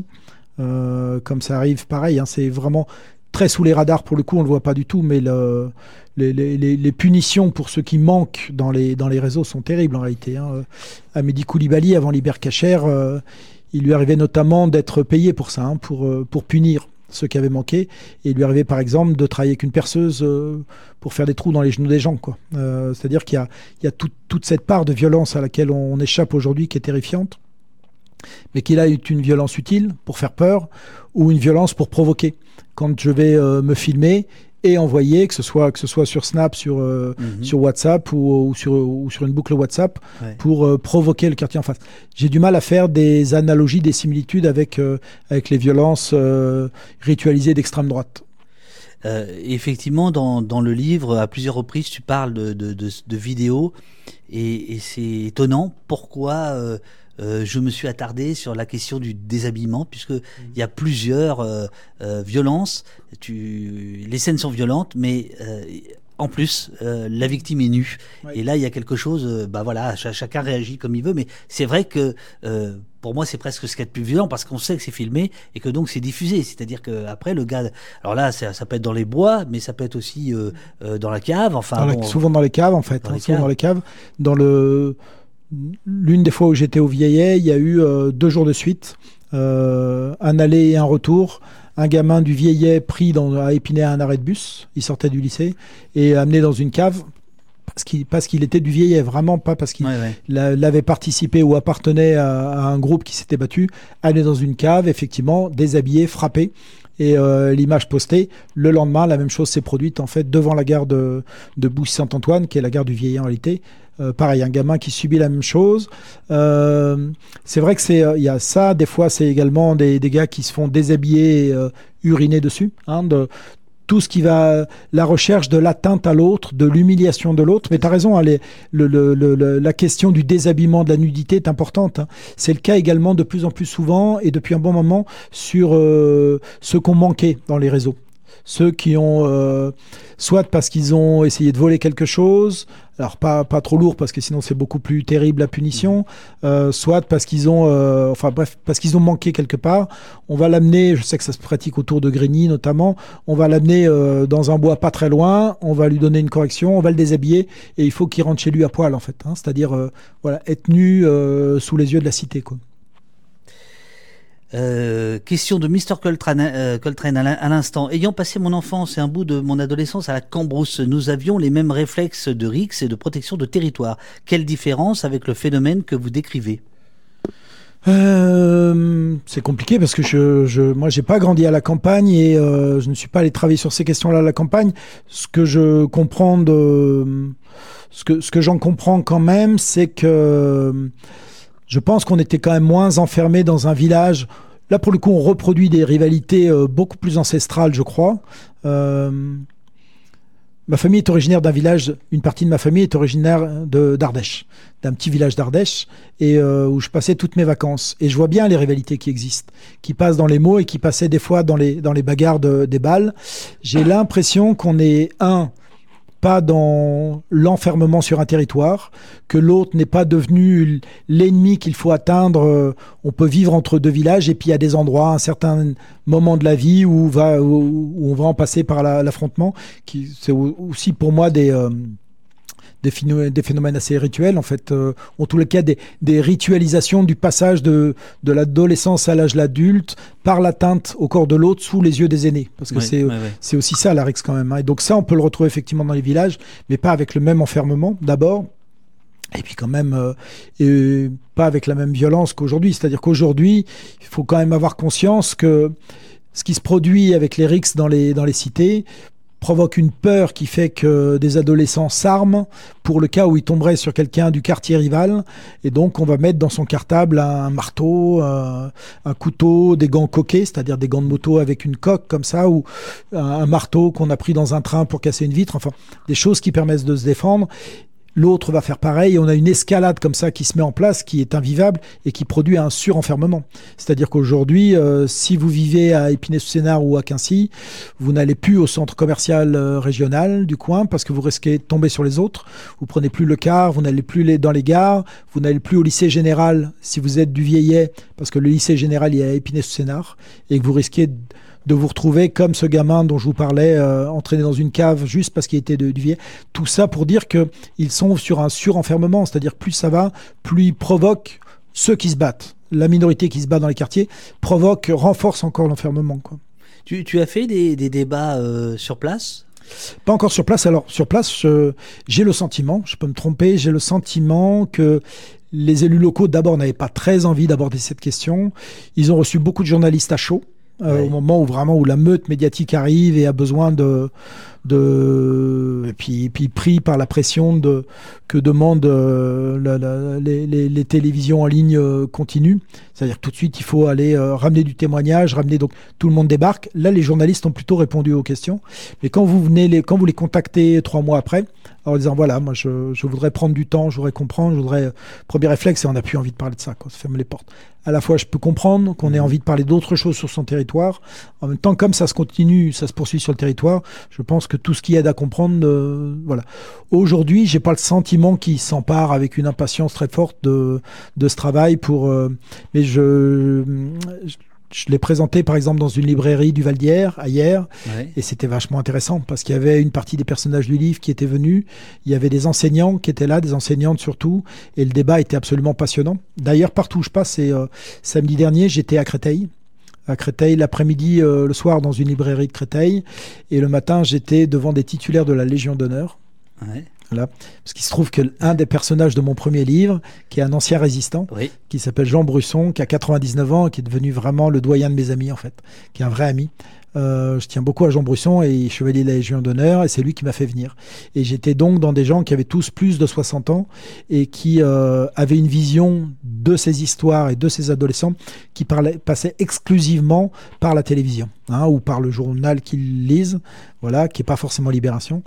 Euh, comme ça arrive, pareil, hein, c'est vraiment très sous les radars pour le coup, on le voit pas du tout, mais le, les, les, les punitions pour ceux qui manquent dans les, dans les réseaux sont terribles en réalité. Hein. Amédi Koulibaly, avant l'Hypercacher, euh, il lui arrivait notamment d'être payé pour ça, hein, pour, pour punir ceux qui avaient manqué. Et il lui arrivait par exemple de travailler avec une perceuse euh, pour faire des trous dans les genoux des gens, quoi. Euh, c'est-à-dire qu'il y a, il y a tout, toute cette part de violence à laquelle on échappe aujourd'hui qui est terrifiante, mais qu'il a une violence utile pour faire peur ou une violence pour provoquer. Quand je vais euh, me filmer et envoyer, que ce soit, que ce soit sur Snap, sur, euh, mm-hmm. sur WhatsApp ou, ou, sur, ou sur une boucle WhatsApp, ouais. pour euh, provoquer le quartier en face. J'ai du mal à faire des analogies, des similitudes avec, euh, avec les violences euh, ritualisées d'extrême droite. Euh, effectivement, dans, dans le livre, à plusieurs reprises, tu parles de, de, de, de vidéos et, et c'est étonnant pourquoi... Euh, Euh, je me suis attardé sur la question du déshabillement, puisque mmh. il y a plusieurs euh, euh, violences. Tu... Les scènes sont violentes, mais euh, en plus, euh, la victime est nue. Oui. Et là, il y a quelque chose, euh, bah voilà, ch- chacun réagit comme il veut, mais c'est vrai que euh, pour moi, c'est presque ce qu'il y a de plus violent parce qu'on sait que c'est filmé et que donc c'est diffusé. C'est-à-dire que après le gars, alors là, ça, ça peut être dans les bois, mais ça peut être aussi euh, euh, dans la cave. Enfin, Dans la- bon, souvent dans les caves, en fait. Dans hein, les souvent caves. dans les caves. Dans le... L'une des fois où j'étais au Vieillet, il y a eu euh, deux jours de suite, euh, un aller et un retour. Un gamin du Vieillet pris dans, à Épinay à un arrêt de bus, il sortait du lycée, et amené dans une cave parce qu'il, parce qu'il était du Vieillet, vraiment pas parce qu'il ouais, ouais. l'a- l'avait participé ou appartenait à, à un groupe qui s'était battu, amené dans une cave, effectivement, déshabillé, frappé. Et euh, l'image postée, le lendemain, la même chose s'est produite en fait devant la gare de, de Bouzy-Saint-Antoine, qui est la gare du Vieillet en réalité. Euh, pareil, un gamin qui subit la même chose. Euh, c'est vrai que c'est, il y a ça. Des fois, c'est également des, des gars qui se font déshabiller, et, euh, uriner dessus. Hein, de tout ce qui va, la recherche de l'atteinte à l'autre, de l'humiliation de l'autre. Mais tu as raison, hein, les, le, le, le, la question du déshabillement, de la nudité est importante. Hein. C'est le cas également de plus en plus souvent et depuis un bon moment sur euh, ceux qu'on manquait dans les réseaux. Ceux qui ont, euh, soit parce qu'ils ont essayé de voler quelque chose, alors pas, pas trop lourd parce que sinon c'est beaucoup plus terrible la punition, euh, soit parce qu'ils ont, euh, enfin bref, parce qu'ils ont manqué quelque part. On va l'amener, je sais que ça se pratique autour de Grigny notamment, on va l'amener euh, dans un bois pas très loin, on va lui donner une correction, on va le déshabiller et il faut qu'il rentre chez lui à poil en fait, hein, c'est-à-dire euh, voilà, être nu euh, sous les yeux de la cité, quoi. Euh, question de mister Coltrane, euh, Coltrane à l'in- à l'instant. Ayant passé mon enfance et un bout de mon adolescence à la Cambrousse, nous avions les mêmes réflexes de rixe et de protection de territoire. Quelle différence avec le phénomène que vous décrivez ? Euh, c'est compliqué parce que je, je, moi, j'ai pas grandi à la campagne et euh, je ne suis pas allé travailler sur ces questions-là à la campagne. Ce que je comprends de, ce que, ce que j'en comprends quand même, c'est que je pense qu'on était quand même moins enfermé dans un village. Là, pour le coup, on reproduit des rivalités euh, beaucoup plus ancestrales, je crois. Euh, ma famille est originaire d'un village, une partie de ma famille est originaire de, d'Ardèche, d'un petit village d'Ardèche, et euh, où je passais toutes mes vacances. Et je vois bien les rivalités qui existent, qui passent dans les mots et qui passaient des fois dans les, dans les bagarres de, des balles. J'ai l'impression qu'on est, un, pas dans l'enfermement sur un territoire, que l'autre n'est pas devenu l'ennemi qu'il faut atteindre. On peut vivre entre deux villages et puis il y a des endroits, un certain moment de la vie où, va, où, où on va en passer par la, l'affrontement, qui c'est aussi pour moi des... Euh, Des, phénomènes, des phénomènes assez rituels, en fait, euh, en tous les cas des, des ritualisations du passage de, de l'adolescence à l'âge l'adulte par l'atteinte au corps de l'autre sous les yeux des aînés. Parce que Ouais, c'est, ouais, ouais. c'est aussi ça la rixe quand même. Hein. Et donc ça, on peut le retrouver effectivement dans les villages, mais pas avec le même enfermement d'abord. Et puis quand même, euh, et pas avec la même violence qu'aujourd'hui. C'est-à-dire qu'aujourd'hui, il faut quand même avoir conscience que ce qui se produit avec les rixes dans les, dans les cités provoque une peur qui fait que des adolescents s'arment pour le cas où ils tomberaient sur quelqu'un du quartier rival. Et donc, on va mettre dans son cartable un marteau, un, un couteau, des gants coqués, c'est-à-dire des gants de moto avec une coque comme ça, ou un, un marteau qu'on a pris dans un train pour casser une vitre. Enfin, des choses qui permettent de se défendre. L'autre va faire pareil et on a une escalade comme ça qui se met en place, qui est invivable et qui produit un surenfermement. C'est-à-dire qu'aujourd'hui, euh, si vous vivez à Épinay-sous-Sénart ou à Quincy, vous n'allez plus au centre commercial euh, régional du coin parce que vous risquez de tomber sur les autres. Vous prenez plus le car, vous n'allez plus les, dans les gares, vous n'allez plus au lycée général si vous êtes du Vieillet parce que le lycée général il est à Épinay-sous-Sénart et que vous risquez de de vous retrouver comme ce gamin dont je vous parlais, euh, entraîné dans une cave juste parce qu'il était de, du vieil. Tout ça pour dire qu'ils sont sur un surenfermement, c'est-à-dire que plus ça va, plus ils provoquent ceux qui se battent. La minorité qui se bat dans les quartiers provoque, renforce encore l'enfermement, quoi. Tu, tu as fait des, des débats euh, sur place ? Pas encore sur place. Alors, sur place, je, j'ai le sentiment, je peux me tromper, j'ai le sentiment que les élus locaux, d'abord, n'avaient pas très envie d'aborder cette question. Ils ont reçu beaucoup de journalistes à chaud. Euh, ouais. Au moment où vraiment où la meute médiatique arrive et a besoin de de et puis puis pris par la pression de que demandent euh, la, la, les, les, les télévisions en ligne euh, continues, c'est-à-dire que tout de suite il faut aller euh, ramener du témoignage, ramener donc tout le monde débarque. Là les journalistes ont plutôt répondu aux questions, mais quand vous venez les quand vous les contactez trois mois après en disant voilà moi je je voudrais prendre du temps, je voudrais comprendre, je voudrais premier réflexe et on n'a plus envie de parler de ça, quoi, ça ferme les portes. À la fois je peux comprendre qu'on ait envie de parler d'autres choses sur son territoire, en même temps comme ça se continue, ça se poursuit sur le territoire, je pense que que tout ce qui aide à comprendre, euh, voilà. Aujourd'hui, j'ai pas le sentiment qu'il s'empare avec une impatience très forte de, de ce travail pour, euh, mais je, je Je l'ai présenté par exemple dans une librairie du Val d'Hier, à hier, ouais. Et c'était vachement intéressant parce qu'il y avait une partie des personnages du livre qui étaient venus, il y avait des enseignants qui étaient là, des enseignantes surtout, et le débat était absolument passionnant. D'ailleurs, partout où je passe, et euh, samedi dernier, j'étais à Créteil, à Créteil l'après-midi, euh, le soir dans une librairie de Créteil, et le matin, j'étais devant des titulaires de la Légion d'honneur. Ouais. Voilà. Parce qu'il se trouve que l'un des personnages de mon premier livre, qui est un ancien résistant, oui. qui s'appelle Jean Brusson, qui a quatre-vingt-dix-neuf ans et qui est devenu vraiment le doyen de mes amis, en fait, qui est un vrai ami. Euh, je tiens beaucoup à Jean Brusson et il est chevalier de la Légion d'honneur et c'est lui qui m'a fait venir. Et j'étais donc dans des gens qui avaient tous plus de soixante ans et qui euh, avaient une vision de ces histoires et de ces adolescents qui parlaient, passaient exclusivement par la télévision, hein, ou par le journal qu'ils lisent, voilà, qui n'est pas forcément Libération,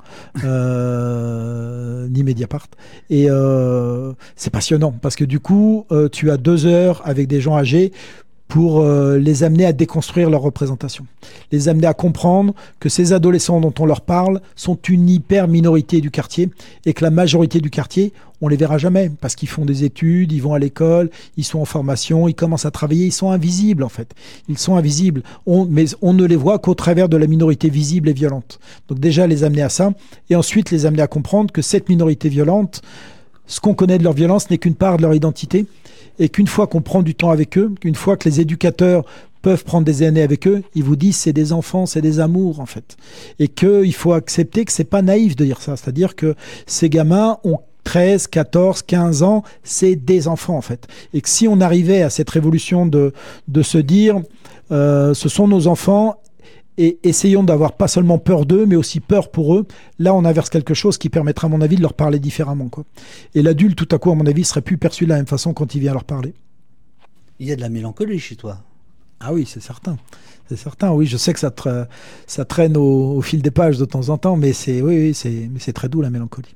euh, ni Mediapart. Et euh, c'est passionnant parce que du coup, euh, tu as deux heures avec des gens âgés pour euh, les amener à déconstruire leur représentation, les amener à comprendre que ces adolescents dont on leur parle sont une hyper minorité du quartier et que la majorité du quartier, on les verra jamais parce qu'ils font des études, ils vont à l'école, ils sont en formation, ils commencent à travailler, ils sont invisibles en fait. Ils sont invisibles, on, mais on ne les voit qu'au travers de la minorité visible et violente. Donc déjà les amener à ça et ensuite les amener à comprendre que cette minorité violente, ce qu'on connaît de leur violence n'est qu'une part de leur identité et qu'une fois qu'on prend du temps avec eux, qu'une fois que les éducateurs peuvent prendre des années avec eux, ils vous disent c'est des enfants, c'est des amours en fait. Et qu'il faut accepter que c'est pas naïf de dire ça. C'est-à-dire que ces gamins ont treize, quatorze, quinze ans, c'est des enfants en fait. Et que si on arrivait à cette révolution de, de se dire euh, ce sont nos enfants, et essayons d'avoir pas seulement peur d'eux, mais aussi peur pour eux. Là, on inverse quelque chose qui permettra, à mon avis, de leur parler différemment, quoi. Et l'adulte, tout à coup, à mon avis, serait plus perçu de la même façon quand il vient leur parler. Il y a de la mélancolie chez toi. Ah oui, c'est certain. C'est certain, oui. Je sais que ça, tra- ça traîne au, au fil des pages de temps en temps, mais c'est, oui, oui, c'est, mais c'est très doux, la mélancolie.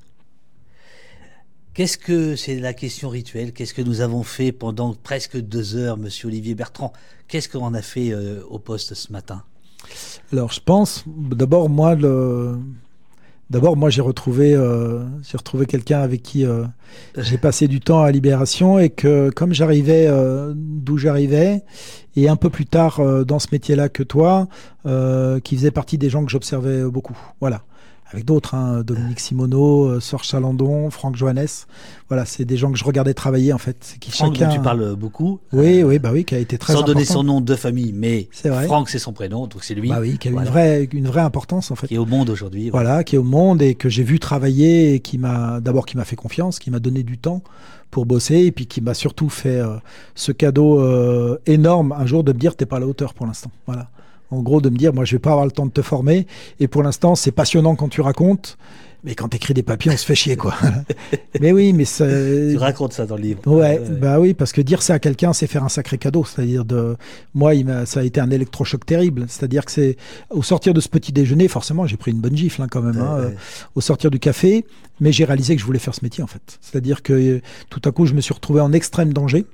Qu'est-ce que, c'est la question rituelle, qu'est-ce que nous avons fait pendant presque deux heures, monsieur Olivier Bertrand? Qu'est-ce qu'on a fait euh, au poste ce matin? Alors, je pense, d'abord, moi, le... d'abord, moi, j'ai retrouvé, euh, j'ai retrouvé quelqu'un avec qui euh, j'ai passé du temps à Libération et que, comme j'arrivais euh, d'où j'arrivais, et un peu plus tard euh, dans ce métier-là que toi, euh, qui faisait partie des gens que j'observais beaucoup. Voilà. Avec d'autres, hein, Dominique Simoneau, Serge Chalandon, Franck Johannes. Voilà, c'est des gens que je regardais travailler en fait. Qui Franck, chacun... dont tu parles beaucoup. Oui, euh, oui, bah oui, qui a été très sans important. Sans donner son nom de famille, mais c'est Franck, c'est son prénom, donc c'est lui. Bah oui, qui a voilà. une vraie, une vraie importance en fait. Qui est au monde aujourd'hui. Voilà. voilà, qui est au monde et que j'ai vu travailler et qui m'a, d'abord qui m'a fait confiance, qui m'a donné du temps pour bosser et puis qui m'a surtout fait euh, ce cadeau euh, énorme un jour de me dire t'es pas à la hauteur pour l'instant. Voilà. En gros, de me dire, moi, je vais pas avoir le temps de te former. Et pour l'instant, c'est passionnant quand tu racontes. Mais quand tu écris des papiers, on se fait chier, quoi. Mais oui, mais ça... Tu racontes ça dans le livre. Ouais, euh, bah oui, parce que dire ça à quelqu'un, c'est faire un sacré cadeau. C'est-à-dire de, moi, il m'a, ça a été un électrochoc terrible. C'est-à-dire que c'est, au sortir de ce petit déjeuner, forcément, j'ai pris une bonne gifle, hein, quand même, hein, ouais, ouais. Au sortir du café. Mais j'ai réalisé que je voulais faire ce métier, en fait. C'est-à-dire que tout à coup, je me suis retrouvé en extrême danger.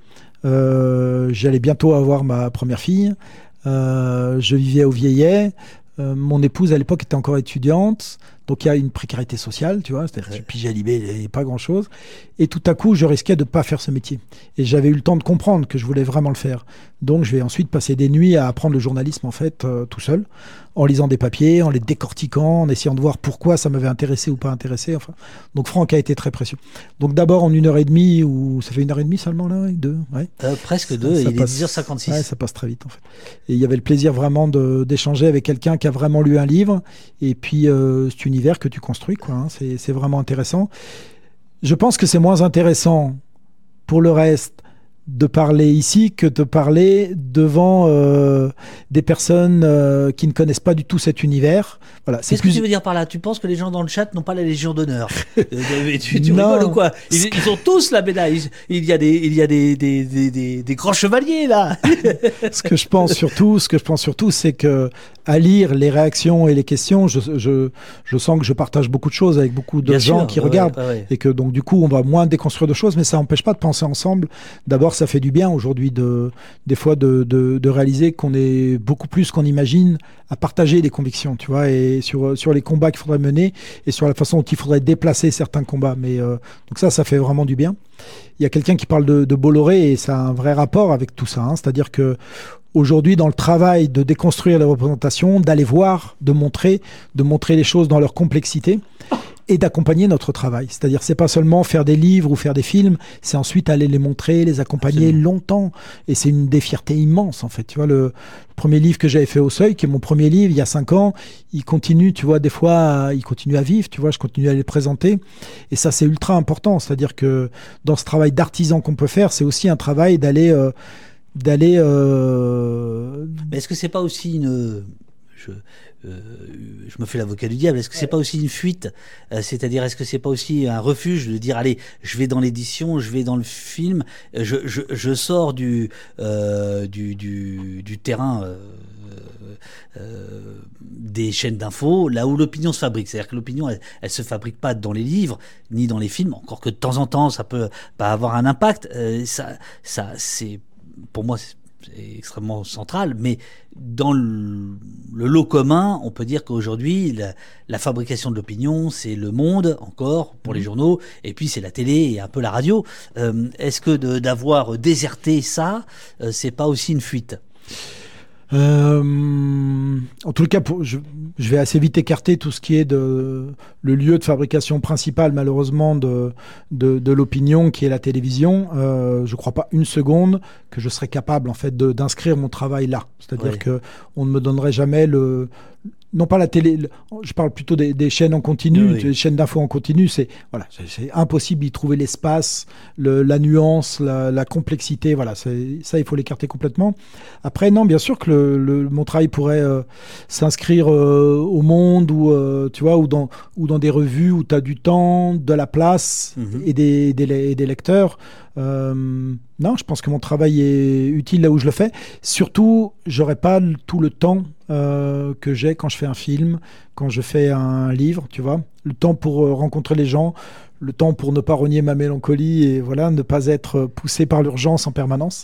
Euh, j'allais bientôt avoir ma première fille. Euh, je vivais au Vieillet. Euh, mon épouse à l'époque était encore étudiante, donc il y a une précarité sociale, tu vois, c'est-à-dire que tu piges à Libé, il n'y avait pas grand-chose. Et tout à coup, je risquais de ne pas faire ce métier. Et j'avais eu le temps de comprendre que je voulais vraiment le faire. Donc je vais ensuite passer des nuits à apprendre le journalisme en fait, euh, tout seul, en lisant des papiers, en les décortiquant, en essayant de voir pourquoi ça m'avait intéressé ou pas intéressé. Enfin, donc Franck a été très précieux. Donc d'abord en une heure et demie, ou ça fait une heure et demie seulement là, ouais, deux, ouais. Euh, presque deux, ça, ça il passe, est dix heures cinquante-six. Ouais, ça passe très vite en fait. Et il y avait le plaisir vraiment de, d'échanger avec quelqu'un qui a vraiment lu un livre, et puis euh, cet univers que tu construis, quoi. Hein, c'est, c'est vraiment intéressant. Je pense que c'est moins intéressant pour le reste de parler ici que de parler devant euh, des personnes euh, qui ne connaissent pas du tout cet univers. Voilà, c'est Qu'est-ce plus... que tu veux dire par là? Tu penses que les gens dans le chat n'ont pas la Légion d'honneur? Tu, tu rigoles ou quoi? Ils, que... ils ont tous la médaille. Il y a des, il y a des, des, des, des, des grands chevaliers là. Ce que je pense surtout, ce que je pense surtout, c'est que à lire les réactions et les questions, je, je, je sens que je partage beaucoup de choses avec beaucoup de Bien gens sûr, qui ouais, regardent ouais, ouais. et que donc du coup on va moins déconstruire de choses, mais ça n'empêche pas de penser ensemble. D'abord, ça fait du bien aujourd'hui de des fois de, de, de réaliser qu'on est beaucoup plus qu'on imagine à partager des convictions, tu vois, et sur sur les combats qu'il faudrait mener et sur la façon dont il faudrait déplacer certains combats. Mais euh, donc ça, ça fait vraiment du bien. Il y a quelqu'un qui parle de, de Bolloré et ça a un vrai rapport avec tout ça, hein, c'est-à-dire que aujourd'hui, dans le travail de déconstruire les représentations, d'aller voir, de montrer, de montrer les choses dans leur complexité et d'accompagner notre travail. C'est-à-dire, c'est pas seulement faire des livres ou faire des films, c'est ensuite aller les montrer, les accompagner Absolument. longtemps. Et c'est une des fiertés immenses, en fait. Tu vois, le, le premier livre que j'avais fait au Seuil, qui est mon premier livre, il y a cinq ans, il continue, tu vois, des fois, il continue à vivre, tu vois, je continue à les présenter. Et ça, c'est ultra important. C'est-à-dire que dans ce travail d'artisan qu'on peut faire, c'est aussi un travail d'aller... Euh, d'aller euh... mais est-ce que c'est pas aussi une je euh, je me fais l'avocat du diable, est-ce que c'est pas aussi une fuite, euh, c'est-à-dire est-ce que c'est pas aussi un refuge de dire allez, je vais dans l'édition, je vais dans le film, je je, je sors du euh, du du du terrain euh, euh, des chaînes d'infos, là où l'opinion se fabrique. C'est-à-dire que l'opinion, elle, elle se fabrique pas dans les livres ni dans les films, encore que de temps en temps ça peut pas avoir un impact. Euh, ça ça c'est pour moi, c'est extrêmement central, mais dans le, le lot commun, on peut dire qu'aujourd'hui, la, la fabrication de l'opinion, c'est Le Monde, encore, pour mmh. les journaux, et puis c'est la télé et un peu la radio. Euh, est-ce que de, d'avoir déserté ça, euh, c'est pas aussi une fuite ? Euh, en tout cas, pour, je, je vais assez vite écarter tout ce qui est de, le lieu de fabrication principal, malheureusement, de, de, de l'opinion, qui est la télévision. Euh, je ne crois pas une seconde que je serais capable, en fait, de, d'inscrire mon travail là. C'est-à-dire ouais. que on ne me donnerait jamais le... Non pas la télé, le, je parle plutôt des, des chaînes en continu, oui. des chaînes d'infos en continu, c'est voilà, c'est, c'est impossible d'y trouver l'espace, le, la nuance, la, la complexité, voilà, c'est, ça il faut l'écarter complètement. Après non, bien sûr que le, le, mon travail pourrait euh, s'inscrire euh, au Monde ou euh, tu vois ou dans ou dans des revues où tu as du temps, de la place mm-hmm. et des, des, et des lecteurs. Euh, non, je pense que mon travail est utile là où je le fais. Surtout, j'aurais pas tout le temps euh, que j'ai quand je fais un film, quand je fais un livre, tu vois. Le temps pour euh, rencontrer les gens, le temps pour ne pas renier ma mélancolie et voilà, ne pas être poussé par l'urgence en permanence.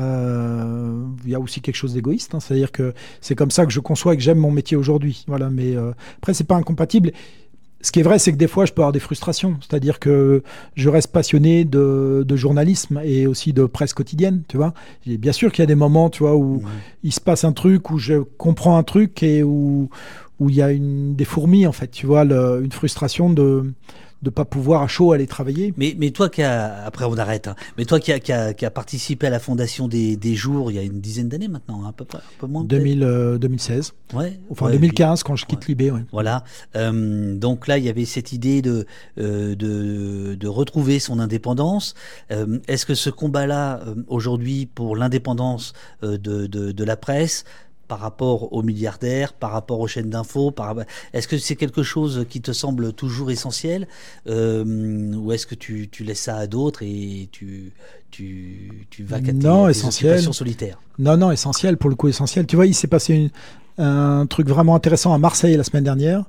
Euh, il y a aussi quelque chose d'égoïste, hein, c'est-à-dire que c'est comme ça que je conçois et que j'aime mon métier aujourd'hui. Voilà, mais euh, après, c'est pas incompatible. Ce qui est vrai, c'est que des fois, je peux avoir des frustrations. C'est-à-dire que je reste passionné de, de journalisme et aussi de presse quotidienne, tu vois. Et bien sûr qu'il y a des moments, tu vois, où ouais. il se passe un truc, où je comprends un truc et où où il y a une, des fourmis, en fait, tu vois, le, une frustration de de pas pouvoir à chaud aller travailler. Mais, mais toi qui a, après on arrête, hein, mais toi qui a, qui a, qui a participé à la fondation des, des jours il y a une dizaine d'années maintenant, hein, à peu près, un peu moins deux mille, euh, deux mille seize. Ouais. Enfin ouais, deux mille quinze, quand je quitte ouais. Libé, ouais. Voilà. Euh, donc là, il y avait cette idée de, euh, de, de retrouver son indépendance. Euh, est-ce que ce combat-là, euh, aujourd'hui, pour l'indépendance euh, de, de, de la presse, par rapport aux milliardaires, par rapport aux chaînes d'infos, par... est-ce que c'est quelque chose qui te semble toujours essentiel euh, ou est-ce que tu, tu laisses ça à d'autres et tu, tu, tu vas qu'à tes, non, tes essentiel. occupations solitaires ? Non, non, essentiel, pour le coup essentiel. Tu vois, il s'est passé une, un truc vraiment intéressant à Marseille la semaine dernière,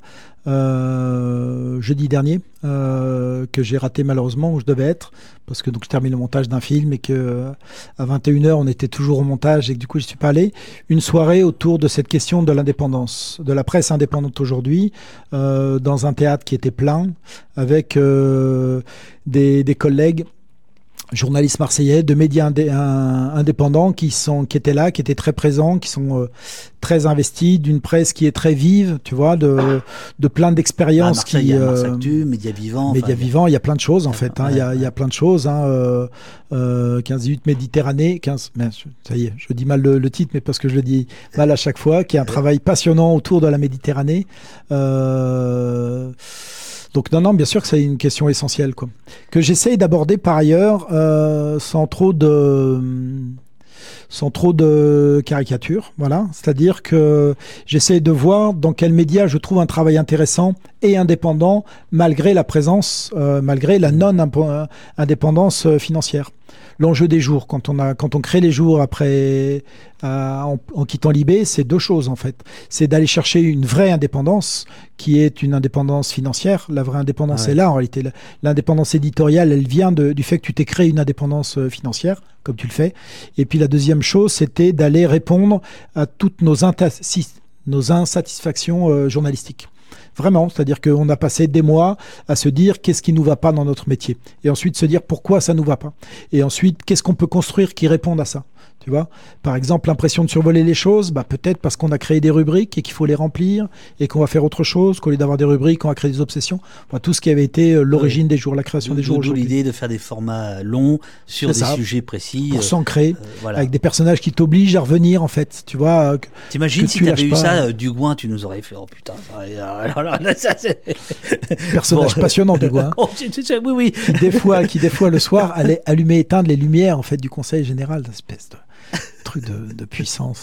euh, jeudi dernier, euh, que j'ai raté malheureusement où je devais être, parce que donc je termine le montage d'un film et que euh, à vingt et une heures on était toujours au montage et que du coup je suis pas allé. Une soirée autour de cette question de l'indépendance, de la presse indépendante aujourd'hui, euh, dans un théâtre qui était plein, avec euh, des, des collègues journalistes marseillais, de médias indé- un, indépendants qui sont, qui étaient là, qui étaient très présents, qui sont euh, très investis, d'une presse qui est très vive, tu vois, de, de plein d'expériences. Ah, Marseille, qui, il y a euh, Mars Actu, Média Vivant. Média Vivant, il y a plein de choses en fait. Hein, il, y a, il y a plein de choses. Hein, euh, euh, quinze dix-huit Méditerranée, quinze, mais, ça y est, je dis mal le, le titre, mais parce que je le dis mal à chaque fois, qui est un travail passionnant autour de la Méditerranée. Euh, Donc non, non, bien sûr que c'est une question essentielle, quoi, que j'essaye d'aborder par ailleurs euh, sans trop de sans trop de caricature, voilà. C'est-à-dire que j'essaye de voir dans quels médias je trouve un travail intéressant et indépendant malgré la présence, euh, malgré la non-indépendance financière. l'enjeu des jours. Quand on a, quand on crée les jours après, euh, en, en quittant l'I B, c'est deux choses en fait. C'est d'aller chercher une vraie indépendance, qui est une indépendance financière. La vraie indépendance Ouais. est là en réalité. L'indépendance éditoriale, elle vient de, du fait que tu t'es créé une indépendance financière, comme tu le fais. Et puis la deuxième chose, c'était d'aller répondre à toutes nos, intas- nos insatisfactions euh, journalistiques. Vraiment, c'est-à-dire qu'on a passé des mois à se dire qu'est-ce qui nous va pas dans notre métier. Et ensuite se dire pourquoi ça nous va pas. Et ensuite, qu'est-ce qu'on peut construire qui réponde à ça. Tu vois, par exemple, l'impression de survoler les choses, bah, peut-être parce qu'on a créé des rubriques et qu'il faut les remplir et qu'on va faire autre chose qu'au lieu d'avoir des rubriques, on va créer des obsessions. Enfin, tout ce qui avait été euh, l'origine Ouais. des jours, la création des jours D'où aujourd'hui. l'idée de faire des formats longs sur C'est des ça. sujets précis. Pour euh, s'ancrer, euh, voilà. avec des personnages qui t'obligent à revenir, en fait. Tu vois, euh, que- T'imagines que si tu t'avais lâches eu pas. ça, euh, Dugouin, tu nous aurais fait oh putain. Alors là, là, ça, c'est- personnage Bon. passionnant du Gouin. Oh, tu- tu- tu- oui, oui. qui des fois, qui des fois le soir allait allumer, éteindre les lumières en fait du Conseil général, cette espèce de truc de, de puissance.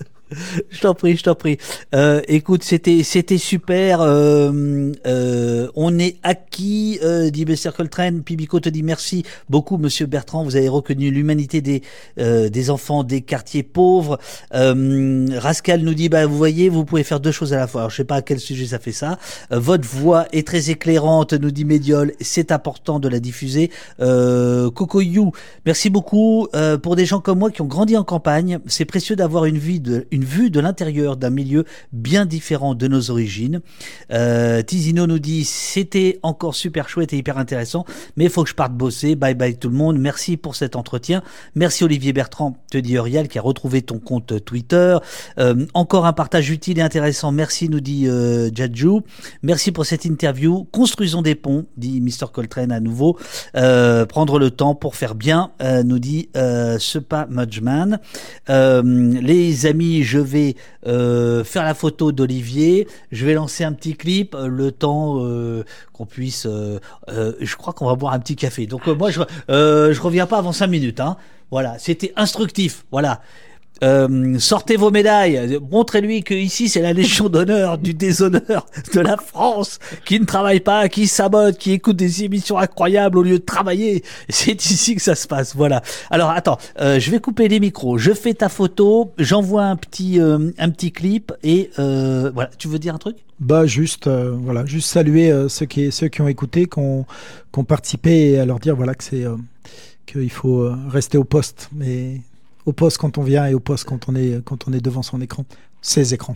Je t'en prie, je t'en prie. Euh, écoute, c'était c'était super. Euh, euh, on est acquis, euh, dit Mister Coltrane. Pibico te dit merci beaucoup, Monsieur Bertrand. Vous avez reconnu l'humanité des euh, des enfants des quartiers pauvres. Euh, Rascal nous dit, bah vous voyez, vous pouvez faire deux choses à la fois. Alors, je sais pas à quel sujet ça fait ça. Euh, votre voix est très éclairante, nous dit Médiol. C'est important de la diffuser. Euh, Coco You, merci beaucoup. Euh, pour des gens comme moi qui ont grandi en campagne, c'est précieux d'avoir une vie de une vue de l'intérieur d'un milieu bien différent de nos origines. Euh, Tizino nous dit c'était encore super chouette et hyper intéressant, mais il faut que je parte bosser. Bye bye tout le monde. Merci pour cet entretien. Merci Olivier Bertrand, te dit Eurial, qui a retrouvé ton compte Twitter. Euh, encore un partage utile et intéressant. Merci, nous dit euh, Jadju. Merci pour cette interview. Construisons des ponts, dit Mister Coltrane à nouveau. Euh, prendre le temps pour faire bien, euh, nous dit euh, Sepa Mudgeman. Euh, les amis, je vais euh, faire la photo d'Olivier. Je vais lancer un petit clip, euh, le temps euh, qu'on puisse. Euh, euh, je crois qu'on va boire un petit café. Donc euh, moi, je euh, je reviens pas avant cinq minutes. Hein. Voilà, c'était instructif. Voilà. Euh, sortez vos médailles, montrez-lui que ici c'est la Légion d'honneur du déshonneur de la France, qui ne travaille pas, qui sabote, qui écoute des émissions incroyables au lieu de travailler. C'est ici que ça se passe. Voilà. Alors attends, euh, je vais couper les micros. Je fais ta photo, j'envoie un petit euh, un petit clip et euh, voilà. Tu veux dire un truc? Bah juste euh, voilà, juste saluer euh, ceux qui ceux qui ont écouté, qui ont, qui ont participé et à leur dire voilà que c'est euh, qu'il faut euh, rester au poste, mais au poste quand on vient et au poste quand on est quand on est devant son écran, ses écrans.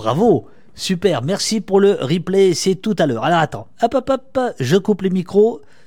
Bravo, super, merci pour le replay, c'est tout à l'heure. Alors attends, hop hop hop, je coupe les micros.